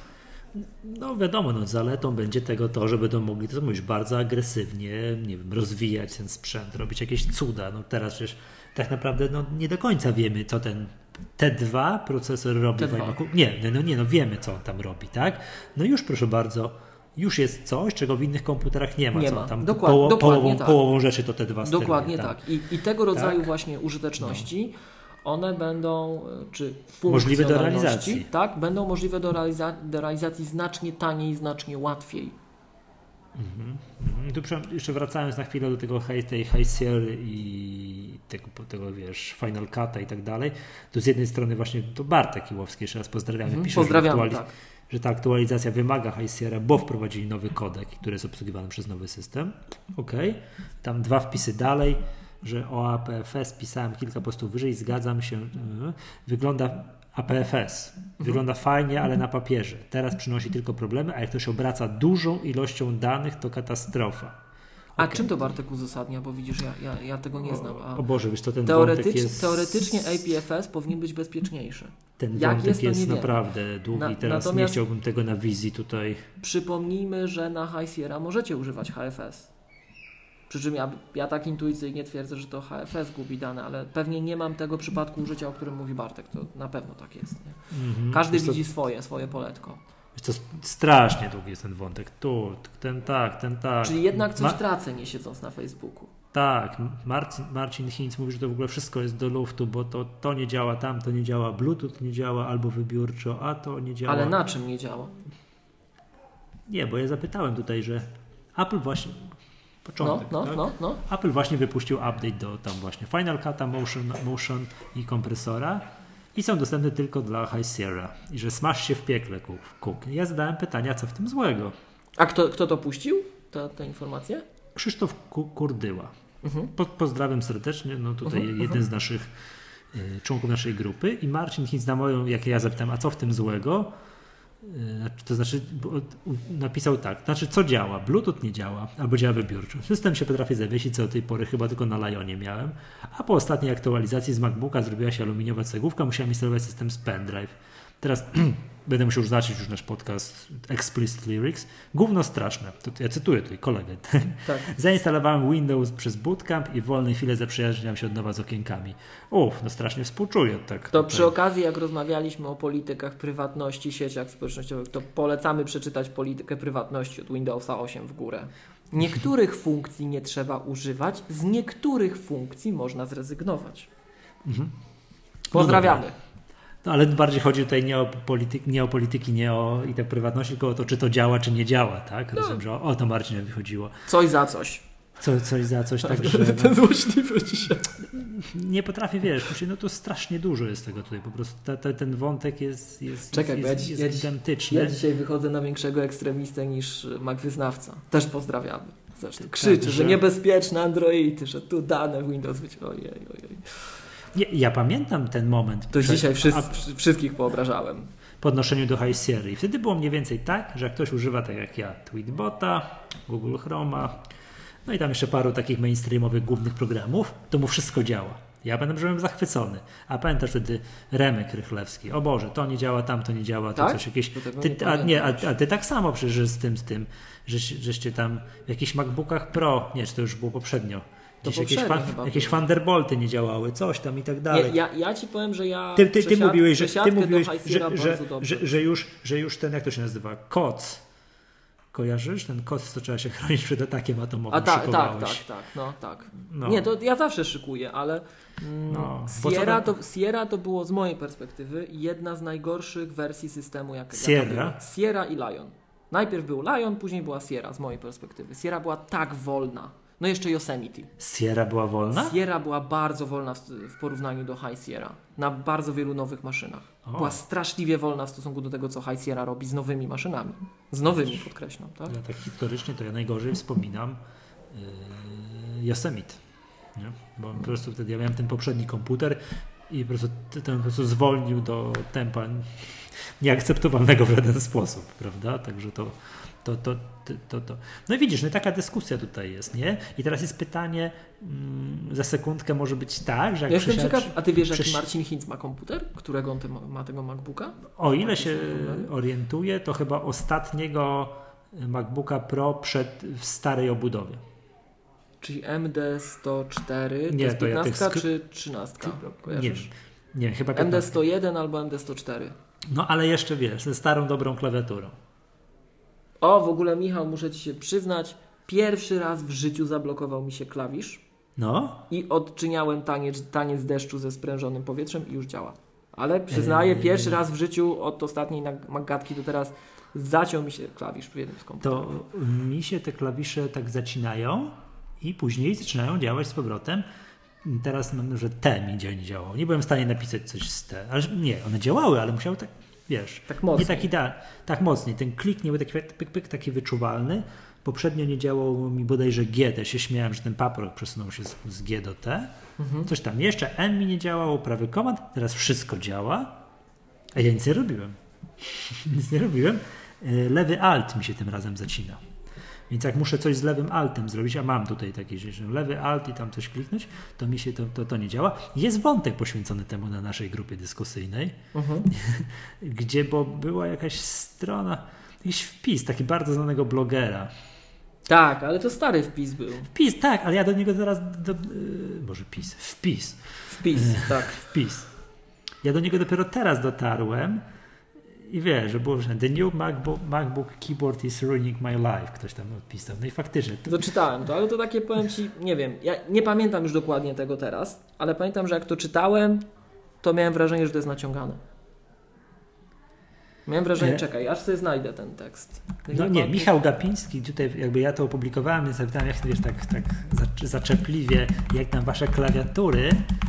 No wiadomo, no, zaletą będzie tego to, że będą mogli to mówić bardzo agresywnie, nie wiem, rozwijać ten sprzęt, robić jakieś cuda. No teraz przecież tak naprawdę no, nie do końca wiemy, co ten T dwa procesor robi T w dwa. iMacu. Nie, no nie, no wiemy, co on tam robi, tak? No już proszę bardzo, już jest coś, czego w innych komputerach nie ma. Nie co ma. Tam Dokład, poło, dokładnie połową, tak. połową rzeczy to T dwa steruje. Dokładnie tam. tak. I, I tego rodzaju tak? właśnie użyteczności no. one będą, czy możliwe do realizacji. Tak, będą możliwe do, realiza- do realizacji znacznie taniej i znacznie łatwiej. Mhm. Mhm. Tu jeszcze wracając na chwilę do tego tej High Sierra i tego, tego wiesz, Final Cut'a i tak dalej, to z jednej strony właśnie to Bartek Iłowski, jeszcze raz pozdrawiamy, Mhm. pisze, Pozdrawiamy, że, aktualiz- tak. że ta aktualizacja wymaga High Sierra, bo wprowadzili nowy kodek, który jest obsługiwany przez nowy system. Okej, okay. Tam dwa wpisy dalej, że o A P F S pisałem kilka postów wyżej, zgadzam się, yy, wygląda A P F S. Wygląda mhm. fajnie, ale na papierze. Teraz przynosi tylko problemy, a jak ktoś obraca dużą ilością danych, to katastrofa. A okay. czym to Bartek uzasadnia? Bo widzisz, ja, ja, ja tego nie znam. A o Boże, wiesz, to ten teoretycz, wątek jest... Teoretycznie A P F S powinien być bezpieczniejszy. Ten jak wątek jest, jest nie naprawdę długi. Na, Teraz nie chciałbym tego na wizji tutaj. Przypomnijmy, że na High Sierra możecie używać H F S. Przy czym ja, ja tak intuicyjnie twierdzę, że to H F S gubi dane, ale pewnie nie mam tego przypadku użycia, o którym mówi Bartek. To na pewno tak jest. Nie? Mm-hmm. Każdy wiesz, widzi to, swoje, swoje poletko. Wiesz, to strasznie długi jest ten wątek. Tu, ten tak, ten tak. Czyli jednak coś Ma- tracę, nie siedząc na Facebooku. Tak, Marcin, Marcin Hinz mówi, że to w ogóle wszystko jest do luftu, bo to, to nie działa, tam to nie działa, Bluetooth nie działa, albo wybiórczo, a to nie działa. Ale na czym nie działa? Nie, bo ja zapytałem tutaj, że Apple właśnie... Początek, no, no, tak? no, no. Apple właśnie wypuścił update do tam właśnie Final Cut'a, Motion, Motion i kompresora i są dostępne tylko dla High Sierra i że smaż się w piekle, Cook. Ja zadałem pytania, co w tym złego. A kto, kto to puścił, te, te informacje? Krzysztof Kurdyła. Mhm. Po, pozdrawiam serdecznie, no tutaj mhm, jeden mhm. z naszych y, członków naszej grupy i Marcin Hinz na moją, jak ja zapytałem, a co w tym złego? To znaczy napisał tak, znaczy co działa? Bluetooth nie działa, albo działa wybiórczo. System się potrafi zawiesić, co do tej pory chyba tylko na Lionie miałem, a po ostatniej aktualizacji z MacBooka zrobiła się aluminiowa cegłówka, musiałem instalować system z pendrive. Teraz będę musiał już zacząć już nasz podcast Explicit Lyrics. Gówno straszne. To ja cytuję tutaj kolegę. Tak. Zainstalowałem Windows przez Bootcamp i w wolnej chwili zaprzyjaźniam się od nowa z okienkami. Uff, no strasznie współczuję. Tak, to tutaj. Przy okazji, jak rozmawialiśmy o politykach prywatności, sieciach społecznościowych, to polecamy przeczytać politykę prywatności od Windowsa osiem w górę. Niektórych funkcji nie trzeba używać, z niektórych funkcji można zrezygnować. Mhm. Pozdrawiamy. No No, ale bardziej chodzi tutaj nie o, polityk, nie o polityki, nie o i tak prywatności, tylko o to, czy to działa, czy nie działa, tak? Rozumiem, no. że o, o to Marcinowi chodziło. Coś za coś. Co, coś za coś, tak, że... Ten złośliwy dzisiaj. Nie potrafię, wiesz, no to strasznie dużo jest tego tutaj, po prostu ta, ta, ten wątek jest, jest, Czekaj, jest, ja, jest, ja, jest gigantyczny. Ja dzisiaj wychodzę na większego ekstremistę niż Mac wyznawca. Też pozdrawiamy. Zresztą krzyczy, tak, że... że niebezpieczne Androidy, że tu dane Windows wyciąga. Ojej, ojej. Ja, ja pamiętam ten moment. To przed, dzisiaj wszyscy, a, wszystkich poobrażałem. Podnoszeniu do High Sierra. I wtedy było mniej więcej tak, że jak ktoś używa tak jak ja Tweetbota, Google Chroma, no i tam jeszcze paru takich mainstreamowych głównych programów, to mu wszystko działa. Ja będę byłem zachwycony. A pamiętasz wtedy Remek Rychlewski. O Boże, to nie działa, tam to nie działa, to tak? coś jakieś... Ty, nie a, nie, a, a ty tak samo przecież z tym, z tym, że, żeście tam w jakichś MacBookach Pro, nie, czy to już było poprzednio, Gdzieś jakieś, fan, jakieś Thunderbolty nie działały, coś tam i tak dalej. Ja, ja, ja ci powiem, że ja ty, ty, ty mówiłeś, że, ty mówiłeś że, że, że, że, już, że już ten, jak to się nazywa, koc. Kojarzysz? Ten koc, to trzeba się chronić przed atakiem atomowym. A tak, tak, tak, tak, no tak. No. Nie, to ja zawsze szykuję, ale mm, no, Sierra, to, Sierra to było z mojej perspektywy jedna z najgorszych wersji systemu, jak, Sierra? jaka była. Sierra i Lion. Najpierw był Lion, później była Sierra z mojej perspektywy. Sierra była tak wolna. No jeszcze Yosemite. Sierra była wolna? Sierra była bardzo wolna w, w porównaniu do High Sierra. Na bardzo wielu nowych maszynach. O. Była straszliwie wolna w stosunku do tego, co High Sierra robi z nowymi maszynami. Z nowymi, podkreślam. Tak? Ja tak historycznie to ja najgorzej wspominam yy, Yosemite. Nie? Bo po prostu wtedy ja miałem ten poprzedni komputer i po prostu ten po prostu zwolnił do tempa nieakceptowalnego w żaden sposób, prawda? Także to To, to, to, to, to. No i widzisz, no i taka dyskusja tutaj jest, nie? I teraz jest pytanie, mm, za sekundkę może być tak, że jak ja jestem przysiad... ciekaw, a ty wiesz, jaki Marcin Hinz ma komputer? Którego on ma tego MacBooka? O ile się orientuję, to chyba ostatniego MacBooka Pro przed, w starej obudowie. Czyli M D sto cztery, to nie, jest to piętnastka ja tych... czy trzynastka? Nie wiem, nie wiem, chyba M D sto jeden albo M D sto cztery. No ale jeszcze wiesz, ze starą dobrą klawiaturą. O, w ogóle Michał, muszę ci się przyznać, pierwszy raz w życiu zablokował mi się klawisz. No. I odczyniałem taniec, taniec deszczu ze sprężonym powietrzem i już działa. Ale przyznaję, eee. pierwszy raz w życiu od ostatniej Magatki do teraz zaciął mi się klawisz w jednym z komputerów. To mi się te klawisze tak zacinają i później zaczynają działać z powrotem. Teraz mam, że T mi nie działało. Nie byłem w stanie napisać coś z T. Ale nie, one działały, ale musiały tak... Wiesz, tak mocniej. Nie taki da, tak mocniej. Ten klik nie był taki, pyk, pyk, taki wyczuwalny. Poprzednio nie działało mi bodajże G. Też się śmiałem, że ten paprok przesunął się z, z G do T. Mhm. Coś tam jeszcze. N mi nie działało, prawy komand. Teraz wszystko działa. A ja nic nie robiłem. nic nie robiłem. Lewy alt mi się tym razem zacina. Więc jak muszę coś z lewym altem zrobić, a mam tutaj takie rzeczy, że lewy alt i tam coś kliknąć, to mi się to, to, to nie działa. Jest wątek poświęcony temu na naszej grupie dyskusyjnej, uh-huh. gdzie bo była jakaś strona, jakiś wpis, taki bardzo znanego blogera. Tak, ale to stary wpis był. Wpis, tak, ale ja do niego zaraz, do, yy, może pis, wpis. Wpis, tak. Wpis. Ja do niego dopiero teraz dotarłem. I wiesz, że było, że the new MacBook, MacBook keyboard is ruining my life. Ktoś tam odpisał. No i faktycznie. To... Doczytałem to, ale to takie, powiem ci, nie wiem, ja nie pamiętam już dokładnie tego teraz, ale pamiętam, że jak to czytałem, to miałem wrażenie, że to jest naciągane. Miałem wrażenie, e... czekaj, aż sobie znajdę ten tekst. No nie, nie Michał Gapiński, tutaj jakby ja to opublikowałem, więc zapytałem, jak wiesz, tak, tak zaczepliwie, jak tam wasze klawiatury,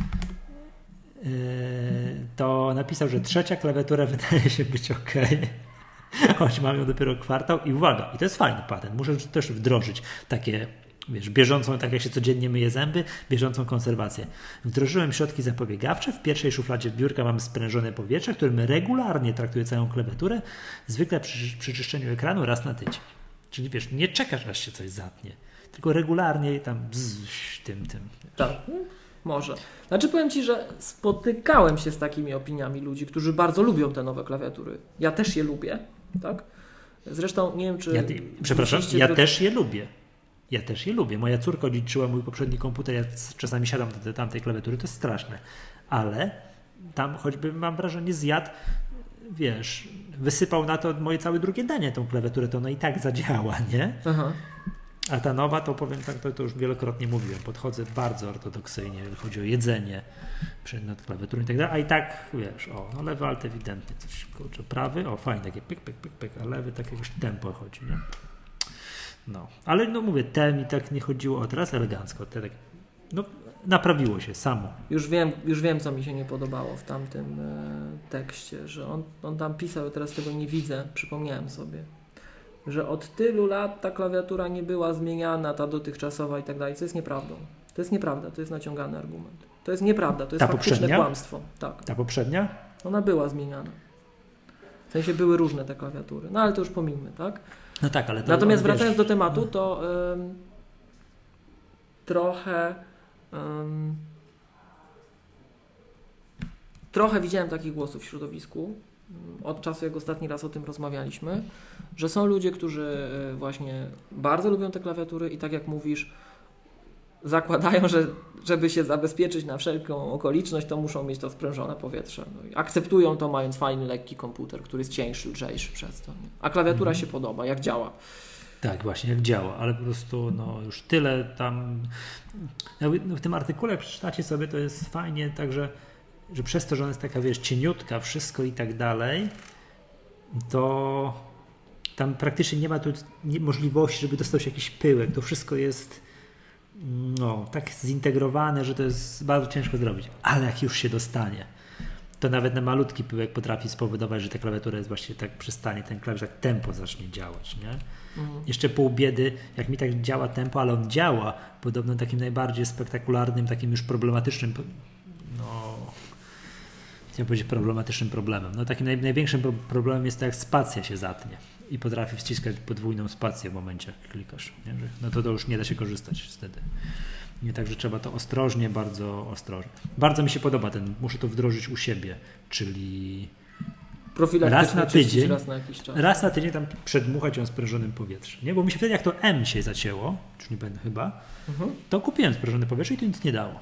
to napisał, że trzecia klawiatura wydaje się być ok. Choć mam ją dopiero kwartał i uwaga, i to jest fajny patent. Muszę też wdrożyć takie wiesz, bieżącą, tak jak się codziennie myje zęby, bieżącą konserwację. Wdrożyłem środki zapobiegawcze. W pierwszej szufladzie biurka mamy sprężone powietrze, którym regularnie traktuje całą klawiaturę, zwykle przy, przy czyszczeniu ekranu raz na tydzień. Czyli wiesz, nie czekasz, aż się coś zatnie, tylko regularnie tam bzz, tym, tym. Tak, może. Znaczy powiem Ci, że spotykałem się z takimi opiniami ludzi, którzy bardzo lubią te nowe klawiatury. Ja też je lubię, tak? Zresztą nie wiem, czy... Ja, przepraszam, zwróciliście ja do- też je lubię. Ja też je lubię. Moja córka odziedziczyła mój poprzedni komputer, ja czasami siadam do tamtej klawiatury, to jest straszne. Ale tam choćby, mam wrażenie, zjadł, wiesz, wysypał na to moje całe drugie danie tą klawiaturę, to ona i tak zadziała, nie? Aha. A ta nowa, to powiem tak, to, to już wielokrotnie mówiłem, podchodzę bardzo ortodoksyjnie, jeżeli chodzi o jedzenie nad klawiaturą i tak dalej, a i tak, wiesz, o, no lewy alt ewidentnie coś, kurczę, prawy, o fajnie, takie pyk, pyk, pyk, pyk, a lewy tak jakieś tempo chodzi, nie? No, ale no mówię, te mi tak nie chodziło, o teraz elegancko, te tak, no naprawiło się samo. Już wiem, już wiem, co mi się nie podobało w tamtym e, tekście, że on, on tam pisał, teraz tego nie widzę, przypomniałem sobie, że od tylu lat ta klawiatura nie była zmieniana, ta dotychczasowa i tak dalej, co jest nieprawdą. To jest nieprawda, to jest naciągany argument. To jest nieprawda, to jest Ta faktyczne poprzednia? kłamstwo. Tak, Ta poprzednia? ona była zmieniana. W sensie były różne te klawiatury, no ale to już pomijmy, tak? No tak, ale to Natomiast wiesz, wracając do tematu, to ym, trochę ym, trochę widziałem takich głosów w środowisku ym, od czasu, jak ostatni raz o tym rozmawialiśmy, że są ludzie, którzy y, właśnie bardzo lubią te klawiatury i tak jak mówisz, zakładają, że żeby się zabezpieczyć na wszelką okoliczność, to muszą mieć to sprężone powietrze. No i akceptują to, mając fajny, lekki komputer, który jest cieńszy, lżejszy przez to. Nie? A klawiatura Mhm. się podoba, jak działa. Tak, właśnie, jak działa, ale po prostu no, już tyle tam. No, w tym artykule, jak przeczytacie sobie, to jest fajnie, także, że przez to, że ona jest taka, wiesz, cieniutka, wszystko i tak dalej, to tam praktycznie nie ma tu nie, możliwości, żeby dostał się jakiś pyłek. To wszystko jest no, tak zintegrowane, że to jest bardzo ciężko zrobić. Ale jak już się dostanie, to nawet na malutki pyłek potrafi spowodować, że ta klawiatura jest właśnie tak przestanie, ten klawisz tak tempo zacznie działać, nie? Mhm. Jeszcze pół biedy, jak mi tak działa tempo, ale on działa, podobno takim najbardziej spektakularnym, takim już problematycznym, no, chciałem powiedzieć problematycznym problemem. No takim naj, największym pro, problemem jest to, jak spacja się zatnie i potrafi wciskać podwójną spację w momencie, jak klikasz, nie? No to, to już nie da się korzystać wtedy. Nie, także trzeba to ostrożnie, bardzo ostrożnie. Bardzo mi się podoba ten, muszę to wdrożyć u siebie, czyli raz na tydzień, raz na jakiś czas. Raz na tydzień tam przedmuchać ją sprężonym powietrzem. Nie? Bo mi się wtedy, jak to M się zacięło, już nie będę chyba, mhm. to kupiłem sprężone powietrze i to nic nie dało.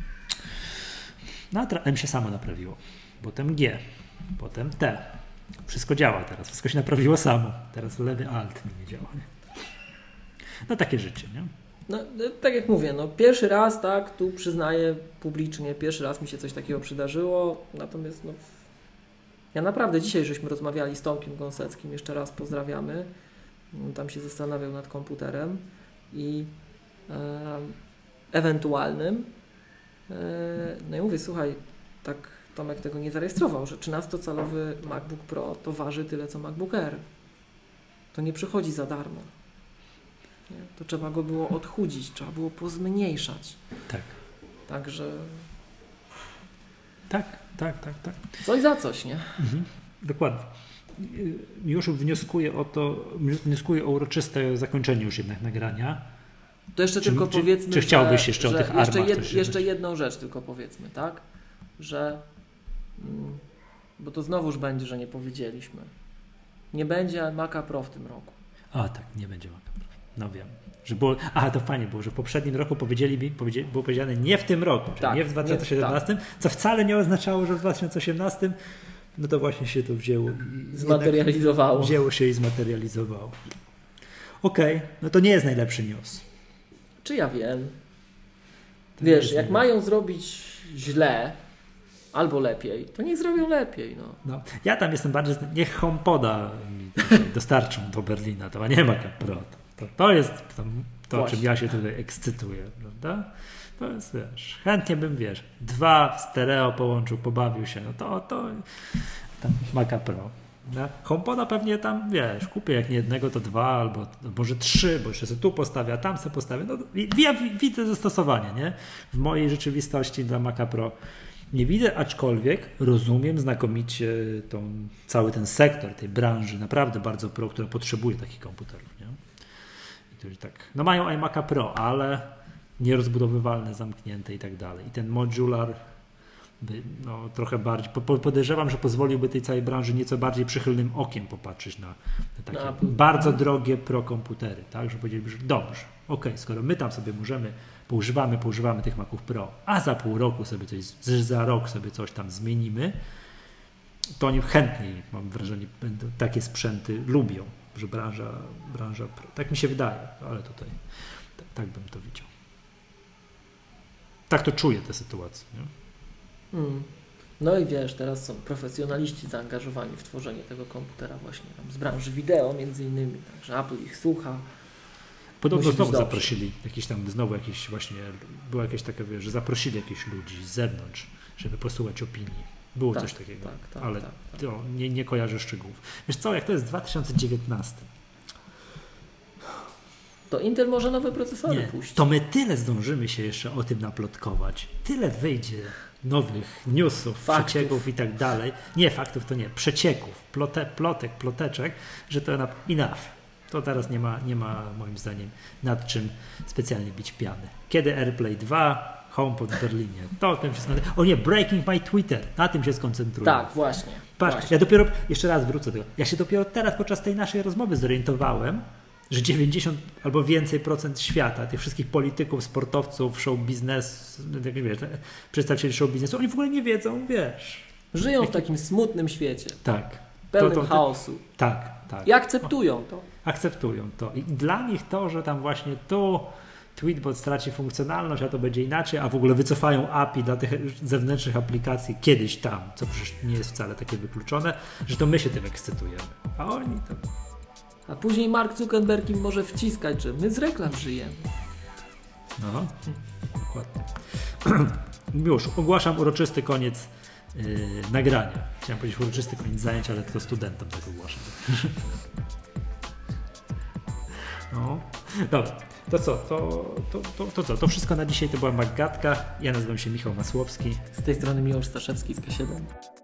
No a M się samo naprawiło. Potem G, potem T. Wszystko działa teraz, wszystko się naprawiło samo. Teraz lewy alt mi nie działa. Nie? No takie życie, nie? No, tak jak mówię, no pierwszy raz, tak, tu przyznaję publicznie, pierwszy raz mi się coś takiego przydarzyło, natomiast no, ja naprawdę dzisiaj żeśmy rozmawiali z Tomkiem Gąseckim, jeszcze raz pozdrawiamy, on tam się zastanawiał nad komputerem i e, ewentualnym, e, no i mówię, słuchaj, tak Tomek tego nie zarejestrował, że trzynastocalowy MacBook Pro to waży tyle co MacBook Air, to nie przychodzi za darmo. Nie? To trzeba go było odchudzić, trzeba było pozmniejszać. Tak. Także... Tak, tak, tak, tak. Coś za coś, nie? Mhm. Dokładnie. Już wnioskuję o to, wnioskuję o uroczyste zakończenie już jednak nagrania. To jeszcze czy, tylko czy, powiedzmy, Czy chciałbyś że, jeszcze że o tych jeszcze armach? Jed, jeszcze jedną rzecz tylko powiedzmy, tak? Że... Mm, bo to znowuż będzie, że nie powiedzieliśmy. Nie będzie Maca Pro w tym roku. A tak, nie będzie Maca Pro. No wiem. Że było, aha, to fajnie było, że w poprzednim roku powiedzieli mi, powiedzieli, było powiedziane nie w tym roku, czyli tak, nie w dwa tysiące siedemnastym, tak. Co wcale nie oznaczało, że w dwa tysiące osiemnastym, no to właśnie się to wzięło. I zmaterializowało. Wzięło się i zmaterializowało. Okej, okay, no to nie jest najlepszy news. Czy ja wiem? To wiesz, jak mają zrobić źle albo lepiej, to niech zrobią lepiej. No. No, ja tam jestem bardziej, niech HomePoda mi dostarczą do Berlina, to nie Maca Pro. To, to jest to, to czym ja się tutaj ekscytuję, prawda? To jest, wiesz, chętnie bym, wiesz, dwa w stereo połączył, pobawił się, no to, to tam Maca Pro. No, HomePoda pewnie tam, wiesz, kupię jak nie jednego, to dwa albo może trzy, bo jeszcze sobie tu postawię, a tam sobie postawię. No, ja widzę zastosowanie, nie? W mojej rzeczywistości dla Maca Pro nie widzę, aczkolwiek rozumiem znakomicie tą, cały ten sektor tej branży, naprawdę bardzo pro, która potrzebuje takich komputerów, nie? I to tak, no mają iMac'a Pro, ale nierozbudowywalne, zamknięte i tak dalej. I ten modular by, no, trochę bardziej, po, podejrzewam, że pozwoliłby tej całej branży nieco bardziej przychylnym okiem popatrzeć na, na takie no, bardzo drogie pro komputery, tak, że powiedzieliby, że dobrze, okej, okay, skoro my tam sobie możemy, poużywamy, poużywamy tych Maców Pro, a za pół roku sobie coś, za rok sobie coś tam zmienimy, to oni chętniej, mam wrażenie, będą, takie sprzęty lubią, że branża, branża pro, tak mi się wydaje, ale tutaj tak, tak bym to widział. Tak to czuję tę sytuację, nie? Hmm. No i wiesz, teraz są profesjonaliści zaangażowani w tworzenie tego komputera właśnie tam z branży wideo między innymi, także Apple ich słucha. Podobno znowu zaprosili jakiś tam, znowu jakieś właśnie, była jakieś taka, wiesz, że zaprosili jakieś ludzi z zewnątrz, żeby posłuchać opinii. Było tak, coś takiego, tak, tak, ale tak, tak. To nie, nie kojarzę szczegółów. Wiesz co, jak to jest dwa tysiące dziewiętnasty? To Intel może nowe procesory nie, puścić. To my tyle zdążymy się jeszcze o tym naplotkować. Tyle wyjdzie nowych newsów, faktów. Przecieków i tak dalej. Nie, faktów to nie, przecieków, plote, plotek, ploteczek, że to na enough. To teraz nie ma, nie ma moim zdaniem nad czym specjalnie bić piany. Kiedy AirPlay dwa, HomePod w Berlinie. To tym się skoncentruję. O nie, breaking my Twitter. Na tym się skoncentruję. Tak, właśnie. Patrz, właśnie. ja dopiero, jeszcze raz wrócę do tego. Ja się dopiero teraz podczas tej naszej rozmowy zorientowałem, że dziewięćdziesiąt albo więcej procent świata, tych wszystkich polityków, sportowców, show biznesu, wiesz, przedstawicieli show biznesu, oni w ogóle nie wiedzą, wiesz. Żyją jaki... w takim smutnym świecie. Tak. Pełnym to, to, to, chaosu. Tak, tak. I akceptują to. Akceptują to. I dla nich to, że tam właśnie tu Tweetbot straci funkcjonalność, a to będzie inaczej, a w ogóle wycofają A P I dla tych zewnętrznych aplikacji kiedyś tam, co przecież nie jest wcale takie wykluczone, że to my się tym ekscytujemy. A oni to... A później Mark Zuckerberg im może wciskać, że my z reklam żyjemy. No, dokładnie. Już ogłaszam uroczysty koniec yy, nagrania. Chciałem powiedzieć uroczysty koniec zajęć, ale to studentom tak ogłaszam. No, dobra. To co? To, to, to, to co? To wszystko na dzisiaj. To była Maggatka. Ja nazywam się Michał Masłowski. Z tej strony Miłosz Staszewski z K siedem.